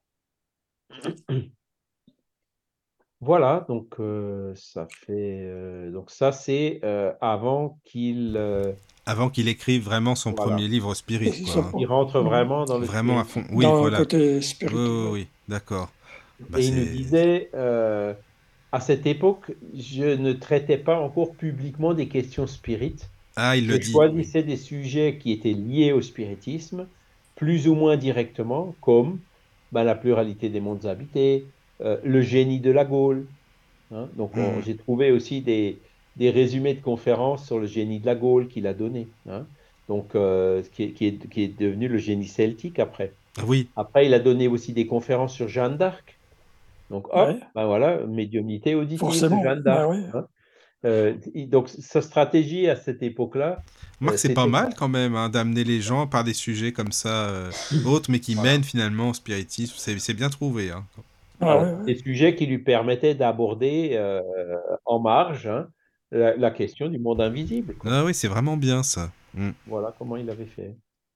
Voilà, donc euh, ça fait euh, donc ça c'est euh, avant qu'il euh, Avant qu'il écrive vraiment son voilà, premier livre Spirit, c'est quoi, ça. hein. il rentre Mhm. vraiment dans le Vraiment à fond. spiritisme. Oui, Dans le voilà. côté Oui, spirituel. oui, Ouais. oui, d'accord. Bah, Et il nous c'est... disait, euh, à cette époque, je ne traitais pas encore publiquement des questions spirites. Ah, il Je le dit, oui. choisissais des sujets qui étaient liés au spiritisme, plus ou moins directement, comme ben, la pluralité des mondes habités, euh, le génie de la Gaule, hein. Donc, on- Mhm. j'ai trouvé aussi des, des résumés de conférences sur le génie de la Gaule qu'il a donné, hein. Donc, euh, qui est, qui est, qui est devenu le génie celtique après. Ah oui, Après, il a donné aussi des conférences sur Jeanne d'Arc. Donc, hop, Ouais, ben voilà, médiumnité auditive de forcément. Jeanne Bah d'Arc, oui. hein. Euh, il- donc, sa stratégie à cette époque-là, remarque, euh, c'est pas c'était ça. mal quand même, hein, d'amener les gens par des sujets comme ça, euh, autres, mais qui Voilà. mènent finalement au spiritisme. C'est, c'est bien trouvé, hein. Ah Voilà. ouais, ouais. Des sujets qui lui permettaient d'aborder euh, en marge, hein, la, la question du monde invisible, quoi. Ah oui, c'est vraiment bien ça. Mm. Voilà comment il avait fait.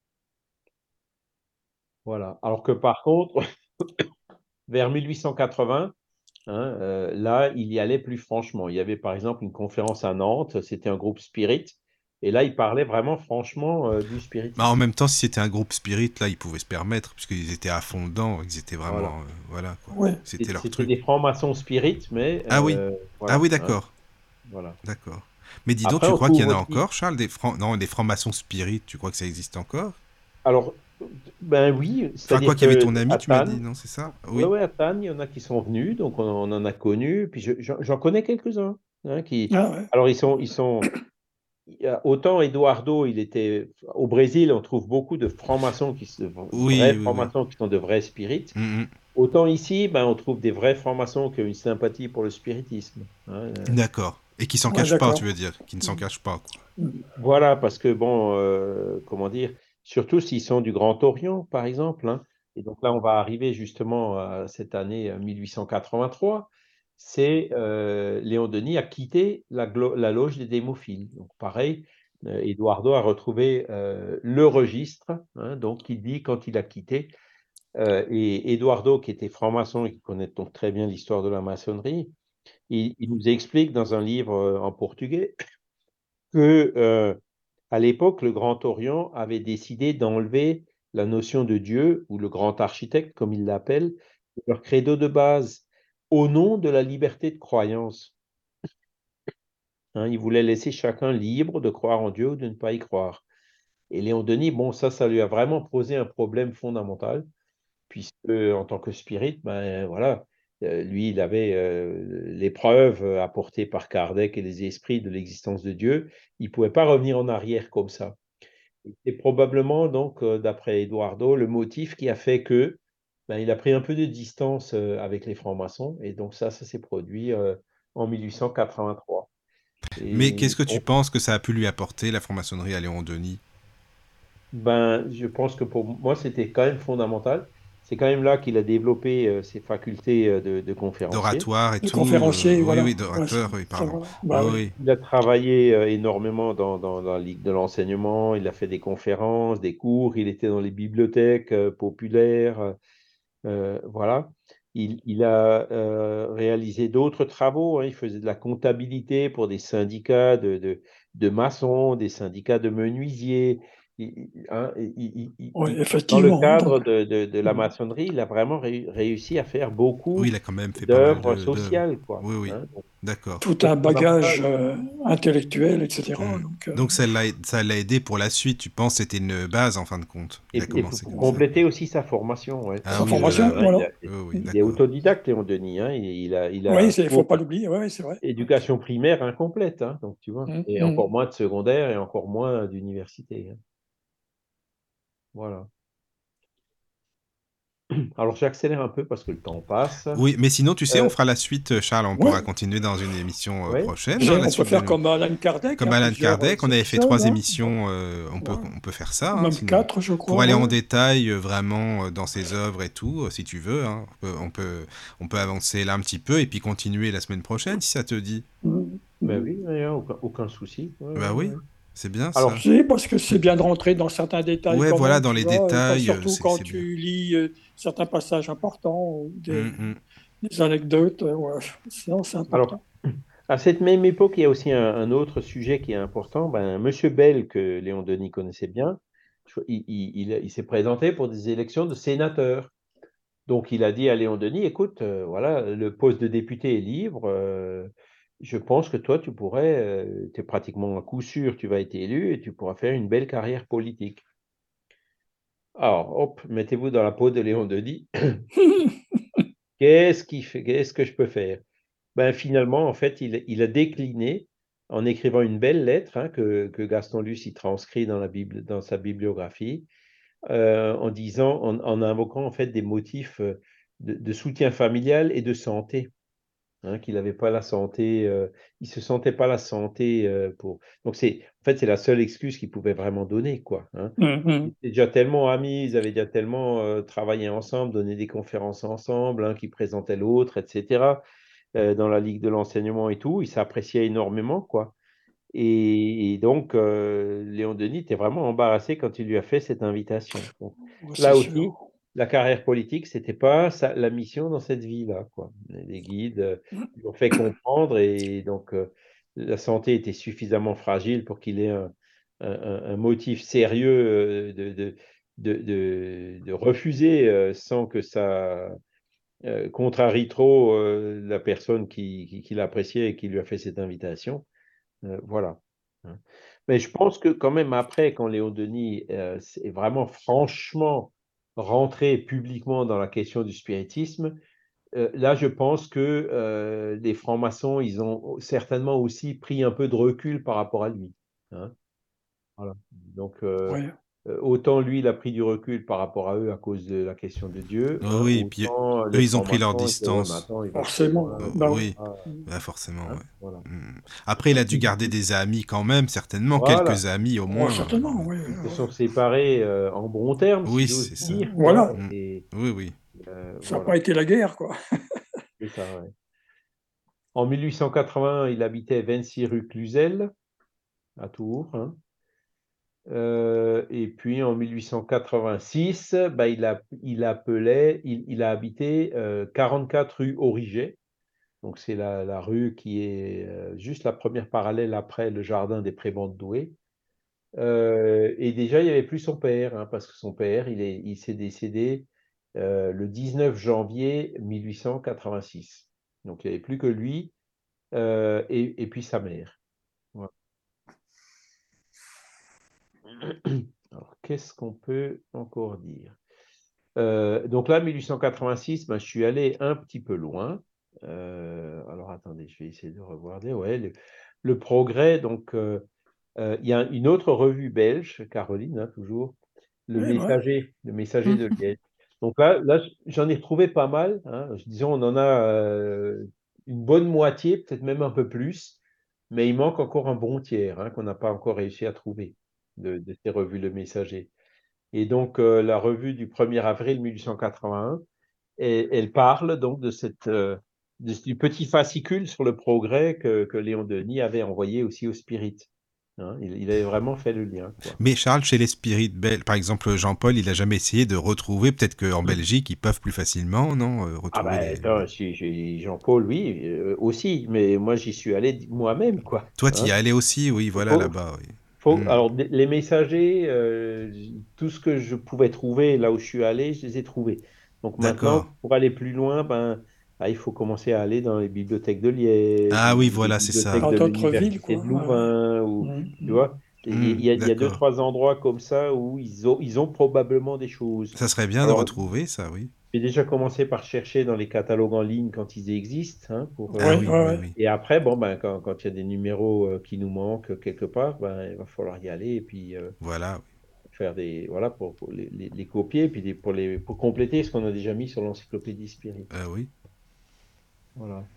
Voilà. Alors que par contre, vers mille huit cent quatre-vingts, hein, euh, là, il y allait plus franchement. Il y avait par exemple une conférence à Nantes, c'était un groupe spirit, et là, il parlait vraiment franchement euh, du Bah, en spiritisme. même temps, si c'était un groupe spirit, là, ils pouvaient se permettre, puisqu'ils étaient à fond dedans, ils étaient vraiment... Voilà. euh, voilà, quoi. Ouais. C'était Et leur c'était truc. des francs-maçons spirit, mais Ah oui, euh, ah voilà, oui, hein, d'accord, voilà. d'accord. Mais dis donc, Après, tu on crois qu'il y trouve en a aussi. encore, Charles, des francs... Non, des francs-maçons spirit, tu crois que ça existe encore? Alors, ben oui, Enfin, quoi c'est-à-dire qu'il y avait que ton ami, à tu m'as dit, Tannes, non, c'est ça? ouais, Oui. ouais, à Tannes, il y en a qui sont venus, donc on, on en a connu. Puis je- j'en j'en connais quelques-uns, hein, qui. Ah ouais. Alors ils sont, ils sont. il y a- Autant Eduardo, il était au Brésil, on trouve beaucoup de francs-maçons qui se, vrais Oui, oui, oui. francs-maçons qui sont de vrais spirites. Mm, Autant ici, ben on trouve des vrais francs-maçons qui ont une sympathie pour le spiritisme, hein. mm. D'accord. Et qui s'en Ouais, cachent pas, tu d'accord. veux dire, qui ne s'en cachent pas, quoi. Voilà, parce que bon, euh, comment dire, surtout s'ils sont du Grand Orient, par exemple, hein. Et donc là, on va arriver justement à cette année euh, mille huit cent quatre-vingt-trois. C'est euh, Léon Denis a quitté la, glo- la loge des démophiles. Donc pareil, euh, Eduardo a retrouvé euh, le registre, hein, donc qui dit quand il a quitté. Euh, et Eduardo, qui était franc-maçon et qui connaît donc très bien l'histoire de la maçonnerie, il, il nous explique dans un livre euh, en portugais que euh, à l'époque, le Grand Orient avait décidé d'enlever la notion de Dieu, ou le grand architecte, comme ils l'appellent, de leur credo de base, au nom de la liberté de croyance. Hein, ils voulaient laisser chacun libre de croire en Dieu ou de ne pas y croire. Et Léon Denis, bon, ça, ça lui a vraiment posé un problème fondamental, puisque en tant que spirit, ben voilà, euh, lui, il avait euh, les preuves apportées par Kardec et les esprits de l'existence de Dieu. Il ne pouvait pas revenir en arrière comme ça. C'est probablement, donc, euh, d'après Eduardo, le motif qui a fait que ben, il a pris un peu de distance euh, avec les francs-maçons. Et donc, ça, ça s'est produit euh, en mille huit cent quatre-vingt-trois. Mais Et qu'est-ce que tu bon, penses que ça a pu lui apporter, la franc-maçonnerie à Léon Denis? ben, je pense que pour moi, c'était quand même fondamental. C'est quand même là qu'il a développé euh, ses facultés euh, de, de conférencier. D'oratoire et Le tout, euh, conférencier, oui, voilà. oui, Ouais, ça, d'orateur, oui, ça, pardon. voilà. Oui, Bah oui. oui. Il a travaillé euh, énormément dans, dans, dans la Ligue de l'enseignement. Il a fait des conférences, des cours. Il était dans les bibliothèques euh, populaires. Euh, voilà. Il, il a euh, réalisé d'autres travaux, hein. Il faisait de la comptabilité pour des syndicats de, de, de maçons, des syndicats de menuisiers. Il- il- hein, il- il- Oui, il- dans le effectivement. cadre Donc, de, de, de la mm, maçonnerie, il a vraiment ré- réussi à faire Oui, beaucoup il a quand même fait pas mal d'œuvres de d'œuvres. sociales, quoi. Oui, oui, Hein. Donc, d'accord. tout donc, un on n'a bagage pas- euh, intellectuel, et cetera. Hmm. Donc, euh, Donc ça l'a ça l'a aidé pour la suite, tu penses que c'était une base en fin de compte. Il Et, a et pour commencé pour comme ça. compléter aussi sa formation, ouais. Ah sa oui, formation, voilà, Hein, oui. il, voilà. a- Oui, oui, il est d'accord. autodidacte, Léon Denis. Hein. Il, il a, il a Oui, un il ne faut cours pas l'oublier, oui, c'est vrai. éducation primaire incomplète, hein, donc tu vois, Mm, et mm. encore moins de secondaire et encore moins d'université. Hein. Voilà. Alors j'accélère un peu parce que le temps passe. Oui, mais sinon, tu sais, Euh, on fera la suite, euh, Charles. On Ouais. pourra continuer dans une émission euh, ouais. prochaine, J'ai- hein, la on peut suite faire de... comme Alan Kardec, Comme hein, Alan plusieurs Kardec, on avait fait épisodes, trois hein. émissions. euh, on peut, Ouais. on peut faire ça, hein, Même sinon. quatre, je Pour crois. aller en ouais. détail euh, vraiment euh, dans ses œuvres et tout, euh, si tu veux, hein. On peut, on peut, on peut avancer là un petit peu et puis continuer la semaine prochaine, si ça te dit. Mm, Ben mm. oui, ouais, hein, aucun, aucun souci. Ouais, Bah ouais, oui, ouais. c'est bien Alors, ça. Si, parce que c'est bien de rentrer dans certains détails Ouais, quand voilà, même, dans tu les vois, et quand- détails, euh, surtout c'est quand c'est bien. tu lis euh, certains passages importants ou des, Hum, hum. des anecdotes, euh, ouais, sinon c'est alors, important. à cette même époque, il y a aussi un, un autre sujet qui est important. Ben, Monsieur Bell, que Léon Denis connaissait bien, je- il, il- il- il s'est présenté pour des élections de sénateur. Donc, il a dit à Léon Denis, écoute, euh, voilà, le poste de député est libre. euh, je pense que toi, tu pourrais, tu es pratiquement à coup sûr, tu vas être élu et tu pourras faire une belle carrière politique. Alors, hop, mettez-vous dans la peau de Léon Denis. Qu'est-ce qui fait, qu'est-ce que je peux faire? Ben, finalement, en fait, il, il a décliné en écrivant une belle lettre, hein, que, que Gaston Luce y transcrit dans, la Bible, dans sa bibliographie, euh, en disant, en, en invoquant en fait des motifs euh, de, de soutien familial et de santé. Hein, qu'il n'avait pas la santé, euh, il se sentait pas la santé euh, pour. Donc c'est, en fait, c'est la seule excuse qu'il pouvait vraiment donner, quoi. Hein. Mm, Ils mm. étaient déjà tellement amis, ils avaient déjà tellement euh, travaillé ensemble, donné des conférences ensemble, l'un qui présentait l'autre, et cetera. euh, dans la Ligue de l'enseignement et tout, ils s'appréciaient énormément, quoi. Et, et donc, euh, Léon Denis était vraiment embarrassé quand il lui a fait cette invitation. Donc, Ouais, c'est là aussi, sûr. la carrière politique, c'était pas sa- la mission dans cette vie-là, quoi. Les guides euh, lui ont fait comprendre et donc euh, la santé était suffisamment fragile pour qu'il ait un, un- un- un motif sérieux euh, de, de, de, de- de refuser euh, sans que ça euh, contrarie trop euh, la personne qui, qui, qui l'appréciait et qui lui a fait cette invitation. Euh, voilà. Hein. Mais je pense que quand même après, quand Léon Denis euh, est vraiment franchement rentré publiquement dans la question du spiritisme, euh, là je pense que euh, les francs-maçons, ils ont certainement aussi pris un peu de recul par rapport à lui. Hein. Voilà. Donc euh, Ouais. euh, autant lui, il a pris du recul par rapport à eux à cause de la question de Dieu, Oh hein, oui, et puis autant eux, les ils ont pris leur francs-maçons, ils disaient, ouais, mais distance. attends, il va trop Forcément, loin, Oh, bah oui. et cetera. Mm. bah forcément, Hein, ouais. voilà. Hmm. Après, il a dû garder des amis quand même, certainement, Voilà. quelques amis au Oh, moins. certainement, euh, oui. Ils se ouais. sont séparés euh, en bons termes, Oui, si j'ose c'est ça. dire, Voilà, quoi. Hmm. Et Oui, oui. euh, ça n'a voilà, pas été la guerre, quoi. c'est ça, ouais. En mille huit cent quatre-vingts, il habitait vingt-six rue Cluzel, à Tours. Hein. Euh, et puis en mille huit cent quatre-vingt-six, bah, il a, il appelait, il, il a habité euh, quarante-quatre rue Origet. Donc c'est la, la rue qui est euh, juste la première parallèle après le jardin des Prébendes Douai. Euh, et déjà, il n'y avait plus son père, hein, parce que son père, il est, il s'est décédé euh, le dix-neuf janvier mille huit cent quatre-vingt-six. Donc, il n'y avait plus que lui euh, et, et puis sa mère. Voilà. Alors, qu'est-ce qu'on peut encore dire? Euh, donc là, mille huit cent quatre-vingt-six, ben, je suis allé un petit peu loin. Euh, alors, attendez, je vais essayer de regarder. Ouais, le, le Progrès, donc, euh, euh, il y a une autre revue belge, Caroline, hein, toujours, le Oui, ouais. messager, le messager de Liège. Donc là, là j'en ai retrouvé pas mal. Hein. Disons, on en a euh, une bonne moitié, peut-être même un peu plus, mais il manque encore un bon tiers hein, qu'on n'a pas encore réussi à trouver de, de ces revues Le Messager. Et donc, euh, la revue du premier avril mille huit cent quatre-vingt-un, et, elle parle donc de cette, euh, de, du petit fascicule sur le progrès que, que Léon Denis avait envoyé aussi au Spirit. hein. Il, il avait vraiment fait le lien, quoi. Mais Charles, chez les spirites belges, par exemple, Jean-Paul, il a jamais essayé de retrouver, peut-être qu'en Belgique, ils peuvent plus facilement, non, euh, Ah retrouver ben, les... attends, j'ai- j'ai- Jean-Paul, oui, euh, aussi, mais moi, j'y suis allé moi-même, quoi. Toi, tu y Hein. es allé aussi, oui, voilà, Faut, là-bas, oui. faut, Hmm, alors, des- les messagers, euh, tout ce que je pouvais trouver là où je suis allé, je les ai trouvés. Donc d'accord. maintenant, pour aller plus loin, ben, ah, il faut commencer à aller dans les bibliothèques de Liège Ah ou oui, les voilà, c'est bibliothèques ça. Dans de d'autres villes, l'Université quoi. de Ouais, ouais. Louvain, ou, Mhm, tu mhm. vois, il Hmm, y a, il y a deux, d'accord. trois endroits comme ça où ils ont, ils ont probablement des choses. Ça serait bien de Alors, retrouver ça, oui. j'ai déjà commencé par chercher dans les catalogues en ligne quand ils existent, hein, pour, Ah euh, Oui, oui, ouais, oui, ouais. oui. et après, bon, ben, quand, quand il y a des numéros euh, qui nous manquent quelque part, ben, il va falloir y aller et puis euh, Voilà, oui. faire des, voilà, pour, pour les, les- les copier, puis des- pour, les, pour compléter ce qu'on a déjà mis sur l'encyclopédie Spirit. Ah oui. Voilà.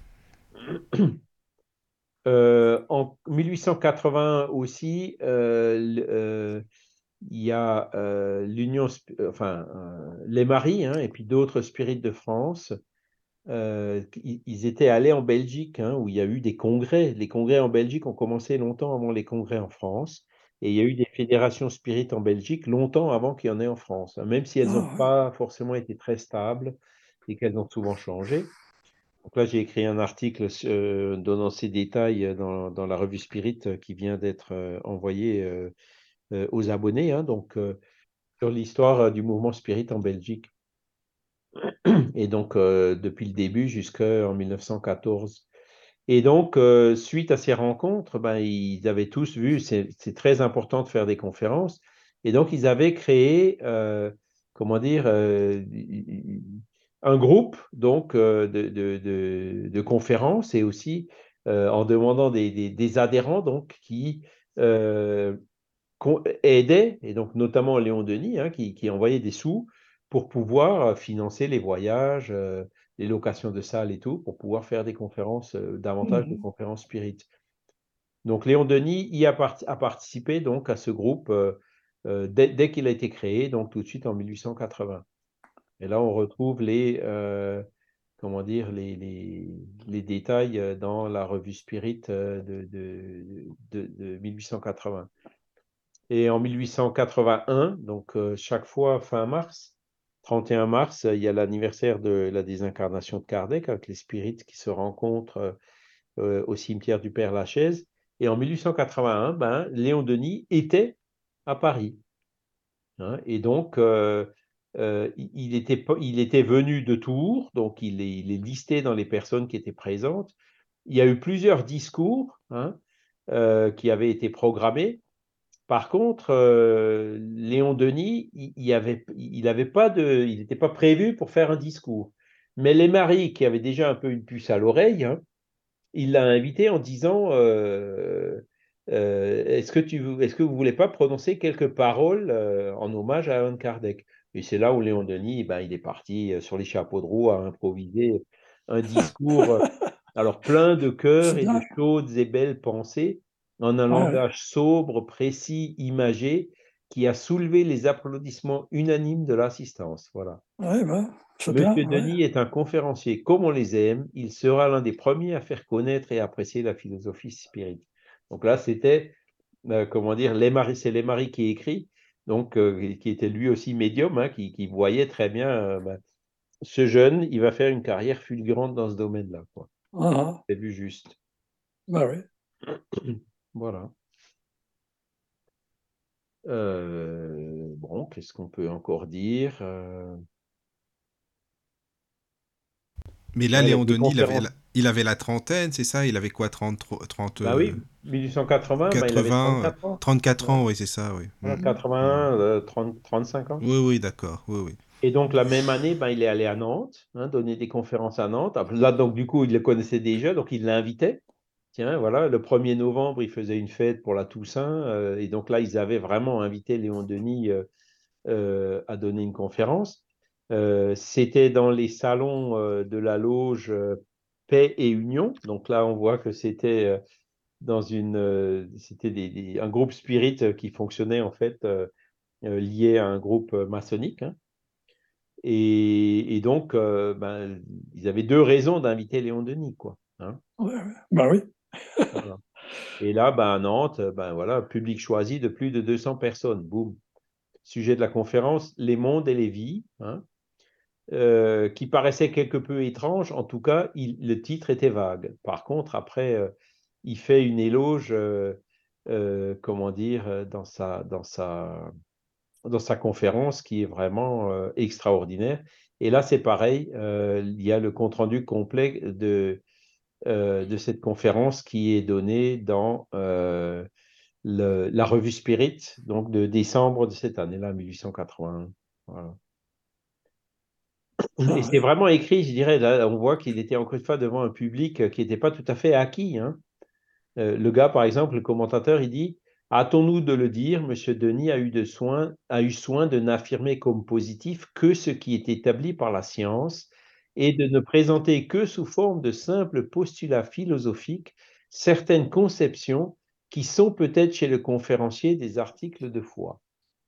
Euh, en mille huit cent quatre-vingts aussi, euh, l- euh, il y a euh, l'Union, sp- enfin, euh, les Maris, hein, et puis d'autres spirites de France. Euh, ils, ils étaient allés en Belgique, hein, où il y a eu des congrès. Les congrès en Belgique ont commencé longtemps avant les congrès en France. Et il y a eu des fédérations spirites en Belgique longtemps avant qu'il y en ait en France, hein, même si elles n'ont Ah, ouais. pas forcément été très stables et qu'elles ont souvent changé. Donc là, j'ai écrit un article euh, donnant ces détails dans, dans la revue Spirit euh, qui vient d'être euh, envoyé euh, euh, aux abonnés, hein, donc euh, sur l'histoire euh, du mouvement spirit en Belgique. Et donc, euh, depuis le début jusqu'en mille neuf cent quatorze. Et donc, euh, suite à ces rencontres, ben, ils avaient tous vu, c'est c'est très important de faire des conférences. Et donc, ils avaient créé, euh, comment dire, euh, un groupe donc, euh, de, de, de- de conférences et aussi euh, en demandant des, des- des adhérents donc, qui euh, qu'on- aidaient, et donc notamment Léon Denis, hein, qui, qui envoyait des sous pour pouvoir financer les voyages, euh, les locations de salles et tout, pour pouvoir faire des conférences, euh, davantage de Mhm. conférences spirites. Donc Léon Denis y a, part- a participé donc à ce groupe euh, euh, dès, dès qu'il a été créé, donc tout de suite en mille huit cent quatre-vingts. Et là, on retrouve les, euh, comment dire, les, les, les détails euh, dans la revue Spirit euh, de, de, de, de mille huit cent quatre-vingts. Et en mille huit cent quatre-vingt-un, donc euh, chaque fois fin mars, trente et un mars, il y a l'anniversaire de la désincarnation de Kardec avec les spirites qui se rencontrent euh, au cimetière du Père-Lachaise. Et en mille huit cent quatre-vingt-un, ben, Léon Denis était à Paris, hein. Et donc, euh, euh, il, était, il était venu de Tours, donc il est, il est listé dans les personnes qui étaient présentes. Il y a eu plusieurs discours, hein, euh, qui avaient été programmés. Par contre, euh, Léon Denis, il il avait, il avait pas de, il n'était pas prévu pour faire un discours. Mais les maris, qui avaient déjà un peu une puce à l'oreille, hein, il l'a invité en disant euh, euh, est-ce que tu, est-ce que vous voulez pas prononcer quelques paroles euh, en hommage à Allan Kardec? Et c'est là où Léon Denis, ben, il est parti euh, sur les chapeaux de roue à improviser un discours, euh, alors plein de cœur C'est et de bien. chaudes et belles pensées, en un Ouais, ouais. langage sobre, précis, imagé, qui a soulevé les applaudissements unanimes de l'assistance. Voilà. Ouais, ouais, c'est bien. Monsieur Ouais. Denis est un conférencier comme on les aime. Il sera l'un des premiers à faire connaître et apprécier la philosophie spirit. Donc là, c'était, euh, comment dire, les maris, c'est les maris qui écrit, donc euh, qui était lui aussi médium, hein, qui, qui voyait très bien, euh, ben, ce jeune, il va faire une carrière fulgurante dans ce domaine-là, quoi. Ah, ah. C'est vu juste. Bah oui. Voilà. Euh, bon, qu'est-ce qu'on peut encore dire? Euh, Mais là, ouais, les, Léon les Denis, il avait, conférences. la- il avait la trentaine, c'est ça? Il avait quoi, trente, trente, Bah euh, oui, mille huit cent quatre-vingts, bah, il avait quatre-vingts, euh, trente-quatre ans. trente-quatre Ouais. ans, oui, c'est ça, oui. Voilà, Hmm, hmm. quatre-vingt-un, euh, trente, trente-cinq ans. Oui, oui, d'accord, oui, oui. Et donc, la même année, ben, il est allé à Nantes, hein, donner des conférences à Nantes. Après, là, donc, du coup, il le connaissait déjà, donc il l'invitait. Tiens, voilà, le premier novembre, il faisait une fête pour la Toussaint. Euh, et donc là, ils avaient vraiment invité Léon Denis euh, euh, à donner une conférence. Euh, c'était dans les salons euh, de la loge euh, Paix et Union. Donc là, on voit que c'était euh, dans une, euh, c'était des, des- un groupe spirit euh, qui fonctionnait en fait euh, euh, lié à un groupe euh, maçonnique, hein. Et, et donc, euh, ben, ils avaient deux raisons d'inviter Léon Denis, quoi, hein. Ouais, ouais. Bah oui. Voilà. Et là, ben, à Nantes, ben, voilà, public choisi de plus de deux cents personnes. Boum. Sujet de la conférence, les mondes et les vies, hein, euh, qui paraissait quelque peu étrange. En tout cas, il, le titre était vague. Par contre, après, euh, il fait une éloge, euh, euh, comment dire, dans sa, dans sa, dans sa conférence qui est vraiment euh, extraordinaire. Et là, c'est pareil, euh, il y a le compte-rendu complet de, euh, de cette conférence qui est donné dans euh, le, la revue Spirit, donc de décembre de cette année-là, mille huit cent quatre-vingt-un. Voilà. Ah Et c'est ouais. vraiment écrit, je dirais, là, on voit qu'il était encore une fois devant un public qui n'était pas tout à fait acquis, hein. Euh, le gars, par exemple, le commentateur, il dit: hâtons-nous de le dire, Monsieur Denis a eu, de soin, a eu soin de n'affirmer comme positif que ce qui est établi par la science et de ne présenter que sous forme de simples postulats philosophiques certaines conceptions qui sont peut-être chez le conférencier des articles de foi.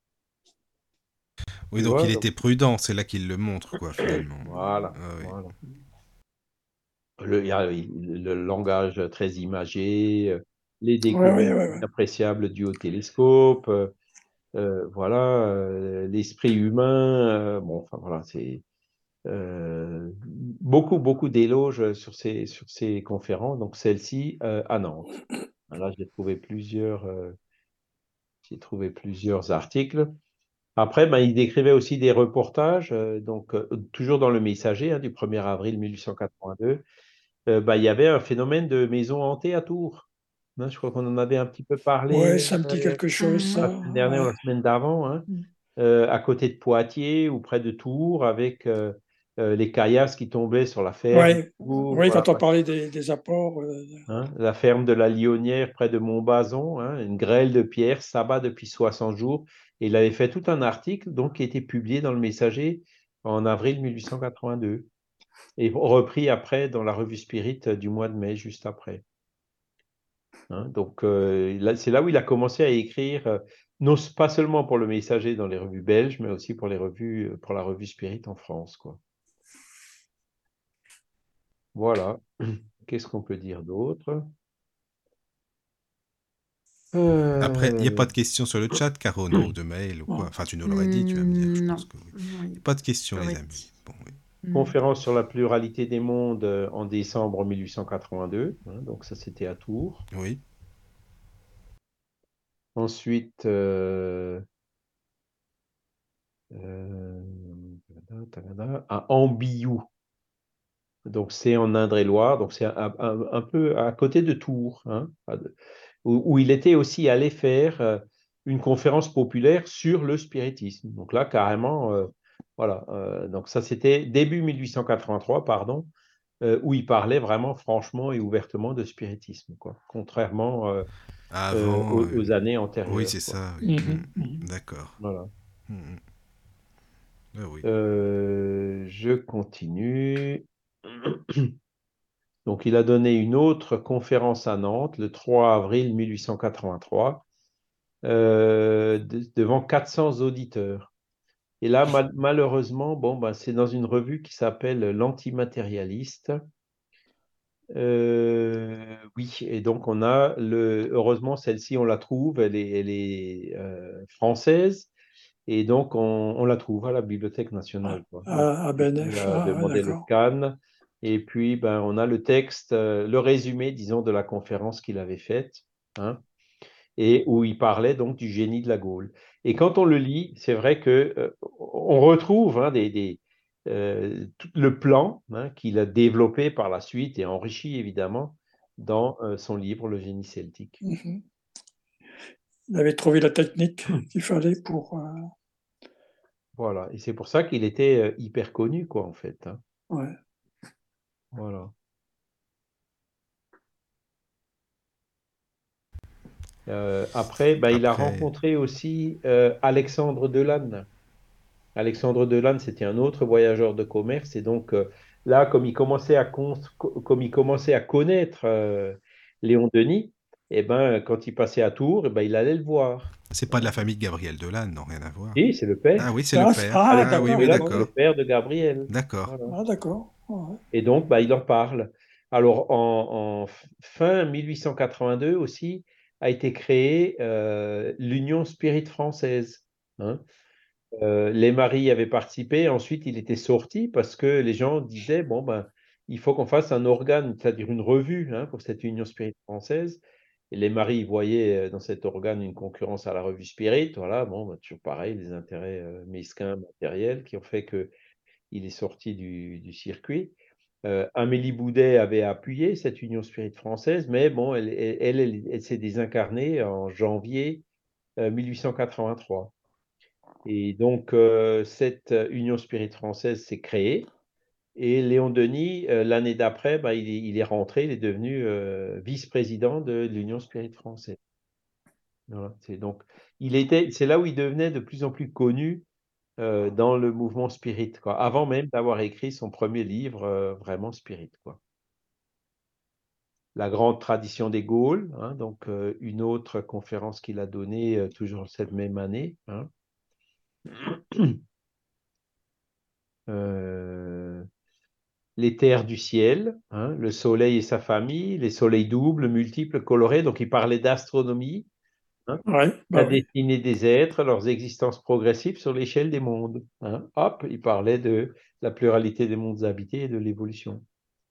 Oui, Tu donc vois, il donc, était prudent, c'est là qu'il le montre, quoi, finalement. voilà, Ah oui. voilà. Le, il y a le, le langage très imagé, euh, les Ouais, ouais, découvertes ouais, ouais. inappréciables dues au télescope, euh, euh, voilà, euh, l'esprit humain, euh, bon, enfin voilà, c'est euh, beaucoup, beaucoup d'éloges sur ces, sur ces conférences, donc celle-ci euh, à Nantes. Là, j'ai trouvé plusieurs, euh, j'ai trouvé plusieurs articles. Après, ben, il décrivait aussi des reportages, euh, donc euh, toujours dans le Messager, hein, du premier avril mille huit cent quatre-vingt-deux. Euh, ben, il y avait un phénomène de maison hantée à Tours. Hein, je crois qu'on en avait un petit peu Ouais, parlé ça me dit euh, quelque chose, Mhm. la ça. semaine dernière ou Ouais. la semaine d'avant, hein, Mm. euh, à côté de Poitiers ou près de Tours, avec euh, euh, les caillasses qui tombaient sur la ferme de Ouais. Tours, Oui, voilà, quand on parlait des, des apports. euh, hein, la ferme de la Lionnière près de Montbazon, hein, une grêle de pierre s'abat depuis soixante jours. Et il avait fait tout un article donc, qui a été publié dans le Messager en avril mille huit cent quatre-vingt-deux et repris après dans la revue Spirit du mois de mai, juste après. Hein, donc, euh, là, c'est là où il a commencé à écrire, euh, non pas seulement pour le Messager dans les revues belges, mais aussi pour les revues, pour la revue Spirit en France, quoi. Voilà. Qu'est-ce qu'on peut dire d'autre? Après, il n'y a Euh, pas de questions sur le chat, Caro, non, ou de mail ou quoi. bon. Enfin, tu nous l'aurais dit, tu vas me dire, je Mm, pense Non. que oui. Oui. Pas de questions, les J'aurais amis. dit. Bon, oui. Mm. Conférence sur la pluralité des mondes euh, en décembre mille huit cent quatre-vingt-deux. Hein, donc, ça, c'était à Tours. Oui. Ensuite, euh, euh, à Ambiou. Donc, c'est en Indre-et-Loire. Donc, c'est un, un, un peu à côté de Tours, hein, où, où il était aussi allé faire euh, une conférence populaire sur le spiritisme. Donc là, carrément, euh, voilà. Euh, donc ça, c'était début mille huit cent quatre-vingt-trois, pardon, euh, où il parlait vraiment franchement et ouvertement de spiritisme, quoi, contrairement euh, euh, Avant, aux, euh, aux années oui, antérieures, c'est quoi. ça, oui. Mhm, Mm. mhm. D'accord. Voilà. Mm, mm. Ah oui. Euh, je continue. Donc, il a donné une autre conférence à Nantes le trois avril mille huit cent quatre-vingt-trois euh, de- devant quatre cents auditeurs. Et là, mal- malheureusement, bon, ben, c'est dans une revue qui s'appelle L'Antimatérialiste. Euh, oui, et donc on a le. Heureusement, celle-ci, on la trouve, elle est, elle est euh, française, et donc on, on la trouve à la Bibliothèque nationale, quoi. Donc, À, à il B N F, a ah, ouais, demandé le d'accord. scan, et puis ben, on a le texte, euh, le résumé, disons, de la conférence qu'il avait faite, hein, et où il parlait donc du génie de la Gaule. Et quand on le lit, c'est vrai que euh, on retrouve hein, des, des, euh, tout le plan hein, qu'il a développé par la suite et enrichi évidemment dans euh, son livre Le génie celtique. Mhm. Il avait trouvé la technique qu'il fallait pour. euh, Voilà, et c'est pour ça qu'il était euh, hyper connu, quoi, en fait. Hein. ouais. Voilà. Euh, après, bah, il a Après, rencontré aussi euh, Alexandre Delanne. Alexandre Delanne, c'était un autre voyageur de commerce. Et donc, euh, là, comme il commençait à, con- co- comme il commençait à connaître euh, Léon Denis, eh ben, quand il passait à Tours, eh ben, il allait le voir. c'est pas de la famille de Gabriel Delanne, non, rien à voir. Et c'est le Ah père. oui, c'est le Ah, c- père. ah, Ah oui, Alexandre d'accord. oui, Delanne, Ah c'est le oui. d'accord. père de Gabriel. D'accord. Voilà. Ah, d'accord. Ah, ouais. Et donc, bah, il en parle. Alors, en, en fin mille huit cent quatre-vingt-deux aussi, a été créée euh, l'Union Spirit française. Hein. Euh, les maris avaient participé, ensuite il était sorti parce que les gens disaient, bon, ben, il faut qu'on fasse un organe, c'est-à-dire une revue hein, pour cette Union Spirit française. Et les maris voyaient dans cet organe une concurrence à la revue Spirit. Voilà, bon, ben, toujours pareil, les intérêts euh, mesquins, matériels, qui ont fait qu'il est sorti du, du circuit. Euh, Amélie Boudet avait appuyé cette Union Spirit française, mais bon, elle, elle, elle, elle, elle s'est désincarnée en janvier euh, mille huit cent quatre-vingt-trois. Et donc, euh, cette Union Spirit française s'est créée. Et Léon Denis, euh, l'année d'après, bah, il, est, il est rentré, il est devenu euh, vice-président de l'Union Spirit française. Voilà, c'est donc, il était, c'est là où il devenait de plus en plus connu euh, dans le mouvement spirit, quoi, avant même d'avoir écrit son premier livre euh, vraiment spirit, quoi. La grande tradition des Gaules, hein, donc euh, une autre conférence qu'il a donnée euh, toujours cette même année. Hein. Euh, les terres du ciel, hein, le soleil et sa famille, les soleils doubles, multiples, colorés. Donc il parlait d'astronomie, hein, Ouais, la bah oui. destinée des êtres, leurs existences progressives sur l'échelle des mondes. Hein. Hop, il parlait de la pluralité des mondes habités et de l'évolution.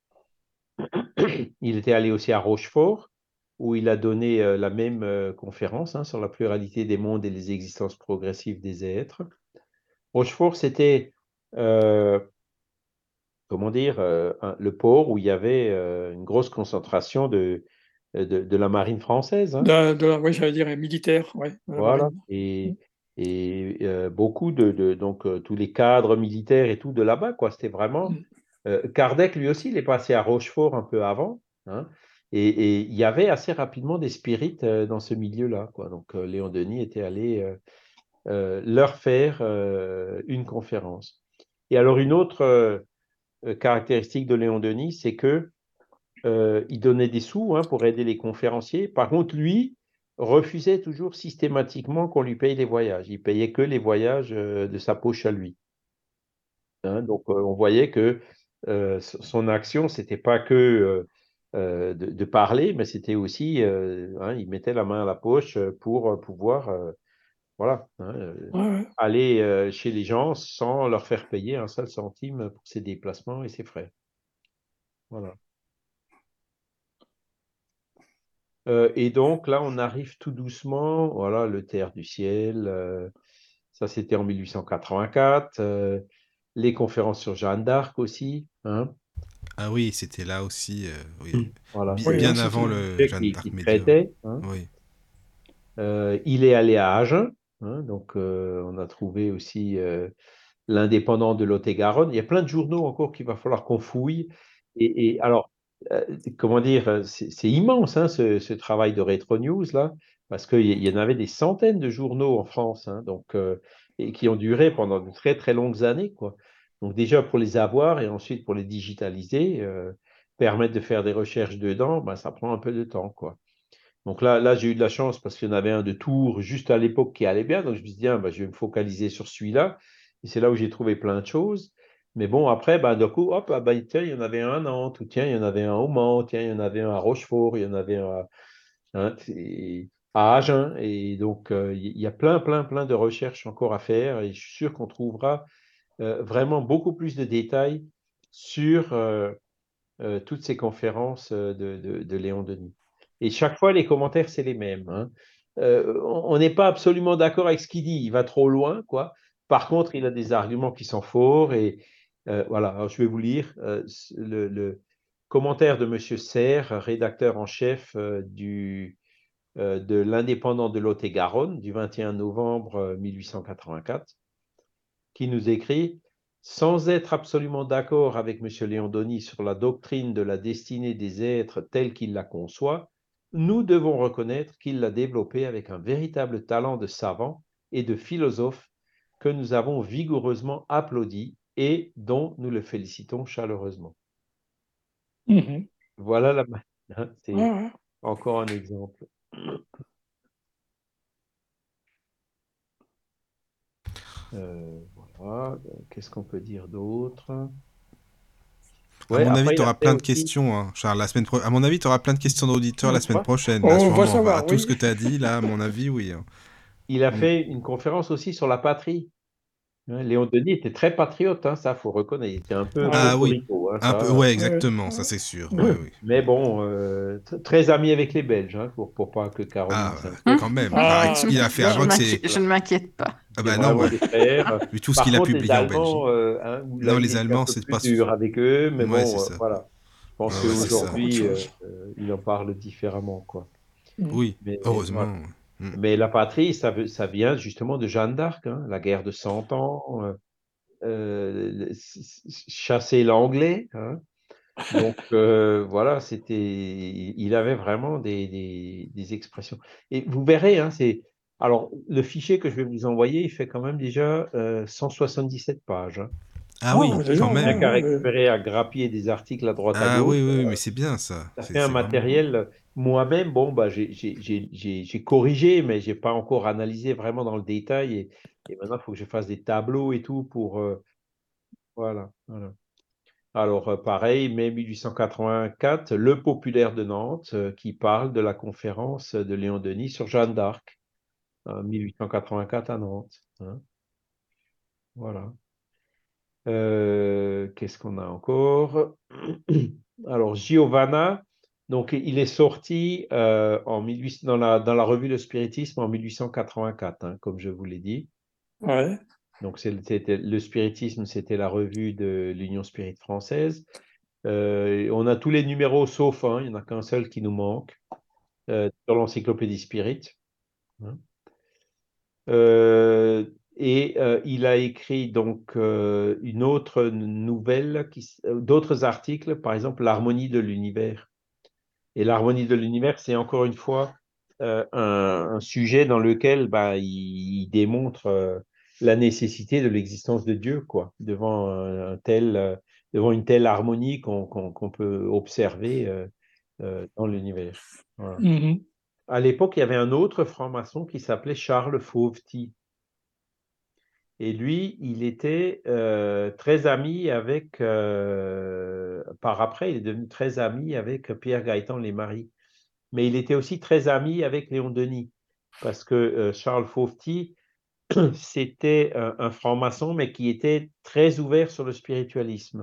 Il était allé aussi à Rochefort, où il a donné euh, la même euh, conférence hein, sur la pluralité des mondes et les existences progressives des êtres. Rochefort, c'était, euh, comment dire, euh, un- le port où il y avait euh, une grosse concentration de, de, de la marine française. Hein. De, de la, ouais, j'allais dire militaire, ouais, de la Voilà. marine. Et, et euh, beaucoup de, de donc euh, tous les cadres militaires et tout de là-bas, quoi. C'était vraiment. Mm. Euh, Kardec, lui aussi, il est passé à Rochefort un peu avant. Hein, et, et il y avait assez rapidement des spirites euh, dans ce milieu-là, quoi. Donc euh, Léon Denis était allé euh, euh, leur faire euh, une conférence. Et alors une autre euh, caractéristique de Léon Denis, c'est que euh, il donnait des sous hein, pour aider les conférenciers. Par contre, lui refusait toujours systématiquement qu'on lui paye les voyages. Il payait que les voyages euh, de sa poche à lui. Hein. Donc, euh, on voyait que euh, son action, c'était pas que euh, euh, de, de, parler, mais c'était aussi, euh, hein, il mettait la main à la poche pour pouvoir, euh, voilà, hein, euh, Ouais, ouais. aller euh, chez les gens sans leur faire payer un seul centime pour ses déplacements et ses frais. Voilà. Euh, et donc là, on arrive tout doucement, voilà, le Terre du ciel, euh, ça c'était en mille huit cent quatre-vingt-quatre, euh, les conférences sur Jeanne d'Arc aussi, hein, Ah oui, c'était là aussi, euh, oui. voilà, Bi- c'est Oui, le là, bien c'était. avant le sujet Jeanne qui, d'Arc qui médium. traitait. Hein. Oui. Euh, il est allé à Agen, hein, donc euh, on a trouvé aussi euh, l'Indépendant de Lot-et-Garonne. Il y a plein de journaux encore qu'il va falloir qu'on fouille. Et, et alors, euh, comment dire, c'est c'est immense hein, ce, ce travail de Retro News là, parce qu'il y, y en avait des centaines de journaux en France, hein, donc euh, et qui ont duré pendant de très très longues années, quoi. Donc déjà pour les avoir et ensuite pour les digitaliser, euh, permettre de faire des recherches dedans, ben, ça prend un peu de temps, quoi. Donc là, là j'ai eu de la chance parce qu'il y en avait un de Tours juste à l'époque qui allait bien. Donc je me suis dit, ah, ben, je vais me focaliser sur celui-là. Et c'est là où j'ai trouvé plein de choses. Mais bon, après, ben, d'un coup, hop, ah, ben, tiens, il y en avait un à Nantes, ou tiens, il y en avait un au Mans, tiens, il y en avait un à Rochefort, il y en avait un à, hein, c'est- à Agen. Et donc, euh, il y a plein, plein, plein de recherches encore à faire. Et je suis sûr qu'on trouvera euh, vraiment beaucoup plus de détails sur euh, euh, toutes ces conférences euh, de, de, de Léon Denis. Et chaque fois, les commentaires, c'est les mêmes. Hein. Euh, on n'est pas absolument d'accord avec ce qu'il dit. Il va trop loin, quoi. Par contre, il a des arguments qui sont forts. Et euh, voilà, alors, je vais vous lire euh, le, le, commentaire de M. Serre, rédacteur en chef euh, du, euh, de l'Indépendant de Lot-et-Garonne du vingt et un novembre mille huit cent quatre-vingt-quatre, qui nous écrit sans être absolument d'accord avec M. Léon Denis sur la doctrine de la destinée des êtres telle qu'il la conçoit, nous devons reconnaître qu'il l'a développée avec un véritable talent de savant et de philosophe que nous avons vigoureusement applaudi et dont nous le félicitons chaleureusement. Mhm. Voilà la... Ouais, c'est ouais. encore un exemple. Euh, voilà. Qu'est-ce qu'on peut dire d'autre? À Ouais, mon avis, après, tu il a auras fait plein de aussi. questions, hein, Charles. La semaine pro- À mon avis, tu auras plein de questions d'auditeurs la Tu semaine vois, prochaine. Oh, Là, on sûrement. va Enfin, savoir, à tout ce que oui. tu as dit, là, à mon avis, oui. hein. il a Mm. fait une conférence aussi sur la patrie. Hein, Léon Denis était très patriote, hein, ça, faut reconnaître. Il était un peu Ah, Ah oui, cocorico, hein, un peu, ça. ouais, ouais, exactement, ça ouais. c'est sûr. Mm. Ouais, oui. Mais bon, euh, t- très ami avec les Belges, hein, pour, pour pas que Caroline Ah, s'inquiète. quand même. Enfin, avec ce Ah, qu'il a fait, Je je ne crois que m'inquiète, c'est. je ne m'inquiète pas. Ah C'est bah non, vraiment ouais. des frères. Vu tout ce Par qu'il a contre, les publié en Belgique. Allemands, euh, hein, où là, Non, il les était un Allemands, peu c'est plus pas dur sûr. avec eux, mais Ouais, c'est bon, euh, ça. voilà. Je pense Ouais, ouais, ça, c'est c'est ça. encore autre qu'aujourd'hui, euh, chose. euh, il en parle différemment, quoi. Mm. Oui, Mais heureusement. voilà. Mm. Mais la patrie, ça, veut- ça vient justement de Jeanne d'Arc, hein, la guerre de Cent Ans, euh, euh, le- s- s- chasser l'anglais. Hein. Donc euh, voilà, c'était, il avait vraiment des, des, des expressions. Et vous verrez, hein, c'est, alors le fichier que je vais vous envoyer, il fait quand même déjà euh, cent soixante-dix-sept pages. Hein. Ah oui, Oh, déjà, quand Rien même. qu'à ouais, ouais. récupérer, à grappiller des articles à droite à Ah gauche, oui, oui, oui, mais c'est bien ça. ça C'est fait un c'est vraiment. matériel. Moi-même, bon, bah, j'ai j'ai- j'ai- j'ai- j'ai corrigé, mais j'ai pas encore analysé vraiment dans le détail. Et, et maintenant, il faut que je fasse des tableaux et tout pour. euh, voilà, voilà. Alors, euh, pareil, mai mille huit cent quatre-vingt-quatre, Le Populaire de Nantes, euh, qui parle de la conférence de Léon Denis sur Jeanne d'Arc, en mille huit cent quatre-vingt-quatre à Nantes. Hein. Voilà. Euh, qu'est-ce qu'on a encore? Alors, Giovanna, donc il est sorti euh, en mille huit cents dans la, dans la revue Le Spiritisme en mille huit cent quatre-vingt-quatre, hein, comme je vous l'ai dit. Ouais. Donc, c'est- c'était, le Spiritisme, c'était la revue de l'Union Spirit française. Euh, on a tous les numéros sauf un, il n'y en a qu'un seul qui nous manque, euh, sur l'encyclopédie Spirit. Hein. Euh, et euh, il a écrit donc euh, une autre nouvelle, qui s- euh, d'autres articles, par exemple l'harmonie de l'univers. Et l'harmonie de l'univers, c'est encore une fois euh, un, un sujet dans lequel bah, il, il démontre euh, la nécessité de l'existence de Dieu, quoi, devant un, un tel, euh, devant une telle harmonie qu'on qu'on, qu'on peut observer euh, euh, dans l'univers. Voilà. Mhm. À l'époque, il y avait un autre franc-maçon qui s'appelait Charles Fauvetit. Et lui, il était euh, très ami avec, euh, par après, il est devenu très ami avec Pierre Gaëtan Lesmarie. Mais il était aussi très ami avec Léon Denis, parce que euh, Charles Fauvetit, c'était un, un franc-maçon, mais qui était très ouvert sur le spiritualisme.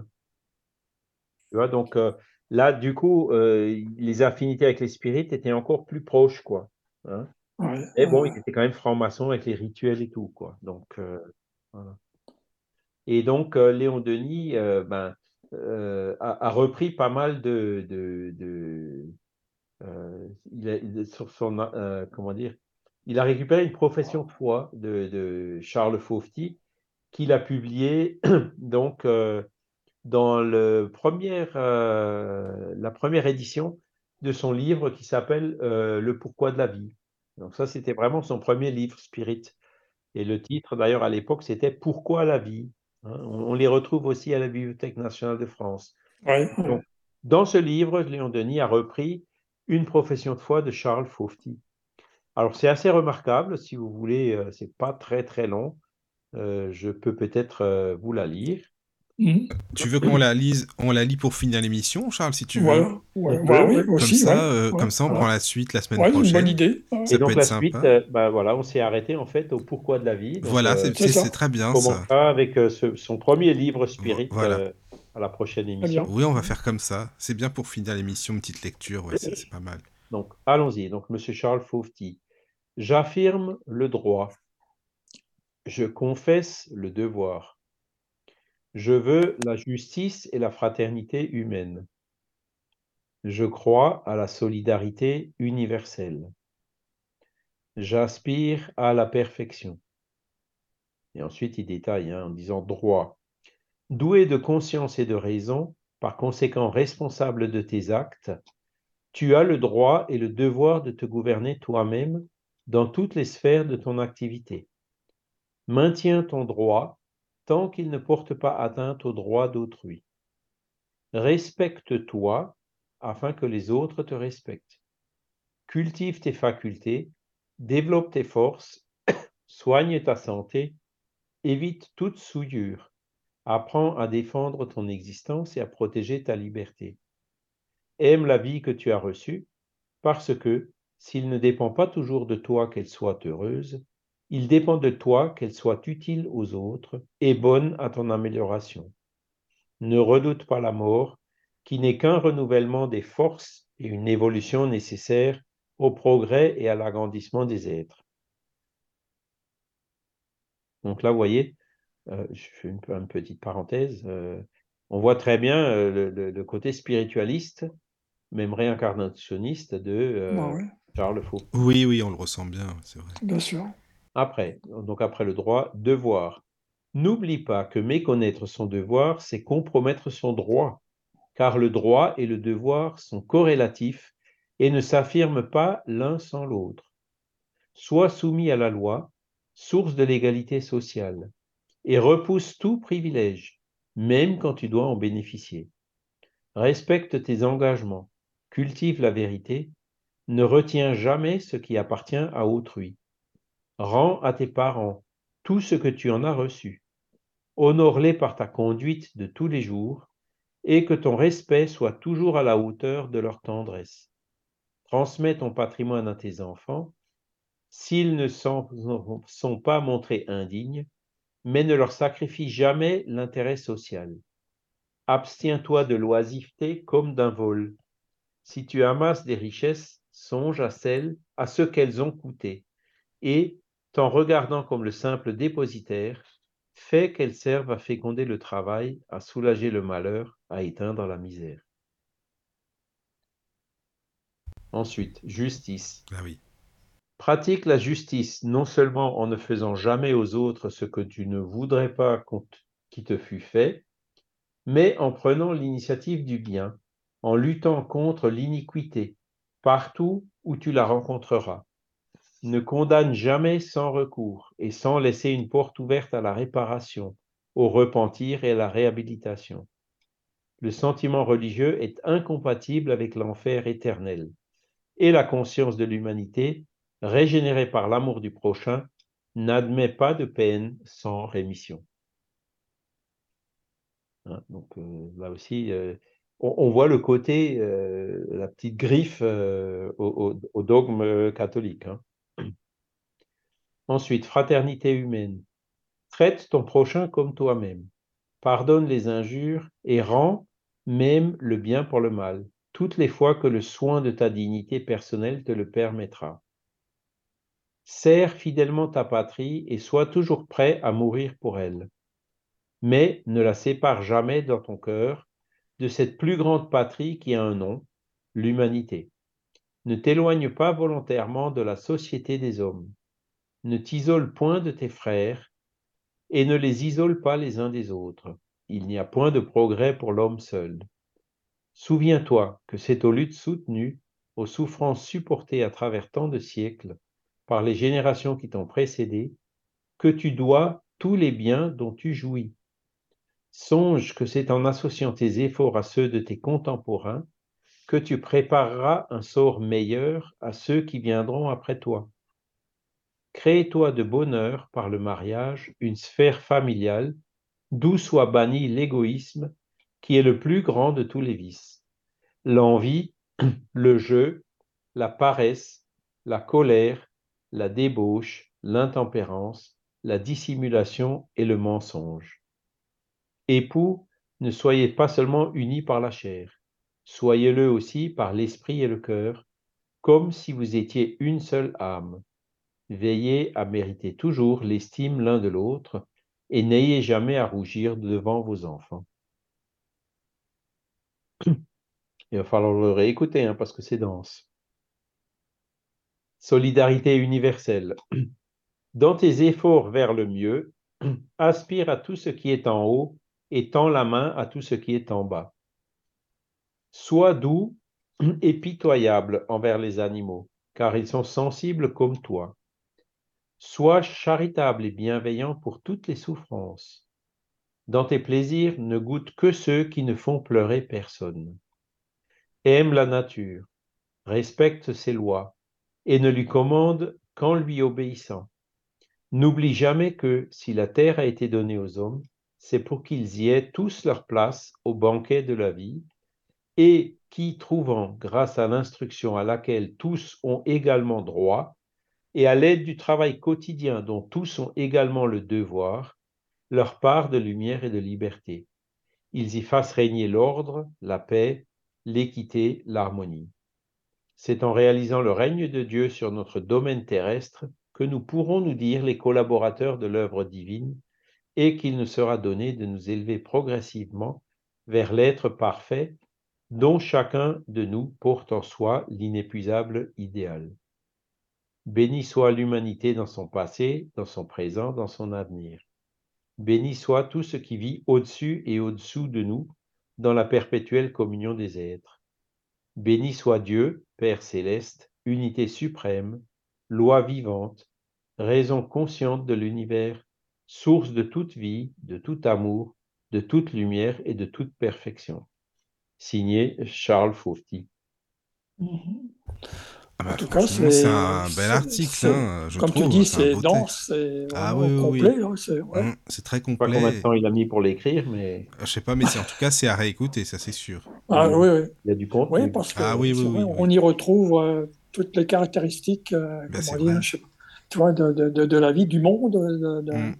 Tu vois, donc euh, là, du coup, euh, les affinités avec les spirites étaient encore plus proches, quoi. Hein. Ouais, Et bon, ouais. il était quand même franc-maçon avec les rituels et tout, quoi. Donc, euh, voilà. Et donc, euh, Léon Denis euh, ben, euh, a, a repris pas mal de... de, de euh, il a, il- sur son, euh, comment dire, il a récupéré une profession de foi de, de Charles Fauvetit qu'il a publié donc euh, dans le première, euh, la première édition de son livre qui s'appelle euh, Le pourquoi de la vie. Donc ça, c'était vraiment son premier livre spirit. Et le titre, d'ailleurs, à l'époque, c'était Pourquoi la vie? Hein, on, on les retrouve aussi à la Bibliothèque nationale de France. Ouais, ouais. Donc, dans ce livre, Léon Denis a repris une profession de foi de Charles Fauvetit. Alors, c'est assez remarquable, si vous voulez, euh, c'est pas très très long. Euh, je peux peut-être euh, vous la lire. Mhm. Tu veux qu'on la lise, on la lit pour finir l'émission, Charles, si tu veux. Voilà. Ouais, On bah peut, oui, oui. Comme aussi, ça, ouais. euh, Ouais, comme ça, on ouais. prend la suite la semaine Ouais, c'est une bonne prochaine. idée. Ouais. Et Ça peut donc être la sympa. suite, euh, ben voilà, on s'est arrêté en fait au pourquoi de la vie. Donc Voilà, euh, c'est C'est c'est- ça. c'est très on bien ça. commencera avec euh, ce- son premier livre Vo- Spirit Voilà. euh, à la prochaine Très bien. émission. Oui, on va faire comme ça. C'est bien pour finir l'émission, une petite lecture, ouais, c'est c'est pas mal. Donc allons-y. Donc Monsieur Charles Fauvetit. J'affirme le droit. Je confesse le devoir. Je veux la justice et la fraternité humaine. Je crois à la solidarité universelle. J'aspire à la perfection. Et ensuite, il détaille hein, en disant droit. Doué de conscience et de raison, par conséquent responsable de tes actes, tu as le droit et le devoir de te gouverner toi-même dans toutes les sphères de ton activité. Maintiens ton droit tant qu'il ne porte pas atteinte aux droits d'autrui. Respecte-toi afin que les autres te respectent. Cultive tes facultés, développe tes forces, soigne ta santé, évite toute souillure, Apprends à défendre ton existence et à protéger ta liberté. Aime la vie que tu as reçue, parce que, s'il ne dépend pas toujours de toi qu'elle soit heureuse, il dépend de toi qu'elle soit utile aux autres et bonne à ton amélioration. Ne redoute pas la mort, qui n'est qu'un renouvellement des forces et une évolution nécessaire au progrès et à l'agrandissement des êtres. Donc là, vous voyez, euh, je fais une, une petite parenthèse, euh, on voit très bien euh, le, le, le côté spiritualiste, même réincarnationniste de euh, Bah ouais, Charles Foucault. Oui, oui, on le ressent bien, c'est vrai. bien sûr. Après, donc après le droit, devoir. N'oublie pas que méconnaître son devoir, c'est compromettre son droit, car le droit et le devoir sont corrélatifs et ne s'affirment pas l'un sans l'autre. Sois soumis à la loi, source de l'égalité sociale, et repousse tout privilège, même quand tu dois en bénéficier. Respecte tes engagements, cultive la vérité, ne retiens jamais ce qui appartient à autrui. Rends à tes parents tout ce que tu en as reçu. Honore-les par ta conduite de tous les jours, et que ton respect soit toujours à la hauteur de leur tendresse. Transmets ton patrimoine à tes enfants, s'ils ne s'en sont pas montrés indignes, mais ne leur sacrifie jamais l'intérêt social. Abstiens-toi de l'oisiveté comme d'un vol. Si tu amasses des richesses, songe à celles, à ce qu'elles ont coûté, et, t'en regardant comme le simple dépositaire, fais qu'elles servent à féconder le travail, à soulager le malheur, à éteindre la misère. Ensuite, justice. Ah oui. Pratique la justice non seulement en ne faisant jamais aux autres ce que tu ne voudrais pas qui te fût fait, mais en prenant l'initiative du bien, en luttant contre l'iniquité, partout où tu la rencontreras. Ne condamne jamais sans recours et sans laisser une porte ouverte à la réparation, au repentir et à la réhabilitation. Le sentiment religieux est incompatible avec l'enfer éternel, et la conscience de l'humanité, régénérée par l'amour du prochain, n'admet pas de peine sans rémission. Hein, donc euh, là aussi, euh, on, on voit le côté, euh, la petite griffe euh, au, au, au dogme catholique. Hein. Ensuite, fraternité humaine. Traite ton prochain comme toi-même. Pardonne les injures et rends même le bien pour le mal, toutes les fois que le soin de ta dignité personnelle te le permettra. Sers fidèlement ta patrie et sois toujours prêt à mourir pour elle. Mais ne la sépare jamais dans ton cœur de cette plus grande patrie qui a un nom, l'humanité. Ne t'éloigne pas volontairement de la société des hommes. Ne t'isole point de tes frères et ne les isole pas les uns des autres. Il n'y a point de progrès pour l'homme seul. Souviens-toi que c'est aux luttes soutenues, aux souffrances supportées à travers tant de siècles, par les générations qui t'ont précédé, que tu dois tous les biens dont tu jouis. Songe que c'est en associant tes efforts à ceux de tes contemporains que tu prépareras un sort meilleur à ceux qui viendront après toi. Crée-toi de bonheur par le mariage une sphère familiale d'où soit banni l'égoïsme qui est le plus grand de tous les vices. L'envie, le jeu, la paresse, la colère, la débauche, l'intempérance, la dissimulation et le mensonge. Époux, ne soyez pas seulement unis par la chair, soyez-le aussi par l'esprit et le cœur, comme si vous étiez une seule âme. Veillez à mériter toujours l'estime l'un de l'autre et n'ayez jamais à rougir devant vos enfants. Il va falloir le réécouter hein, parce que c'est dense. Solidarité universelle. Dans tes efforts vers le mieux, aspire à tout ce qui est en haut et tends la main à tout ce qui est en bas. Sois doux et pitoyable envers les animaux, car ils sont sensibles comme toi. Sois charitable et bienveillant pour toutes les souffrances. Dans tes plaisirs, ne goûte que ceux qui ne font pleurer personne. Aime la nature, respecte ses lois, et ne lui commande qu'en lui obéissant. N'oublie jamais que, si la terre a été donnée aux hommes, c'est pour qu'ils y aient tous leur place au banquet de la vie, et qui, trouvant, grâce à l'instruction à laquelle tous ont également droit, et à l'aide du travail quotidien dont tous ont également le devoir, leur part de lumière et de liberté, ils y fassent régner l'ordre, la paix, l'équité, l'harmonie. C'est en réalisant le règne de Dieu sur notre domaine terrestre que nous pourrons nous dire les collaborateurs de l'œuvre divine, et qu'il nous sera donné de nous élever progressivement vers l'être parfait dont chacun de nous porte en soi l'inépuisable idéal. Béni soit l'humanité dans son passé, dans son présent, dans son avenir. Béni soit tout ce qui vit au-dessus et au-dessous de nous, dans la perpétuelle communion des êtres. Béni soit Dieu, Père céleste, unité suprême, loi vivante, raison consciente de l'univers, source de toute vie, de tout amour, de toute lumière et de toute perfection. Signé Charles Faufty. Mhm. Ah bah, En tout cas, franchement, c'est c'est un bel c'est- article, c'est- hein, je comme tu trouve. dis, C'est un c'est beau dense, texte. c'est Ah vraiment oui, oui, complet. oui. Hein, c'est- ouais. Hum, c'est très Je sais pas combien de complet. temps il a mis pour l'écrire, mais Je sais pas, mais c'est en tout cas, c'est à réécouter, ça c'est sûr. Ah il, oui, oui. il y a du Oui, contenu. parce que Ah oui, oui, c'est vrai, oui, on oui. y retrouve euh, toutes les caractéristiques, euh, Ben, comment c'est dire, vrai. je sais pas, tu vois, de, de, de, de la vie, du monde. De, de- Hum.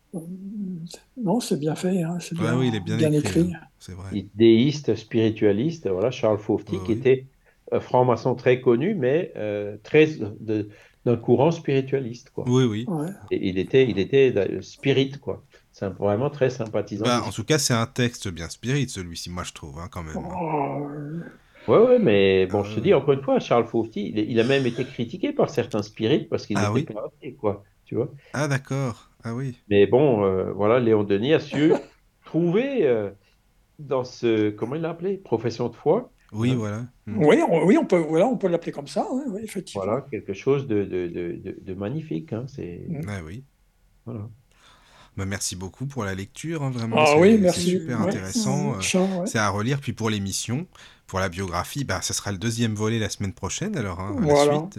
Non, c'est bien fait, hein, c'est Ouais, bien, oui, il est bien, bien écrit, écrit. hein, c'est vrai. Il- Déiste, spiritualiste, voilà, Charles Faufty, Ouais, qui oui. était un franc-maçon très connu, mais euh, très de- d'un courant spiritualiste, quoi. Oui, oui. Ouais. Et il était, il était euh, spirit, quoi. C'est un- vraiment très sympathisant. Bah, du en tout cas, c'est un texte bien spirit, celui-ci, moi je trouve, hein, quand même. Oh, euh, Ouais, ouais, mais bon, Ah, je te ouais, dis ouais. encore une fois, Charles Faufty, il, il a même été critiqué par certains spirites parce qu'il Ah n'était oui? pas athée, quoi, tu vois. Ah d'accord. Ah oui. Mais bon, euh, voilà, Léon Denis a su trouver euh, dans ce, comment il l'a appelé, profession de foi, Oui, hein, voilà. Hmm. oui, on, oui, on peut, voilà, on peut l'appeler comme ça, hein, oui, effectivement. voilà, quelque chose de, de, de, de, de magnifique, hein, c'est, Mm. Ah oui. voilà. Bah, merci beaucoup pour la lecture, hein, vraiment, Ah c'est oui, c'est merci. super Ouais, intéressant. ouais, euh, Charles, ouais. c'est à relire. Puis pour l'émission, pour la biographie, bah, ça sera le deuxième volet la semaine prochaine, alors, hein, à la Voilà. suite.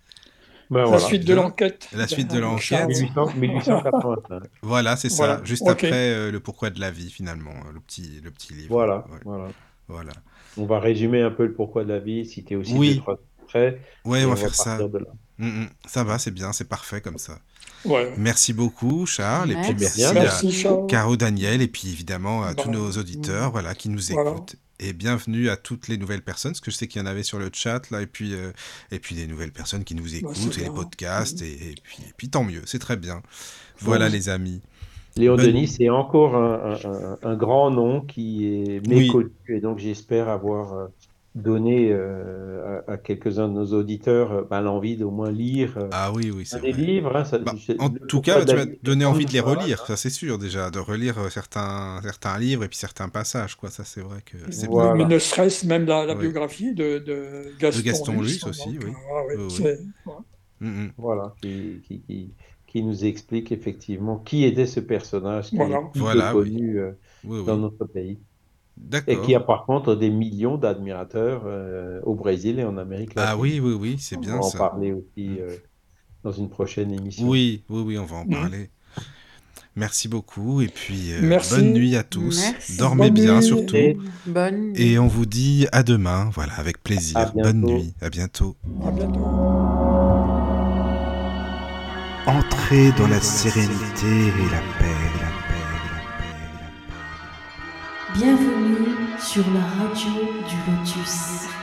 Ben La voilà, suite de Bien. l'enquête La suite de avec l'enquête. Charles. mille huit cents mille huit cent quatre-vingt-cinq. Voilà, c'est ça. Voilà, Juste ok. après euh, le pourquoi de la vie, finalement, euh, le petit, le petit livre. Voilà, Ouais, voilà. voilà. On va résumer un peu le pourquoi de la vie, citer aussi deux, Oui, trois traits, ouais, et on on va va faire ça. partir de là. Mm, mm. Ça va, c'est bien, c'est parfait comme ça. Ouais, ouais. Merci beaucoup, Charles, et puis Merci. merci Bien, à Merci, Charles. Caro, Daniel, et puis évidemment à Bah, tous nos auditeurs, voilà, qui nous voilà. écoutent. Et bienvenue à toutes les nouvelles personnes, parce que je sais qu'il y en avait sur le chat, là, et puis, euh, et puis des nouvelles personnes qui nous Bah, écoutent, c'est et les bien. podcasts, Mm. et, et puis, et puis tant mieux, c'est très bien. Voilà, Donc, les amis. Léon Bonne- Denis, c'est encore un, un- un- un grand nom qui est Oui, méconnu, et donc j'espère avoir euh, donné euh, à, à quelques-uns de nos auditeurs euh, ben, l'envie d'au moins lire euh, ah oui, oui, un c'est des vrai. livres. Hein, ça- Bah, c'est- en le tout pourquoi cas, de tu la m'as vie, c'est donné comme envie une de les phrase, relire, hein. ça c'est sûr déjà, de relire euh, certains, certains livres et puis certains passages, quoi. Ça c'est vrai que c'est bien. Voilà. Mais ne serait-ce même la, la Oui. biographie de, de De Gaston, Gaston Luce. Luce hein, aussi, donc, oui. euh, ah ouais, Oui, oui. c'est- ouais. Mm, mm. Voilà, qui, qui, qui, qui nous explique effectivement qui était ce personnage qui Voilà. est si peu Voilà, oui. connu euh, Oui, dans oui. notre pays. Et D'accord. qui a par contre des millions d'admirateurs euh, au Brésil et en Amérique Ah latine. oui, oui, oui, c'est On bien va en ça. parler aussi Mm. euh, dans une prochaine émission. Oui, oui, oui, on va en Mm. parler. Merci beaucoup et puis euh, Merci. bonne nuit à tous. Merci. Dormez Bonne bien nuit. surtout. Et Bonne nuit. Et on vous dit à demain, voilà, avec à plaisir. Bonne bientôt. nuit, à bientôt. À bientôt. Entrez dans la sérénité et la paix, la paix, la paix, la paix. Bienvenue sur la radio du Lotus.